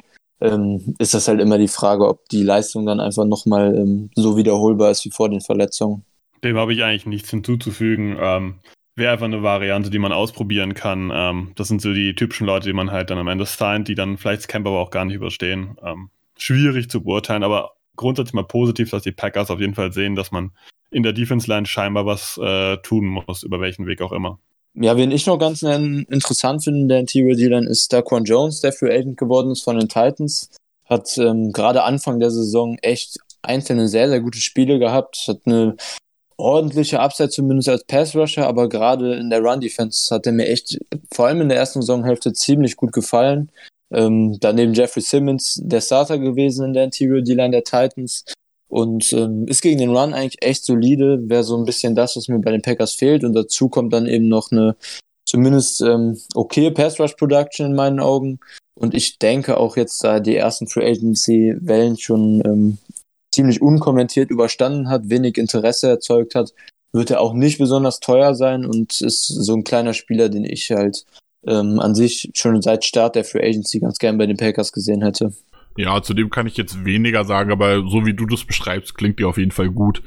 ist das halt immer die Frage, ob die Leistung dann einfach nochmal so wiederholbar ist wie vor den Verletzungen. Dem habe ich eigentlich nichts hinzuzufügen. Wäre einfach eine Variante, die man ausprobieren kann. Das sind so die typischen Leute, die man halt dann am Ende signed, die dann vielleicht das Camp aber auch gar nicht überstehen. Schwierig zu beurteilen, aber grundsätzlich mal positiv, dass die Packers auf jeden Fall sehen, dass man in der Defense-Line scheinbar was tun muss, über welchen Weg auch immer. Ja, wen ich noch ganz interessant finde in der Interior D-Line ist Daquan Jones, der Free Agent geworden ist von den Titans. Hat gerade Anfang der Saison echt einzelne sehr, sehr gute Spiele gehabt. Hat eine ordentliche Upside zumindest als Pass-Rusher, aber gerade in der Run-Defense hat er mir echt, vor allem in der ersten Saisonhälfte, ziemlich gut gefallen. Daneben Jeffrey Simmons der Starter gewesen in der Interior D-Line der Titans. Und ist gegen den Run eigentlich echt solide, wäre so ein bisschen das, was mir bei den Packers fehlt. Und dazu kommt dann eben noch eine zumindest okay Pass-Rush-Production in meinen Augen. Und ich denke auch jetzt, da die ersten Free-Agency-Wellen schon ziemlich unkommentiert überstanden hat, wenig Interesse erzeugt hat, wird er auch nicht besonders teuer sein und ist so ein kleiner Spieler, den ich halt an sich schon seit Start der Free Agency ganz gern bei den Packers gesehen hätte. Ja, zu dem kann ich jetzt weniger sagen, aber so wie du das beschreibst, klingt die auf jeden Fall gut.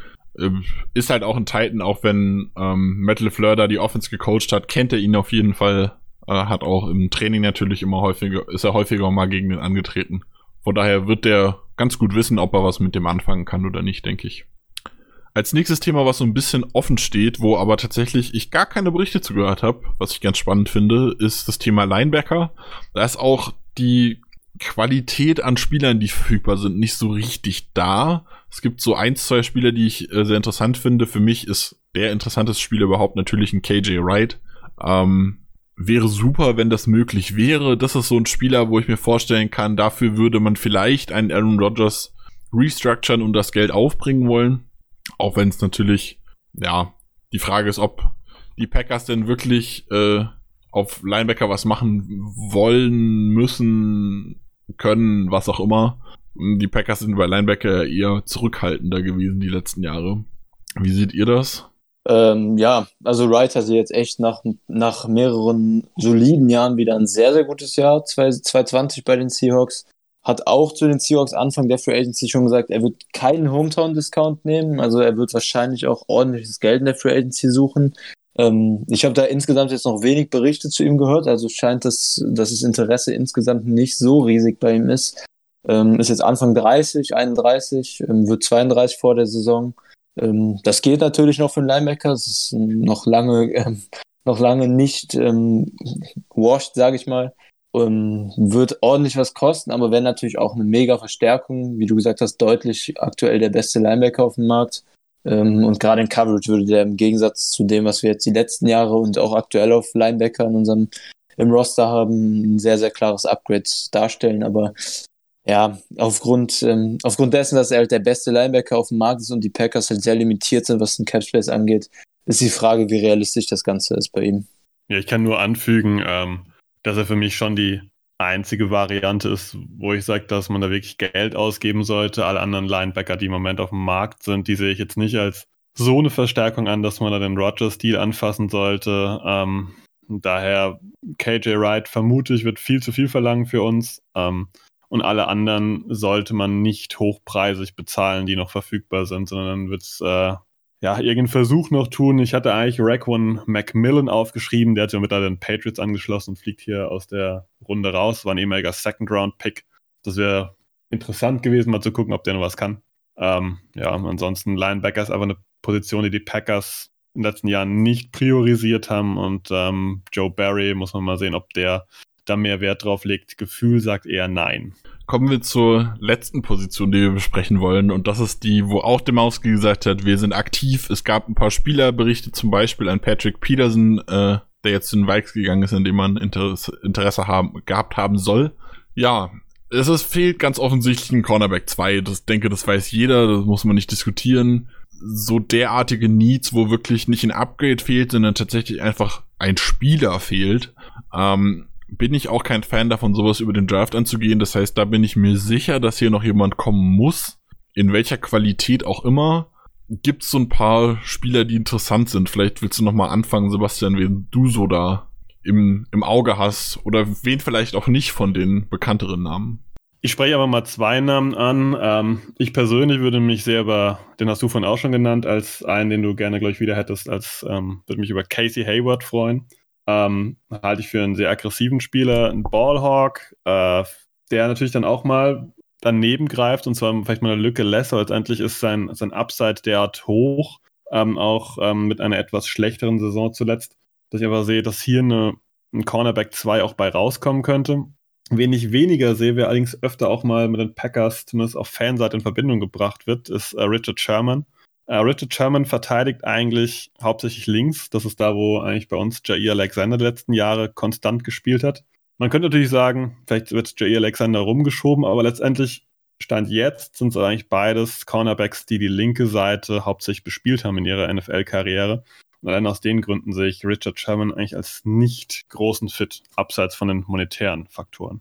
Ist halt auch ein Titan, auch wenn Matt LaFleur da die Offense gecoacht hat, kennt er ihn auf jeden Fall. Hat auch im Training natürlich ist er häufiger mal gegen den angetreten. Von daher wird der ganz gut wissen, ob er was mit dem anfangen kann oder nicht, denke ich. Als nächstes Thema, was so ein bisschen offen steht, wo aber tatsächlich ich gar keine Berichte zu gehört habe, was ich ganz spannend finde, ist das Thema Linebacker. Da ist auch die Qualität an Spielern, die verfügbar sind, nicht so richtig da. Es gibt so 1-2 Spieler, die ich sehr interessant finde. Für mich ist der interessanteste Spieler überhaupt natürlich ein KJ Wright. wäre super, wenn das möglich wäre. Das ist so ein Spieler, wo ich mir vorstellen kann, dafür würde man vielleicht einen Aaron Rodgers restructuren und das Geld aufbringen wollen. Auch wenn es natürlich, ja, die Frage ist, ob die Packers denn wirklich auf Linebacker was machen wollen, müssen, können, was auch immer. Die Packers sind bei Linebacker eher zurückhaltender gewesen die letzten Jahre. Wie seht ihr das? Ja, also Wright hatte jetzt echt nach mehreren soliden Jahren wieder ein sehr, sehr gutes Jahr, 2020 bei den Seahawks. Hat auch zu den Seahawks Anfang der Free Agency schon gesagt, er wird keinen Hometown-Discount nehmen, also er wird wahrscheinlich auch ordentliches Geld in der Free Agency suchen. Ich habe da insgesamt jetzt noch wenig Berichte zu ihm gehört, also scheint dass das Interesse insgesamt nicht so riesig bei ihm ist. Ist jetzt Anfang 30, 31, wird 32 vor der Saison. Das geht natürlich noch für einen Linebacker, es ist noch lange nicht washed, sage ich mal. Wird ordentlich was kosten, aber wäre natürlich auch eine mega Verstärkung, wie du gesagt hast, deutlich aktuell der beste Linebacker auf dem Markt. Und gerade in Coverage würde der im Gegensatz zu dem, was wir jetzt die letzten Jahre und auch aktuell auf Linebacker im Roster haben, ein sehr, sehr klares Upgrade darstellen. Aber ja, aufgrund dessen, dass er halt der beste Linebacker auf dem Markt ist und die Packers halt sehr limitiert sind, was den Cap Space angeht, ist die Frage, wie realistisch das Ganze ist bei ihm. Ja, ich kann nur anfügen, dass er für mich schon die einzige Variante ist, wo ich sage, dass man da wirklich Geld ausgeben sollte. Alle anderen Linebacker, die im Moment auf dem Markt sind, die sehe ich jetzt nicht als so eine Verstärkung an, dass man da den Rodgers-Deal anfassen sollte. Daher KJ Wright vermute ich, wird viel zu viel verlangen für uns. Und alle anderen sollte man nicht hochpreisig bezahlen, die noch verfügbar sind, sondern dann wird es irgendeinen Versuch noch tun. Ich hatte eigentlich Raekwon McMillan aufgeschrieben, der hat sich mit den Patriots angeschlossen und fliegt hier aus der Runde raus. War ein ehemaliger Second-Round-Pick. Das wäre interessant gewesen, mal zu gucken, ob der noch was kann. Ansonsten Linebacker ist aber eine Position, die Packers in den letzten Jahren nicht priorisiert haben und Joe Barry, muss man mal sehen, ob der da mehr Wert drauf legt. Gefühl sagt eher nein. Kommen wir zur letzten Position, die wir besprechen wollen. Und das ist die, wo auch Demowski gesagt hat, wir sind aktiv. Es gab ein paar Spielerberichte, zum Beispiel an Patrick Peterson, der jetzt zu den Vikes gegangen ist, in dem man Interesse gehabt haben soll. Ja, fehlt ganz offensichtlich ein Cornerback 2. Das weiß jeder, das muss man nicht diskutieren. So derartige Needs, wo wirklich nicht ein Upgrade fehlt, sondern tatsächlich einfach ein Spieler fehlt. Bin ich auch kein Fan davon, sowas über den Draft anzugehen. Das heißt, da bin ich mir sicher, dass hier noch jemand kommen muss. In welcher Qualität auch immer. Gibt es so ein paar Spieler, die interessant sind? Vielleicht willst du noch mal anfangen, Sebastian, wen du so da im Auge hast. Oder wen vielleicht auch nicht von den bekannteren Namen. Ich spreche aber mal 2 Namen an. Ich persönlich würde mich sehr den hast du vorhin auch schon genannt, als einen, den du gerne, glaube ich, wieder hättest, würde mich über Casey Hayward freuen. Halte ich für einen sehr aggressiven Spieler, ein Ballhawk, der natürlich dann auch mal daneben greift und zwar vielleicht mal eine Lücke lässt, aber letztendlich ist sein Upside derart hoch, auch mit einer etwas schlechteren Saison zuletzt, dass ich aber sehe, dass hier ein Cornerback 2 auch bei rauskommen könnte. Wen ich weniger sehe, wer allerdings öfter auch mal mit den Packers, zumindest auf Fanseite in Verbindung gebracht wird, ist Richard Sherman. Richard Sherman verteidigt eigentlich hauptsächlich links. Das ist da, wo eigentlich bei uns Jair Alexander die letzten Jahre konstant gespielt hat. Man könnte natürlich sagen, vielleicht wird Jair Alexander rumgeschoben, aber letztendlich Stand jetzt sind es eigentlich beides Cornerbacks, die linke Seite hauptsächlich bespielt haben in ihrer NFL-Karriere. Und allein aus den Gründen sehe ich Richard Sherman eigentlich als nicht großen Fit, abseits von den monetären Faktoren.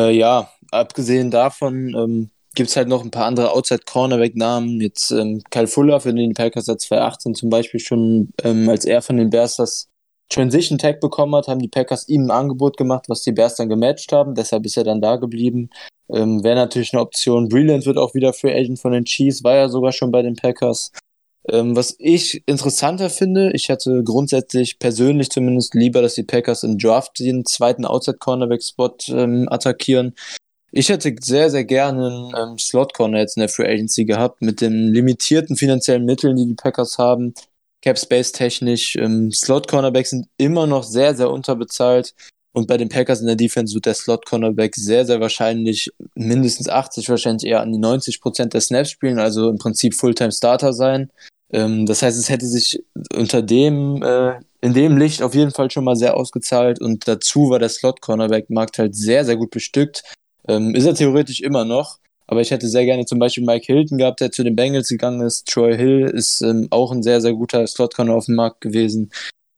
Abgesehen davon gibt es halt noch ein paar andere Outside-Cornerback-Namen. Jetzt Kyle Fuller, für den die Packers seit 2018 zum Beispiel schon, als er von den Bears das Transition-Tag bekommen hat, haben die Packers ihm ein Angebot gemacht, was die Bears dann gematcht haben. Deshalb ist er dann da geblieben. Wäre natürlich eine Option. Breland wird auch wieder Free Agent von den Chiefs, war ja sogar schon bei den Packers. Was ich interessanter finde, ich hätte grundsätzlich persönlich zumindest lieber, dass die Packers im Draft den zweiten Outside-Cornerback-Spot attackieren. Ich hätte sehr, sehr gerne einen Slot-Corner jetzt in der Free Agency gehabt, mit den limitierten finanziellen Mitteln, die Packers haben, Cap-Space-technisch. Slot-Cornerbacks sind immer noch sehr, sehr unterbezahlt und bei den Packers in der Defense wird der Slot-Cornerback sehr, sehr wahrscheinlich mindestens 80, wahrscheinlich eher an die 90% der Snaps spielen, also im Prinzip Fulltime-Starter sein. Das heißt, es hätte sich in dem Licht auf jeden Fall schon mal sehr ausgezahlt und dazu war der Slot-Cornerback-Markt halt sehr, sehr gut bestückt. Ist er theoretisch immer noch, aber ich hätte sehr gerne zum Beispiel Mike Hilton gehabt, der zu den Bengals gegangen ist. Troy Hill ist auch ein sehr, sehr guter Slot-Corner auf dem Markt gewesen.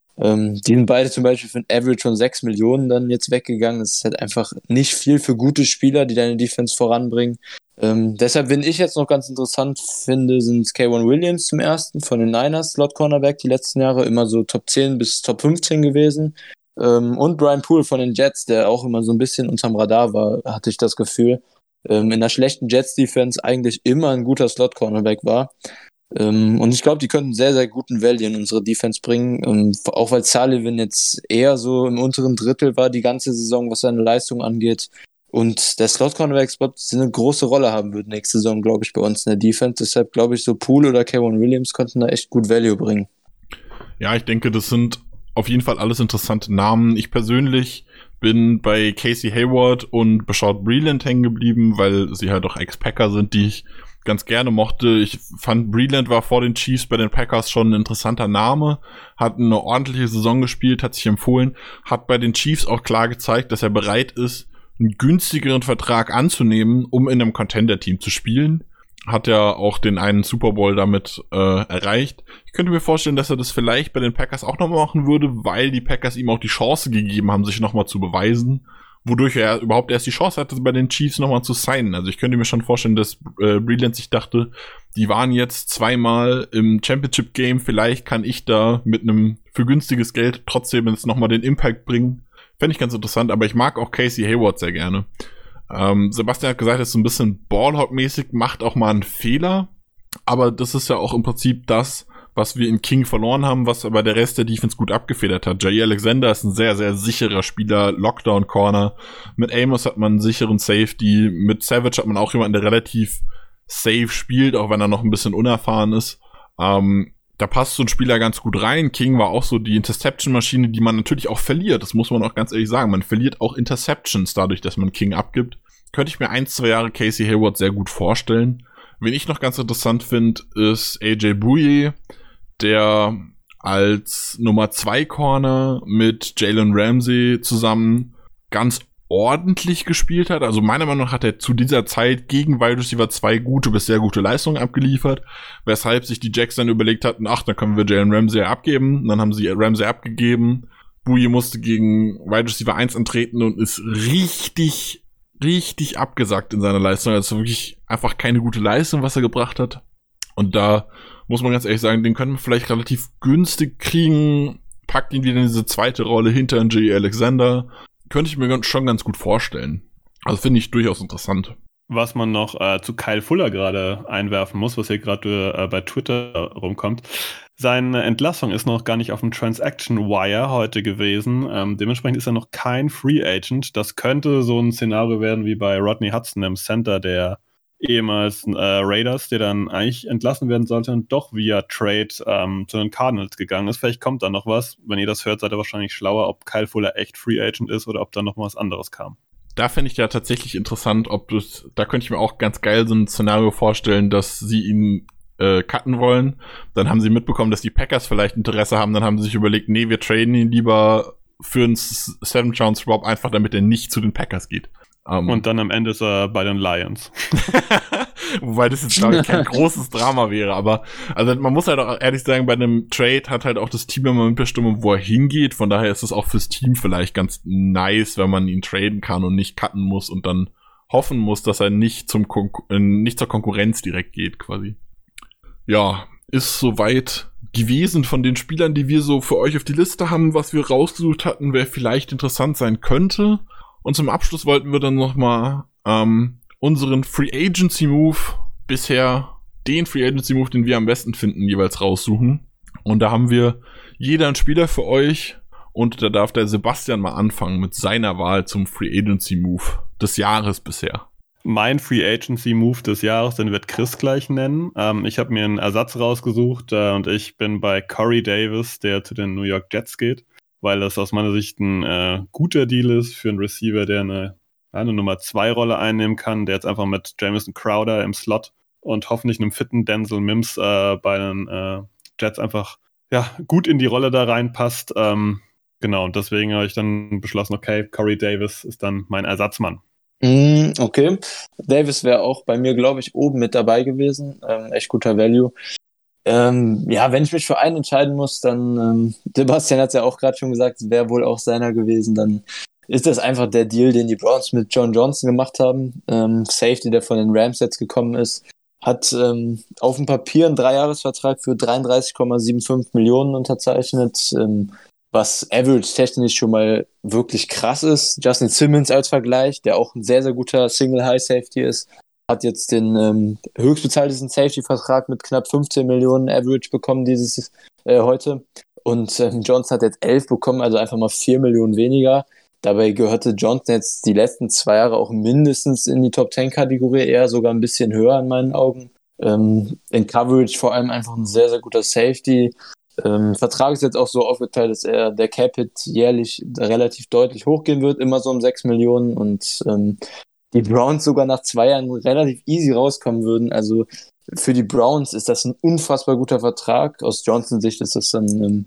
Die sind beide zum Beispiel für ein Average von 6 Millionen dann jetzt weggegangen. Das ist halt einfach nicht viel für gute Spieler, die deine Defense voranbringen. Deshalb, wenn ich jetzt noch ganz interessant finde, sind K'Waun Williams zum ersten von den Niners, Slot-Cornerback, die letzten Jahre immer so Top 10 bis Top 15 gewesen. Und Brian Poole von den Jets, der auch immer so ein bisschen unterm Radar war, hatte ich das Gefühl. In einer schlechten Jets-Defense eigentlich immer ein guter Slot-Cornerback war. Und ich glaube, die könnten sehr, sehr guten Value in unsere Defense bringen. Auch weil Sullivan jetzt eher so im unteren Drittel war die ganze Saison, was seine Leistung angeht. Und der Slot-Cornerback-Spot eine große Rolle haben wird nächste Saison, glaube ich, bei uns in der Defense. Deshalb glaube ich, so Poole oder K'Waun Williams könnten da echt gut Value bringen. Ja, ich denke, das sind auf jeden Fall alles interessante Namen. Ich persönlich bin bei Casey Hayward und Bashaud Breeland hängen geblieben, weil sie halt auch Ex-Packer sind, die ich ganz gerne mochte. Ich fand, Breeland war vor den Chiefs bei den Packers schon ein interessanter Name, hat eine ordentliche Saison gespielt, hat sich empfohlen, hat bei den Chiefs auch klar gezeigt, dass er bereit ist, einen günstigeren Vertrag anzunehmen, um in einem Contender-Team zu spielen. Hat ja auch den einen Super Bowl damit erreicht. Ich könnte mir vorstellen, dass er das vielleicht bei den Packers auch nochmal machen würde, weil die Packers ihm auch die Chance gegeben haben, sich nochmal zu beweisen, wodurch er überhaupt erst die Chance hatte, bei den Chiefs nochmal zu signen. Also ich könnte mir schon vorstellen, dass Breeland sich dachte, die waren jetzt zweimal im Championship-Game, vielleicht kann ich da mit einem für günstiges Geld trotzdem jetzt nochmal den Impact bringen. Fände ich ganz interessant, aber ich mag auch Casey Hayward sehr gerne. Sebastian hat gesagt, er ist so ein bisschen Ballhawk-mäßig, macht auch mal einen Fehler, aber das ist ja auch im Prinzip das, was wir in King verloren haben, was aber der Rest der Defense gut abgefedert hat. Jair Alexander ist ein sehr, sehr sicherer Spieler, Lockdown-Corner. Mit Amos hat man einen sicheren Safety, mit Savage hat man auch jemanden, der relativ safe spielt, auch wenn er noch ein bisschen unerfahren ist. Da passt so ein Spieler ganz gut rein. King war auch so die Interception-Maschine, die man natürlich auch verliert. Das muss man auch ganz ehrlich sagen. Man verliert auch Interceptions dadurch, dass man King abgibt. Könnte ich mir 1-2 Jahre Casey Hayward sehr gut vorstellen. Wen ich noch ganz interessant finde, ist AJ Bouye, der als Nummer 2 Corner mit Jalen Ramsey zusammen ganz ordentlich gespielt hat. Also meiner Meinung nach hat er zu dieser Zeit gegen Wide Receiver 2 gute bis sehr gute Leistungen abgeliefert, weshalb sich die Jacks dann überlegt hatten, ach, dann können wir Jalen Ramsey abgeben. Dann haben sie Ramsey abgegeben. Bouye musste gegen Wide Receiver 1 antreten und ist richtig abgesackt in seiner Leistung. Also wirklich einfach keine gute Leistung, was er gebracht hat. Und da muss man ganz ehrlich sagen, den können wir vielleicht relativ günstig kriegen. Packt ihn wieder in diese zweite Rolle hinter Jair Alexander. Könnte ich mir schon ganz gut vorstellen. Also finde ich durchaus interessant. Was man noch zu Kyle Fuller gerade einwerfen muss, was hier gerade bei Twitter rumkommt. Seine Entlassung ist noch gar nicht auf dem Transaction Wire heute gewesen. Dementsprechend ist er noch kein Free Agent. Das könnte so ein Szenario werden wie bei Rodney Hudson im Center der ehemals Raiders, der dann eigentlich entlassen werden sollte und doch via Trade zu den Cardinals gegangen ist. Vielleicht kommt da noch was. Wenn ihr das hört, seid ihr wahrscheinlich schlauer, ob Kyle Fuller echt Free Agent ist oder ob da noch was anderes kam. Da fände ich ja tatsächlich interessant, da könnte ich mir auch ganz geil so ein Szenario vorstellen, dass sie ihn cutten wollen. Dann haben sie mitbekommen, dass die Packers vielleicht Interesse haben. Dann haben sie sich überlegt, nee, wir traden ihn lieber für einen 7th-Round-Swap, einfach damit er nicht zu den Packers geht. Und dann am Ende ist er bei den Lions. Wobei das jetzt, glaube ich, kein großes Drama wäre. Aber also man muss halt auch ehrlich sagen, bei einem Trade hat halt auch das Team immer mitbestimmt, wo er hingeht. Von daher ist es auch fürs Team vielleicht ganz nice, wenn man ihn traden kann und nicht cutten muss und dann hoffen muss, dass er nicht zur Konkurrenz direkt geht, quasi. Ja, ist soweit gewesen von den Spielern, die wir so für euch auf die Liste haben, was wir rausgesucht hatten, wer vielleicht interessant sein könnte. Und zum Abschluss wollten wir dann nochmal unseren Free Agency Move bisher, den Free Agency Move, den wir am besten finden, jeweils raussuchen. Und da haben wir jeder einen Spieler für euch und da darf der Sebastian mal anfangen mit seiner Wahl zum Free Agency Move des Jahres bisher. Mein Free Agency Move des Jahres, den wird Chris gleich nennen. Ich habe mir einen Ersatz rausgesucht und ich bin bei Corey Davis, der zu den New York Jets geht, weil das aus meiner Sicht ein guter Deal ist für einen Receiver, der eine Nummer 2 Rolle einnehmen kann, der jetzt einfach mit Jamison Crowder im Slot und hoffentlich einem fitten Denzel Mims bei den Jets einfach gut in die Rolle da reinpasst. Genau, und deswegen habe ich dann beschlossen, okay, Corey Davis ist dann mein Ersatzmann. Okay, Davis wäre auch bei mir, glaube ich, oben mit dabei gewesen. Echt guter Value. Wenn ich mich für einen entscheiden muss, dann, Sebastian hat es ja auch gerade schon gesagt, es wäre wohl auch seiner gewesen, dann ist das einfach der Deal, den die Browns mit John Johnson gemacht haben. Safety, der von den Rams jetzt gekommen ist, hat auf dem Papier einen 3-Jahres-Vertrag für 33,75 Millionen unterzeichnet, was average-technisch schon mal wirklich krass ist. Justin Simmons als Vergleich, der auch ein sehr, sehr guter Single-High-Safety ist, hat jetzt den höchstbezahltesten Safety-Vertrag mit knapp 15 Millionen Average bekommen heute. Und Johnson hat jetzt 11 bekommen, also einfach mal 4 Millionen weniger. Dabei gehörte Johnson jetzt die letzten 2 Jahre auch mindestens in die Top-10-Kategorie, eher sogar ein bisschen höher in meinen Augen. In Coverage vor allem einfach ein sehr, sehr guter Safety. Vertrag ist jetzt auch so aufgeteilt, dass der Cap-Hit jährlich relativ deutlich hochgehen wird, immer so um 6 Millionen und die Browns sogar nach 2 Jahren relativ easy rauskommen würden. Also für die Browns ist das ein unfassbar guter Vertrag. Aus Johnsons Sicht ist das dann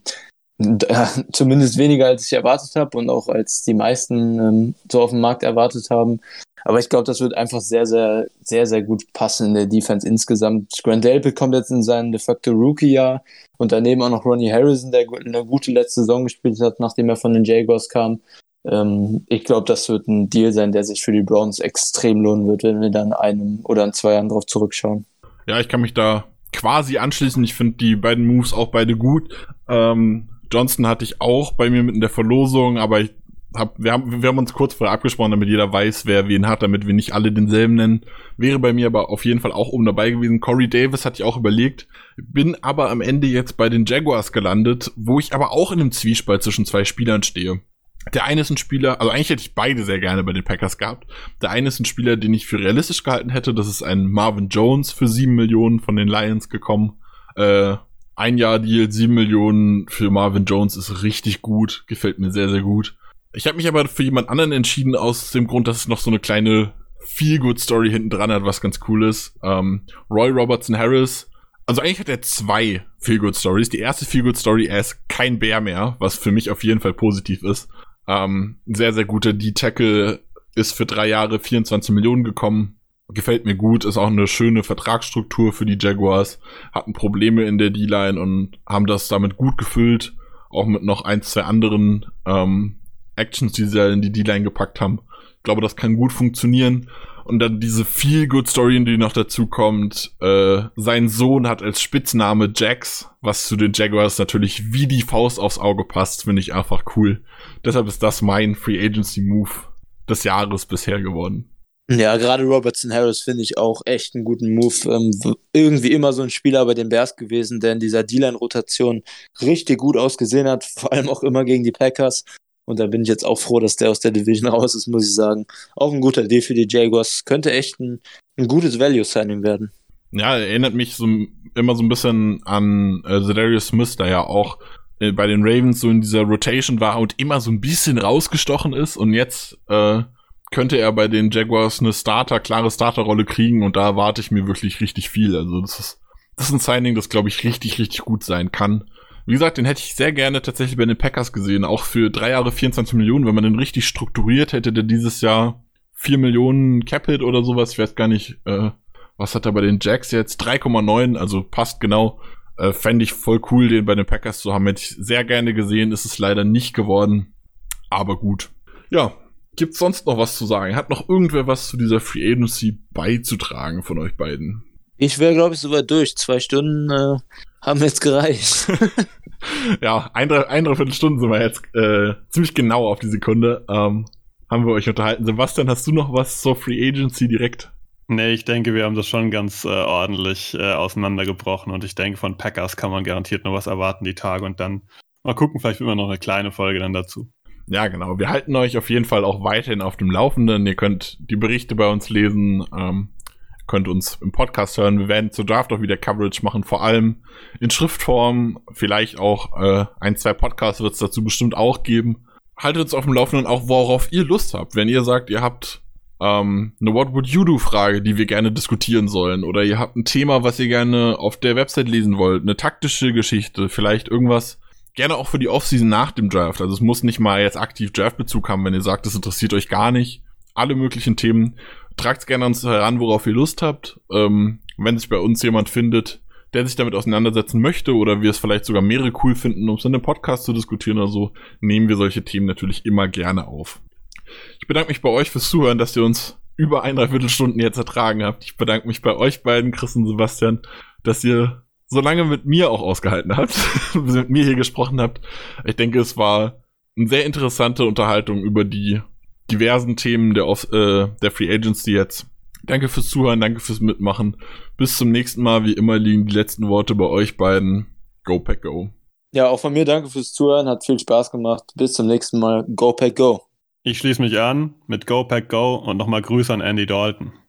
zumindest weniger, als ich erwartet habe und auch als die meisten so auf dem Markt erwartet haben. Aber ich glaube, das wird einfach sehr, sehr, sehr, sehr gut passen in der Defense insgesamt. Grant Delpit kommt jetzt in sein de facto Rookie-Jahr und daneben auch noch Ronnie Harrison, der eine gute letzte Saison gespielt hat, nachdem er von den Jaguars kam. Ich glaube, das wird ein Deal sein, der sich für die Browns extrem lohnen wird, wenn wir dann in 1 oder in 2 Jahren drauf zurückschauen. Ja, ich kann mich da quasi anschließen. Ich finde die beiden Moves auch beide gut. Johnston hatte ich auch bei mir mit in der Verlosung, aber wir haben uns kurz vorher abgesprochen, damit jeder weiß, wer wen hat, damit wir nicht alle denselben nennen. Wäre bei mir aber auf jeden Fall auch oben dabei gewesen. Corey Davis hatte ich auch überlegt, bin aber am Ende jetzt bei den Jaguars gelandet, wo ich aber auch in einem Zwiespalt zwischen 2 Spielern stehe. Der eine ist ein Spieler, also eigentlich hätte ich beide sehr gerne bei den Packers gehabt. Der eine ist ein Spieler, den ich für realistisch gehalten hätte. Das ist ein Marvin Jones für 7 Millionen von den Lions gekommen. 1 Jahr Deal, 7 Millionen für Marvin Jones ist richtig gut. Gefällt mir sehr, sehr gut. Ich habe mich aber für jemand anderen entschieden, aus dem Grund, dass es noch so eine kleine Feel-Good-Story hinten dran hat, was ganz cool ist. Roy Robertson Harris. Also eigentlich hat er 2 Feel-Good-Stories. Die erste Feel-Good-Story, er ist kein Bär mehr, was für mich auf jeden Fall positiv ist. Sehr, sehr guter D-Tackle, ist für 3 Jahre 24 Millionen gekommen. Gefällt mir gut, ist auch eine schöne Vertragsstruktur für die Jaguars. Hatten Probleme in der D-Line und haben das damit gut gefüllt. Auch mit noch 1, 2 anderen Actions, die sie in die D-Line gepackt haben. Ich glaube, das kann gut funktionieren. Und dann diese Feel-Good-Story, die noch dazu kommt. Sein Sohn hat als Spitzname Jax, was zu den Jaguars natürlich wie die Faust aufs Auge passt, finde ich einfach cool. Deshalb ist das mein Free-Agency-Move des Jahres bisher geworden. Ja, gerade Robertson Harris finde ich auch echt einen guten Move. Irgendwie immer so ein Spieler bei den Bears gewesen, der in dieser D-Line-Rotation richtig gut ausgesehen hat, vor allem auch immer gegen die Packers. Und da bin ich jetzt auch froh, dass der aus der Division raus ist, muss ich sagen. Auch ein guter Deal für die Jaguars. Könnte echt ein gutes Value-Signing werden. Ja, erinnert mich immer so ein bisschen an Za'Darius Smith, der ja auch bei den Ravens so in dieser Rotation war und immer so ein bisschen rausgestochen ist. Und jetzt könnte er bei den Jaguars eine klare Starterrolle kriegen. Und da erwarte ich mir wirklich richtig viel. Also das ist ein Signing, das, glaube ich, richtig, richtig gut sein kann. Wie gesagt, den hätte ich sehr gerne tatsächlich bei den Packers gesehen. Auch für 3 Jahre 24 Millionen, wenn man den richtig strukturiert hätte, der dieses Jahr 4 Millionen Cap-Hit oder sowas. Ich weiß gar nicht, was hat er bei den Jacks jetzt? 3,9, also passt genau. Fände ich voll cool, den bei den Packers zu haben. Hätte ich sehr gerne gesehen, ist es leider nicht geworden. Aber gut. Ja, gibt's sonst noch was zu sagen? Hat noch irgendwer was zu dieser Free Agency beizutragen von euch beiden? Ich wäre, glaube ich, soweit durch. 2 Stunden haben jetzt gereicht. Ja, 1,3 Stunden sind wir jetzt ziemlich genau auf die Sekunde. Haben wir euch unterhalten. Sebastian, hast du noch was zur Free Agency direkt? Nee, ich denke, wir haben das schon ganz ordentlich auseinandergebrochen und ich denke, von Packers kann man garantiert noch was erwarten die Tage und dann mal gucken, vielleicht immer noch eine kleine Folge dann dazu. Ja, genau. Wir halten euch auf jeden Fall auch weiterhin auf dem Laufenden. Ihr könnt die Berichte bei uns lesen, könnt uns im Podcast hören. Wir werden zur Draft auch wieder Coverage machen, vor allem in Schriftform. Vielleicht auch 1, 2 Podcasts wird es dazu bestimmt auch geben. Haltet uns auf dem Laufenden, auch worauf ihr Lust habt. Wenn ihr sagt, ihr habt eine What Would You Do Frage, die wir gerne diskutieren sollen, oder ihr habt ein Thema, was ihr gerne auf der Website lesen wollt, eine taktische Geschichte, vielleicht irgendwas, gerne auch für die Offseason nach dem Draft. Also es muss nicht mal jetzt aktiv Draftbezug haben, wenn ihr sagt, das interessiert euch gar nicht. Alle möglichen Themen. Tragt's gerne uns heran, worauf ihr Lust habt. Wenn sich bei uns jemand findet, der sich damit auseinandersetzen möchte oder wir es vielleicht sogar mehrere cool finden, um es in einem Podcast zu diskutieren oder so, nehmen wir solche Themen natürlich immer gerne auf. Ich bedanke mich bei euch fürs Zuhören, dass ihr uns über 1,75 Stunden jetzt ertragen habt. Ich bedanke mich bei euch beiden, Chris und Sebastian, dass ihr so lange mit mir auch ausgehalten habt, mit mir hier gesprochen habt. Ich denke, es war eine sehr interessante Unterhaltung über die diversen Themen der Free Agency jetzt. Danke fürs Zuhören, danke fürs Mitmachen. Bis zum nächsten Mal. Wie immer liegen die letzten Worte bei euch beiden. Go Pack Go. Ja, auch von mir danke fürs Zuhören, hat viel Spaß gemacht. Bis zum nächsten Mal. Go Pack Go. Ich schließe mich an mit Go Pack Go und nochmal Grüße an Andy Dalton.